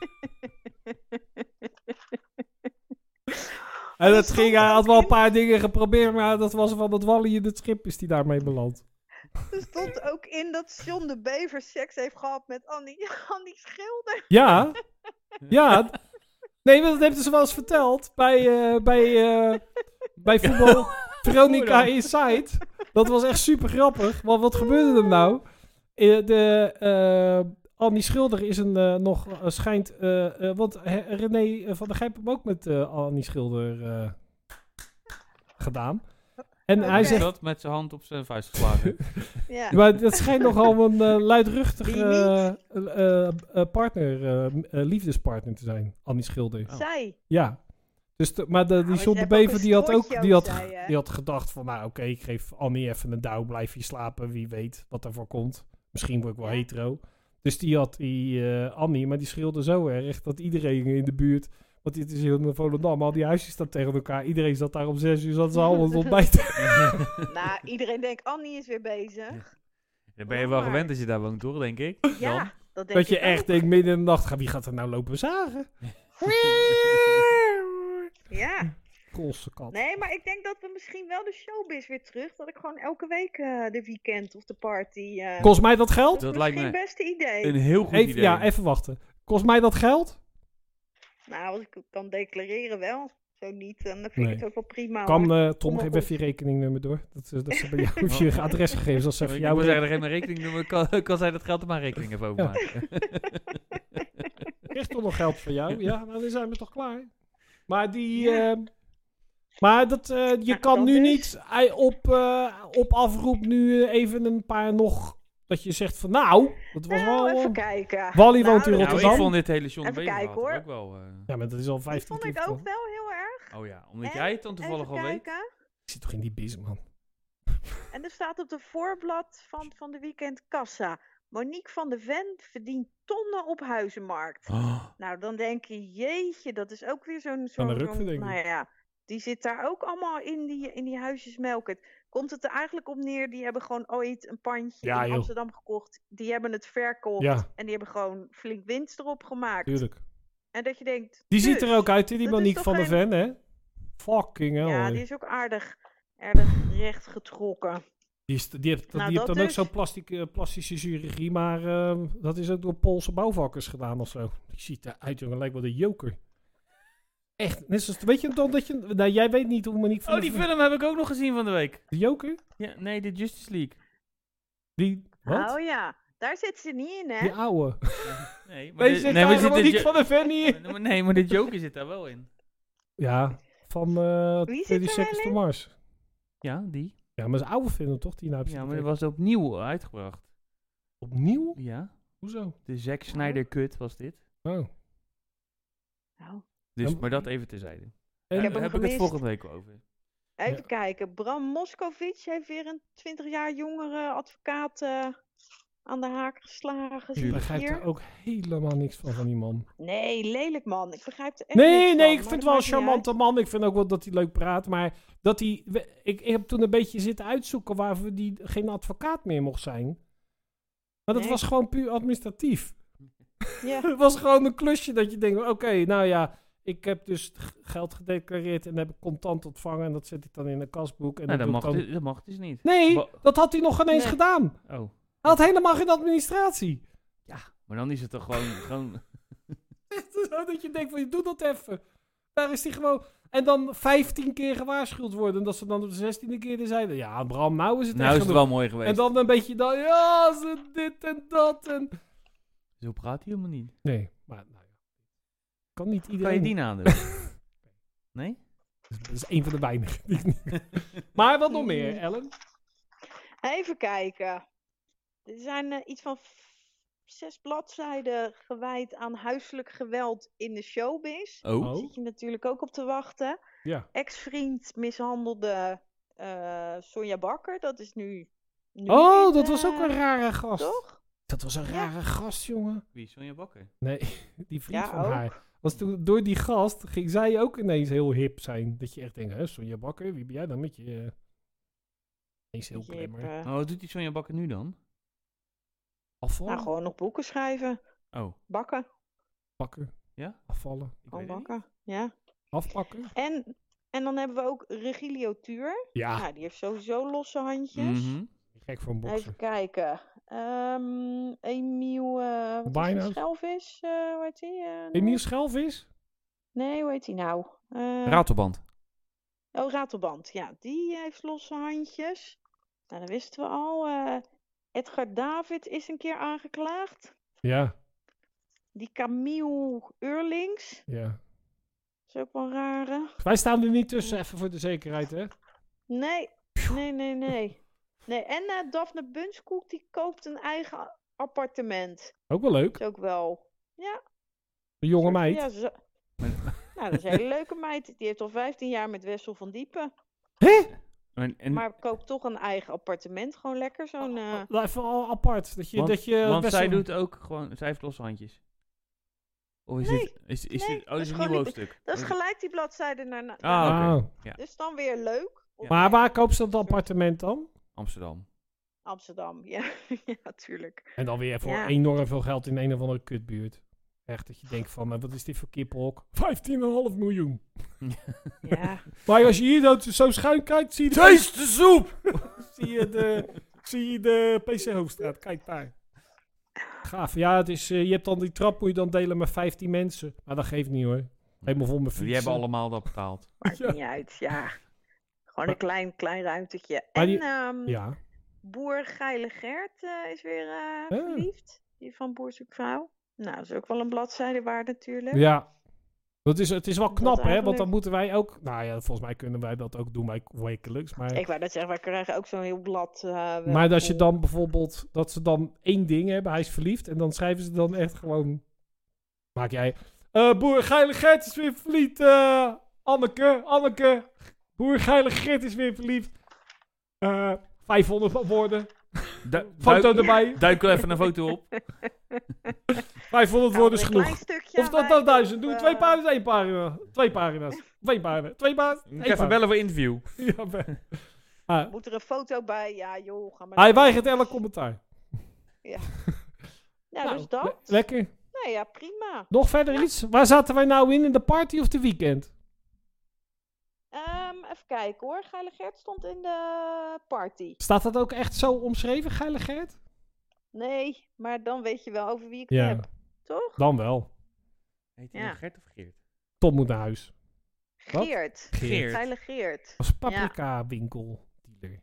En dat stond ging, hij er had ook wel een in. paar dingen geprobeerd, maar dat was van het Wally in het schip is die daarmee beland. Er stond ook in dat John de Bever seks heeft gehad met Annie, Annie Schilder. Ja, ja. Nee, maar dat hebben ze wel eens verteld bij, eh, bij, eh, bij voetbal Veronica Inside. Dat was echt super grappig. Want wat gebeurde er nou? Eh, de, eh, Annie Schilder is een eh, nog eh, schijnt... eh, eh, want He- René eh, van der Gijp heeft ook met eh, Annie Schilder eh, gedaan. En hij Oké. zegt... dat met zijn hand op zijn vuist geslagen. Ja. Maar dat schijnt nogal een eh, luidruchtige Wie niet? eh, eh, eh, partner, eh, m- eh, liefdespartner te zijn, Annie Schilder. Oh. Zij. Ja. Dus de, maar de, die maar John ze de hebben ook Bever een die had ook stootje die had, ook, zei je. die had gedacht van, nou oké, ik geef Annie even een douw, blijf hier slapen, wie weet wat daarvoor komt. Misschien word ik wel Ja. hetero. Dus die had die eh, Annie, maar die schreeuwde zo erg dat iedereen in de buurt, want dit is in Volendam, al die huisjes staan tegen elkaar, iedereen zat daar om zes uur, zat ze allemaal te ontbijten. Nou, iedereen denkt Annie is weer bezig. Dan ben je wel gewend als je daar woont, toch, denk ik? Ja, Dan. dat denk Dat je ik echt ook. denkt midden in de nacht, ga- wie gaat er nou lopen zagen? Ja. Golse kat. Nee, maar ik denk dat we misschien wel de showbiz weer terug. Dat ik gewoon elke week eh, de weekend of de party... eh Kost mij dat geld? Dat is lijkt misschien me het beste idee. een heel goed Even, idee. ja, even wachten. Kost mij dat geld? Nou, als ik het kan declareren wel. Zo niet, dan vind ik Nee. het ook wel prima. Kan hoor. eh, Tom, Kom geef maar even je rekeningnummer door. Dat, is- dat is bij jou. Hoef je adresgegevens als ze Ik even moet jou... zeggen, er geen mijn rekeningnummer, kan, kan zij dat geld op mijn rekening even overmaken. Krijgt toch nog geld van jou? Ja, nou, dan zijn we toch klaar. Maar die... Ja. eh, maar dat, eh, je Nou, kan dat nu dus. niet eh, op, eh, op afroep nu eh, even een paar nog... Dat je zegt van nou, dat was Nou, wel... even kijken. Wally Nou, woont in dat- Nou, Rotterdam. ik vond dit hele John Even Bever kijken, verhaal hoor. ook wel... eh, Ja, maar dat is al Die vijftien vond keer ik ook verteld. wel heel erg. Oh ja, omdat En, jij het dan toevallig even al weet. kijken. Ik zit toch in die biz, man. En er staat op de voorblad van, van de Weekend Kassa. Monique van de Ven verdient tonnen op Huizenmarkt. Oh, Nou, dan denk je, jeetje, dat is ook weer zo'n... Aan zo'n de ruk, zo'n- denk ik. nou ja, die zit daar ook allemaal in die, in die huisjes melken. Komt het er eigenlijk op neer, die hebben gewoon ooit een pandje Ja, in joh. Amsterdam gekocht. Die hebben het verkocht Ja. en die hebben gewoon flink winst erop gemaakt. Tuurlijk. En dat je denkt... Die ziet dus, er ook uit, hè, die dat is Monique toch van der geen- Ven, hè? Fucking hell. Ja, hè. die is ook aardig, aardig recht getrokken. Die, is, die heeft, Nou, die heeft dat dan ook dus. zo'n plastic, eh, plastische chirurgie, maar ehm, dat is ook door Poolse bouwvakkers gedaan of zo. Die ziet eruit, jongen, lijkt wel de joker. Echt, net zoals, weet je dan dat je... Nou, jij weet niet hoe Monique van Oh, der die Ven- film heb ik ook nog gezien van de week. De joker? Ja, nee, de Justice League. Die... Wat? Oh ja, daar zit ze niet in, hè? Die oude. Nee, maar Nee, de- zit nee, daar maar zit de Monique Jo- van der Ven niet in. maar- nee, maar de Joker zit daar wel in. Ja, van uh, Wie zit tweeëntwintig er Seconds wel to in? Mars. Ja, die. Ja, maar dat is een oude film toch? Die nou heb Ja, zitten maar dat kijken. was opnieuw uitgebracht. Opnieuw? Ja, Hoezo? de Zack Snyder cut was dit. Oh. Nou, Dus, Ja, maar dat even terzijde. En- Daar heb hem heb ik het gemist. volgende week wel over. even Ja. kijken. Bram Moskovic heeft weer een twintig jaar jongere advocaat eh, aan de haak geslagen. Ik Zie ik begrijp hier. er ook helemaal niks van, van die man. Nee, lelijk man. Ik begrijp er echt Nee, niks nee, van, ik maar vind het dat wel een maakt niet charmante man. Ik vind ook wel dat hij leuk praat. Maar dat hij... we- Ik, ik heb toen een beetje zitten uitzoeken waarvoor die geen advocaat meer mocht zijn. Maar dat Nee. was gewoon puur administratief. uit. Ja. Het was gewoon een klusje dat je denkt, oké, nou ja, ik heb dus g- geld gedeclareerd en heb ik contant ontvangen en dat zet ik dan in een kasboek. En Nou, dat doe mag, ik dan... dus- dat mag dus niet. Nee, Ba- dat had hij nog ineens Nee. gedaan. Oh. Hij had helemaal geen administratie. Maar dan is het toch gewoon... gewoon Zo dat je denkt van, je doet dat even. Daar is hij gewoon... En dan vijftien keer gewaarschuwd worden. En dat ze dan op de zestiende keer zeiden... Ja, Bram, nou is het nou echt is het genoeg. wel mooi geweest. En dan een beetje dan... Ja, ze dit en dat en... Zo praat hij helemaal niet. Nee, maar nou ja. Kan niet Kan iedereen... je die nadoen? Nee? Dat is een van de weinigen. die ik niet- maar wat nog meer, Ellen? Even kijken. Er zijn eh, iets van f- zes bladzijden gewijd aan huiselijk geweld in de showbiz. Oh. Daar Oh. zit je natuurlijk ook op te wachten. Ja. Ex-vriend mishandelde eh, Sonja Bakker. Dat is nu... nu Oh, in, dat was ook eh, een rare gast. Toch? Dat was een rare gast, jongen. Wie is Sonja Bakker? Nee, die vriend Ja, van ook. haar. Was toen, door die gast ging zij ook ineens heel hip zijn. Dat je echt denkt, hè, Sonja Bakker, wie ben jij dan met je... Uh, ineens heel Je klemmer. hebt, eh, Oh, wat doet die Sonja Bakker nu dan? Afvallen? nou, gewoon nog boeken schrijven. Oh. Bakken. Bakken. Ja? Afvallen. Ik Gewoon weet het niet. bakken. Ja. Afpakken. En, en dan hebben we ook Regilio Tuur. Ja, Nou, die heeft sowieso losse handjes. Mhm. gek voor een bokser. Even kijken. Ehm Emiel... eh wat is die? Winehouse? Schelvis? eh hoe heet die? eh, Emiel Schelvis? Nee, hoe heet die nou? Eh, Ratelband. Oh, Ratelband. Ja, die heeft losse handjes. Nou, dat wisten we al. Eh, Edgar David is een keer aangeklaagd. Ja, Die Camille Eurlings. ja. Dat is ook wel een rare. Wij staan er niet tussen, even voor de zekerheid, hè? Nee, nee, nee, nee. nee. En eh, Daphne Bunskoek, die koopt een eigen appartement. Ook wel leuk. Dat is ook wel... Ja, Een jonge meid. Ja, zo... Nou, dat is een hele leuke meid. Die heeft al vijftien jaar met Wessel van Diepen. Hè? En, en, Maar koopt toch een eigen appartement. Gewoon lekker zo'n... eh, Nou, even al apart. Dat je, want dat je want best zij wel- doet ook gewoon... Zij heeft losse handjes. Of is Nee, dit... Is, is nee, dit... Oh, dat dit is is een gewoon nieuw niet- hoofdstuk. Dat is Oh, gelijk die bladzijde naar... naar Ah, naar- oké. Ah. Ja. Dus dan weer leuk. Ja. Maar waar koopt ze dat appartement dan? Amsterdam. Amsterdam, ja. ja, tuurlijk. En dan weer voor Ja. enorm veel geld in een of andere kutbuurt. Echt, dat je denkt van, maar wat is dit voor kippenhok? vijftien komma vijf miljoen. Ja. Maar als je hier zo, zo schuin kijkt, zie je de, Taste de soep! zie je de, zie je de P C Hoofdstraat. Kijk daar. Gaaf. Ja, het is, eh, je hebt dan die trap, moet je dan delen met vijftien mensen. Maar dat geeft niet hoor. Helemaal vol met fietsen. Die hebben allemaal dat betaald. Maakt Ja. niet uit, ja. Gewoon Maar- een klein, klein ruimtetje. Maar En die- ehm, Ja. boer Geile Gert eh, is weer eh, Ah. verliefd. Die van Boer zoekt vrouw. Nou, dat is ook wel een bladzijde waard natuurlijk. Ja. Dat is, het is wel Dat knap, hè? Want eigenlijk- dan moeten wij ook... Nou ja, volgens mij kunnen wij dat ook doen bij wekelijks. Maar, Ik wou dat zeggen, wij krijgen ook zo'n heel blad. eh, wel maar als je vol. dan bijvoorbeeld... Dat ze dan één ding hebben, hij is verliefd. En dan schrijven ze dan echt gewoon... Maak jij... eh, boer Geile Gert is weer verliefd. eh, Anneke, Anneke. Boer Geile Gert is weer verliefd. Eh, vijfhonderd woorden. Du Foto duik, erbij. duik er even een foto op. vijfhonderd Nou, woorden is een klein genoeg. stukje Of dat aan dat mij, duizend. of, Doe twee eh, pagina's, één pagina. Twee pagina's. Twee pagina's. Twee pagina's. Ik één ga even pagina. bellen voor interview. Ja, be- Ah, Moet er een foto bij? Ja, joh, ga maar. hij naar- weigert elk commentaar. Ja, Nou, dus dat. le- lekker. Nou ja, prima. Nog verder iets? Waar zaten wij nou in? In de party of de weekend? Ehm, even kijken hoor. Geile Gert stond in de party. Staat dat ook echt zo omschreven, Geile Gert? Nee, maar dan weet je wel over wie ik Ja. het heb. Toch? Dan wel. Heet hij Ja. nou Gert of Geert? Tom moet naar huis. Wat? Geert. Geert. Geile Geert. Als paprika winkel dealer.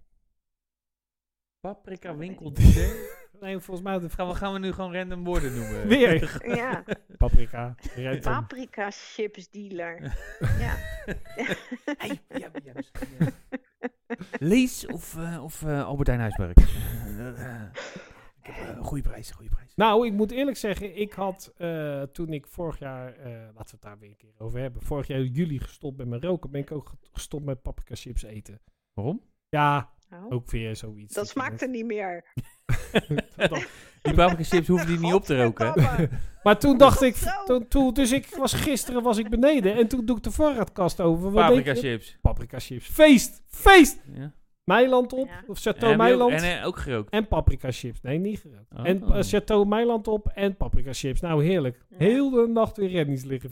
Paprika Dat weet winkel. ik Nee, volgens mij... De... Gaan we, gaan we nu gewoon random woorden noemen? Weer. Ja, Paprika. Random. paprika chips dealer. Ja. Hey, ja, ja, misschien, ja. Lees of, uh, of uh, Albertijn Huismerk. Uh, uh, ik heb uh, goede prijs, goede prijs. Nou, ik moet eerlijk zeggen, ik had uh, toen ik vorig jaar, uh, laten we het daar weer een keer over hebben, vorig jaar juli gestopt met mijn roken, ben ik ook ge- gestopt met paprika chips eten. Waarom? Ja, Oh, ook weer zoiets. dat smaakte niet meer. Dat- Die paprika chips hoeven die niet op te roken. hè? Godverdamme. maar toen dacht ik, Zo. toen, toen, dus ik was gisteren was ik beneden en toen doe ik de voorraadkast over. Wat Paprika denk je? chips. Paprika chips. Feest! Feest! Ja. Meiland op, Ja. of En, Chateau heb je ook- Meiland. en uh, ook gerookt. En paprika chips. Nee, niet gerookt. Oh. En uh, Chateau Meiland op en paprika chips. Nou, heerlijk. Ja. Heel de nacht weer reddies liggen.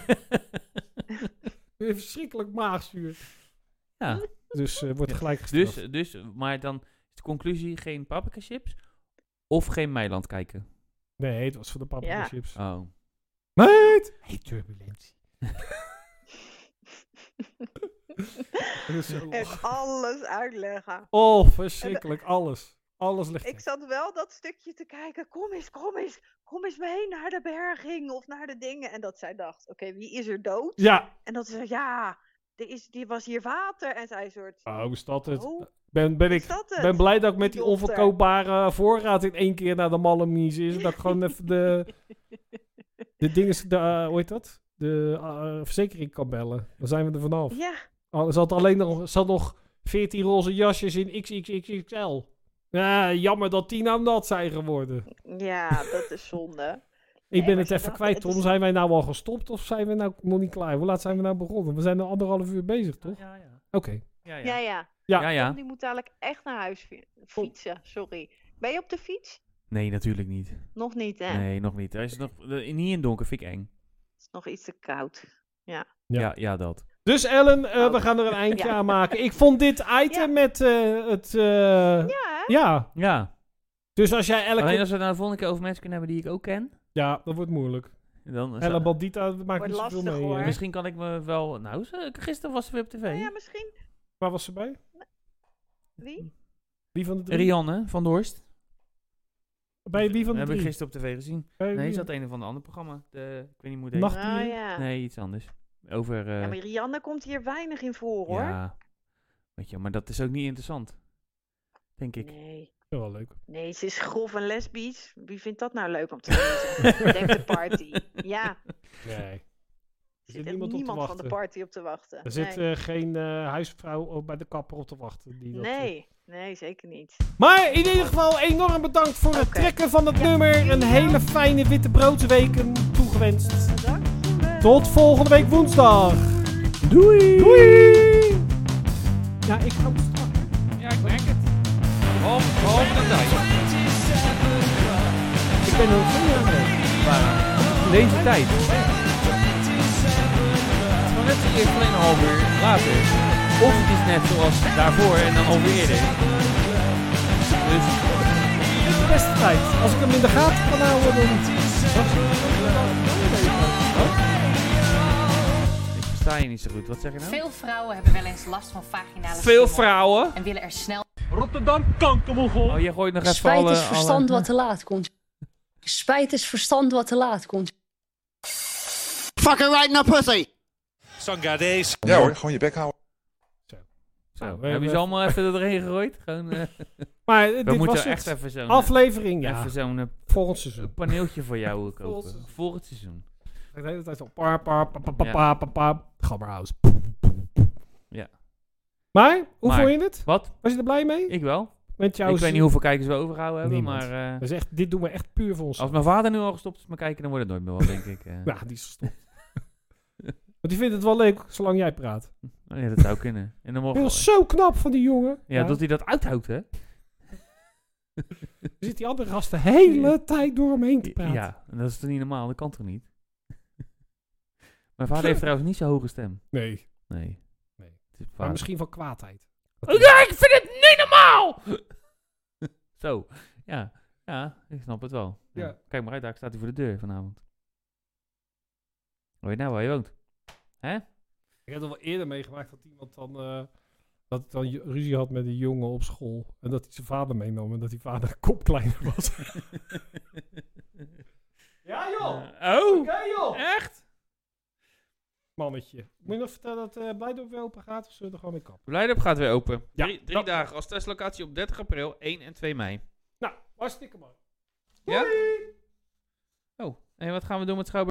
Weer verschrikkelijk maagzuur. ja. Dus uh, wordt gelijk gestraft. Dus, dus, maar dan is de conclusie geen paprika chips of geen Meiland kijken. Nee, het was voor de paprika Ja. chips. Oh. Meid! Hey, turbulentie. Dat is zo- En alles uitleggen. Oh, verschrikkelijk. Alles. Alles ligt Ik er. zat wel dat stukje te kijken. Kom eens, kom eens. Kom eens mee naar de berging of naar de dingen. En dat zij dacht, oké, wie is er dood? Ja. En dat ze zei, ja, er is, die was hier water. En zij soort, Oh, is dat het? oh, Ben, ben is ik dat het? ben blij dat ik met die Die dochter. onverkoopbare voorraad in één keer naar de Mallemies is. Dat ik gewoon even de, de dingen, de, eh, hoe heet dat? De eh, verzekering kan bellen. Dan zijn we er vanaf. Ja, Oh, er zat alleen nog, er zat nog veertien roze jasjes in X X X X L. Ja, jammer dat die nou nat zijn geworden. ja, dat is zonde. Ik Nee, ben maar het ze even dacht- kwijt, het Tom. is- Zijn wij nou al gestopt of zijn we nou nog niet klaar? Hoe laat zijn we nou begonnen? We zijn al anderhalf uur bezig, toch? Ja, ja. Oké. Ja, Ja, ja. Ja. Ja, ja. Tom, die moet dadelijk echt naar huis fi- fietsen. Sorry. Ben je op de fiets? Nee, natuurlijk niet. Nog niet, hè? Nee, nog niet. Er is nog, eh, niet in het donker, vind ik eng. Het is nog iets te koud. Ja. Ja, ja, dat. Dus Ellen, eh, Oh. we gaan er een eindje Ja. aan maken. Ik vond dit item Ja. met eh, het... eh, Ja, hè? ja. Ja. Dus als jij elke... Alleen als we nou de volgende keer over mensen kunnen hebben die ik ook ken. Ja, dat wordt moeilijk. Dan Ellen Bandita maakt Wordt niet zoveel lastig, mee. hoor. eh. Misschien kan ik me wel... Nou, ze- gisteren was ze weer op tv. Nou ja, misschien. Waar was ze bij? Wie? Wie van de drie? Rianne van Dorst. Bij wie van de Dat heb ik drie? gisteren op tv gezien. Bij Nee, wie? is dat een of ander ander programma? De, ik weet niet hoe het heet. Nacht- Ah, die- ja. Nee, iets anders. Over... eh, Ja, maar Rianne komt hier weinig in voor, hoor. ja. Weet je, maar dat is ook niet interessant. Denk ik. Nee. Ja, wel leuk. Nee, ze is grof en lesbisch. Wie vindt dat nou leuk om te lezen? Denk de party. Ja, Nee. er zit zit echt niemand op te niemand van de wachten. party op te wachten. Er zit nee. eh, geen eh, huisvrouw ook bij de kapper op te wachten. Die dat, eh, nee, nee, zeker niet. Maar in ieder geval enorm bedankt voor het Oké. trekken van het Ja, nummer. Een jullie hele wel. fijne witte broodsweken toegewenst. Bedankt. Tot volgende week woensdag. Doei. Doei. Ja, ik hou het strak. Ja, ik merk het. Half, half de tijd. Ik ben er nog veel aan het. Deze tijd. Maar net eerst alleen een half uur later. Of het is net zoals daarvoor en dan alweer eerder. Dus Dit is de beste tijd. Als ik hem in de gaten kan houden, dan... ik versta je niet zo goed. Wat zeg je nou? Veel vrouwen hebben wel eens last van vaginale Veel stoornis vrouwen. en willen er snel Oh, je gooit nog even Spijt alle, is verstand alle- wat te laat komt. Spijt is verstand wat te laat komt. Fucking right in the pussy. Ja hoor, gewoon je bek houden. Zo, Nou, we heb je hebben- ze allemaal even doorheen gegooid? Gewoon, eh, Maar eh, we dit moeten was echt het. even zo'n Aflevering, ja. even zo'n eh, Volgend seizoen. paneeltje voor jou kopen. Volgens- Voor het seizoen. De hele tijd zo... Pa, pa, pa, pa, pa, Ja. pa, pa, pa. Gabberhaus. Ja. Maar, hoe Maar- vond je het? Wat? Was je er blij mee? Ik wel. Met jouw Ik weet niet hoeveel kijkers we overgehouden hebben, Niemand. maar... eh, Dat is echt, dit doen we echt puur voor ons. als mijn vader nu al gestopt is met kijken, dan wordt het nooit meer wat, denk ik. eh. Ja, die is gestopt. Want die vindt het wel leuk, zolang jij praat. Oh, ja, dat zou kunnen. En dan mogen Dat we- is zo knap van die jongen. Ja, dat hij dat uithoudt, hè? Dan zit die andere gast de hele tijd door hem heen te praten. Ja, en dat is toch niet normaal? Dat kan toch niet? Mijn vader heeft trouwens niet zo'n hoge stem. Nee, Nee. Nee. Het is maar vader. misschien van kwaadheid. Oh, ja, ik vind het niet normaal! Zo, ja. Ja, ik snap het wel. Ja. Ja. Kijk maar uit, daar staat hij voor de deur vanavond. Weet je nou waar je woont? Hè? Ik heb het wel eerder meegemaakt dat iemand dan, eh, dat het dan ju- ruzie had met een jongen op school. En dat hij zijn vader meenam en dat die vader een kop kleiner was. Ja joh! Eh, oh, Oké joh! echt? Mannetje. Moet je nog vertellen dat eh Blijdorp weer open gaat of zullen we er gewoon mee kappen? Blijdorp gaat weer open. Ja, drie drie dat- dagen als testlocatie op dertig april, één en twee mei. Nou, hartstikke mooi. Ja? Oh, en wat gaan we doen met Schouwburg?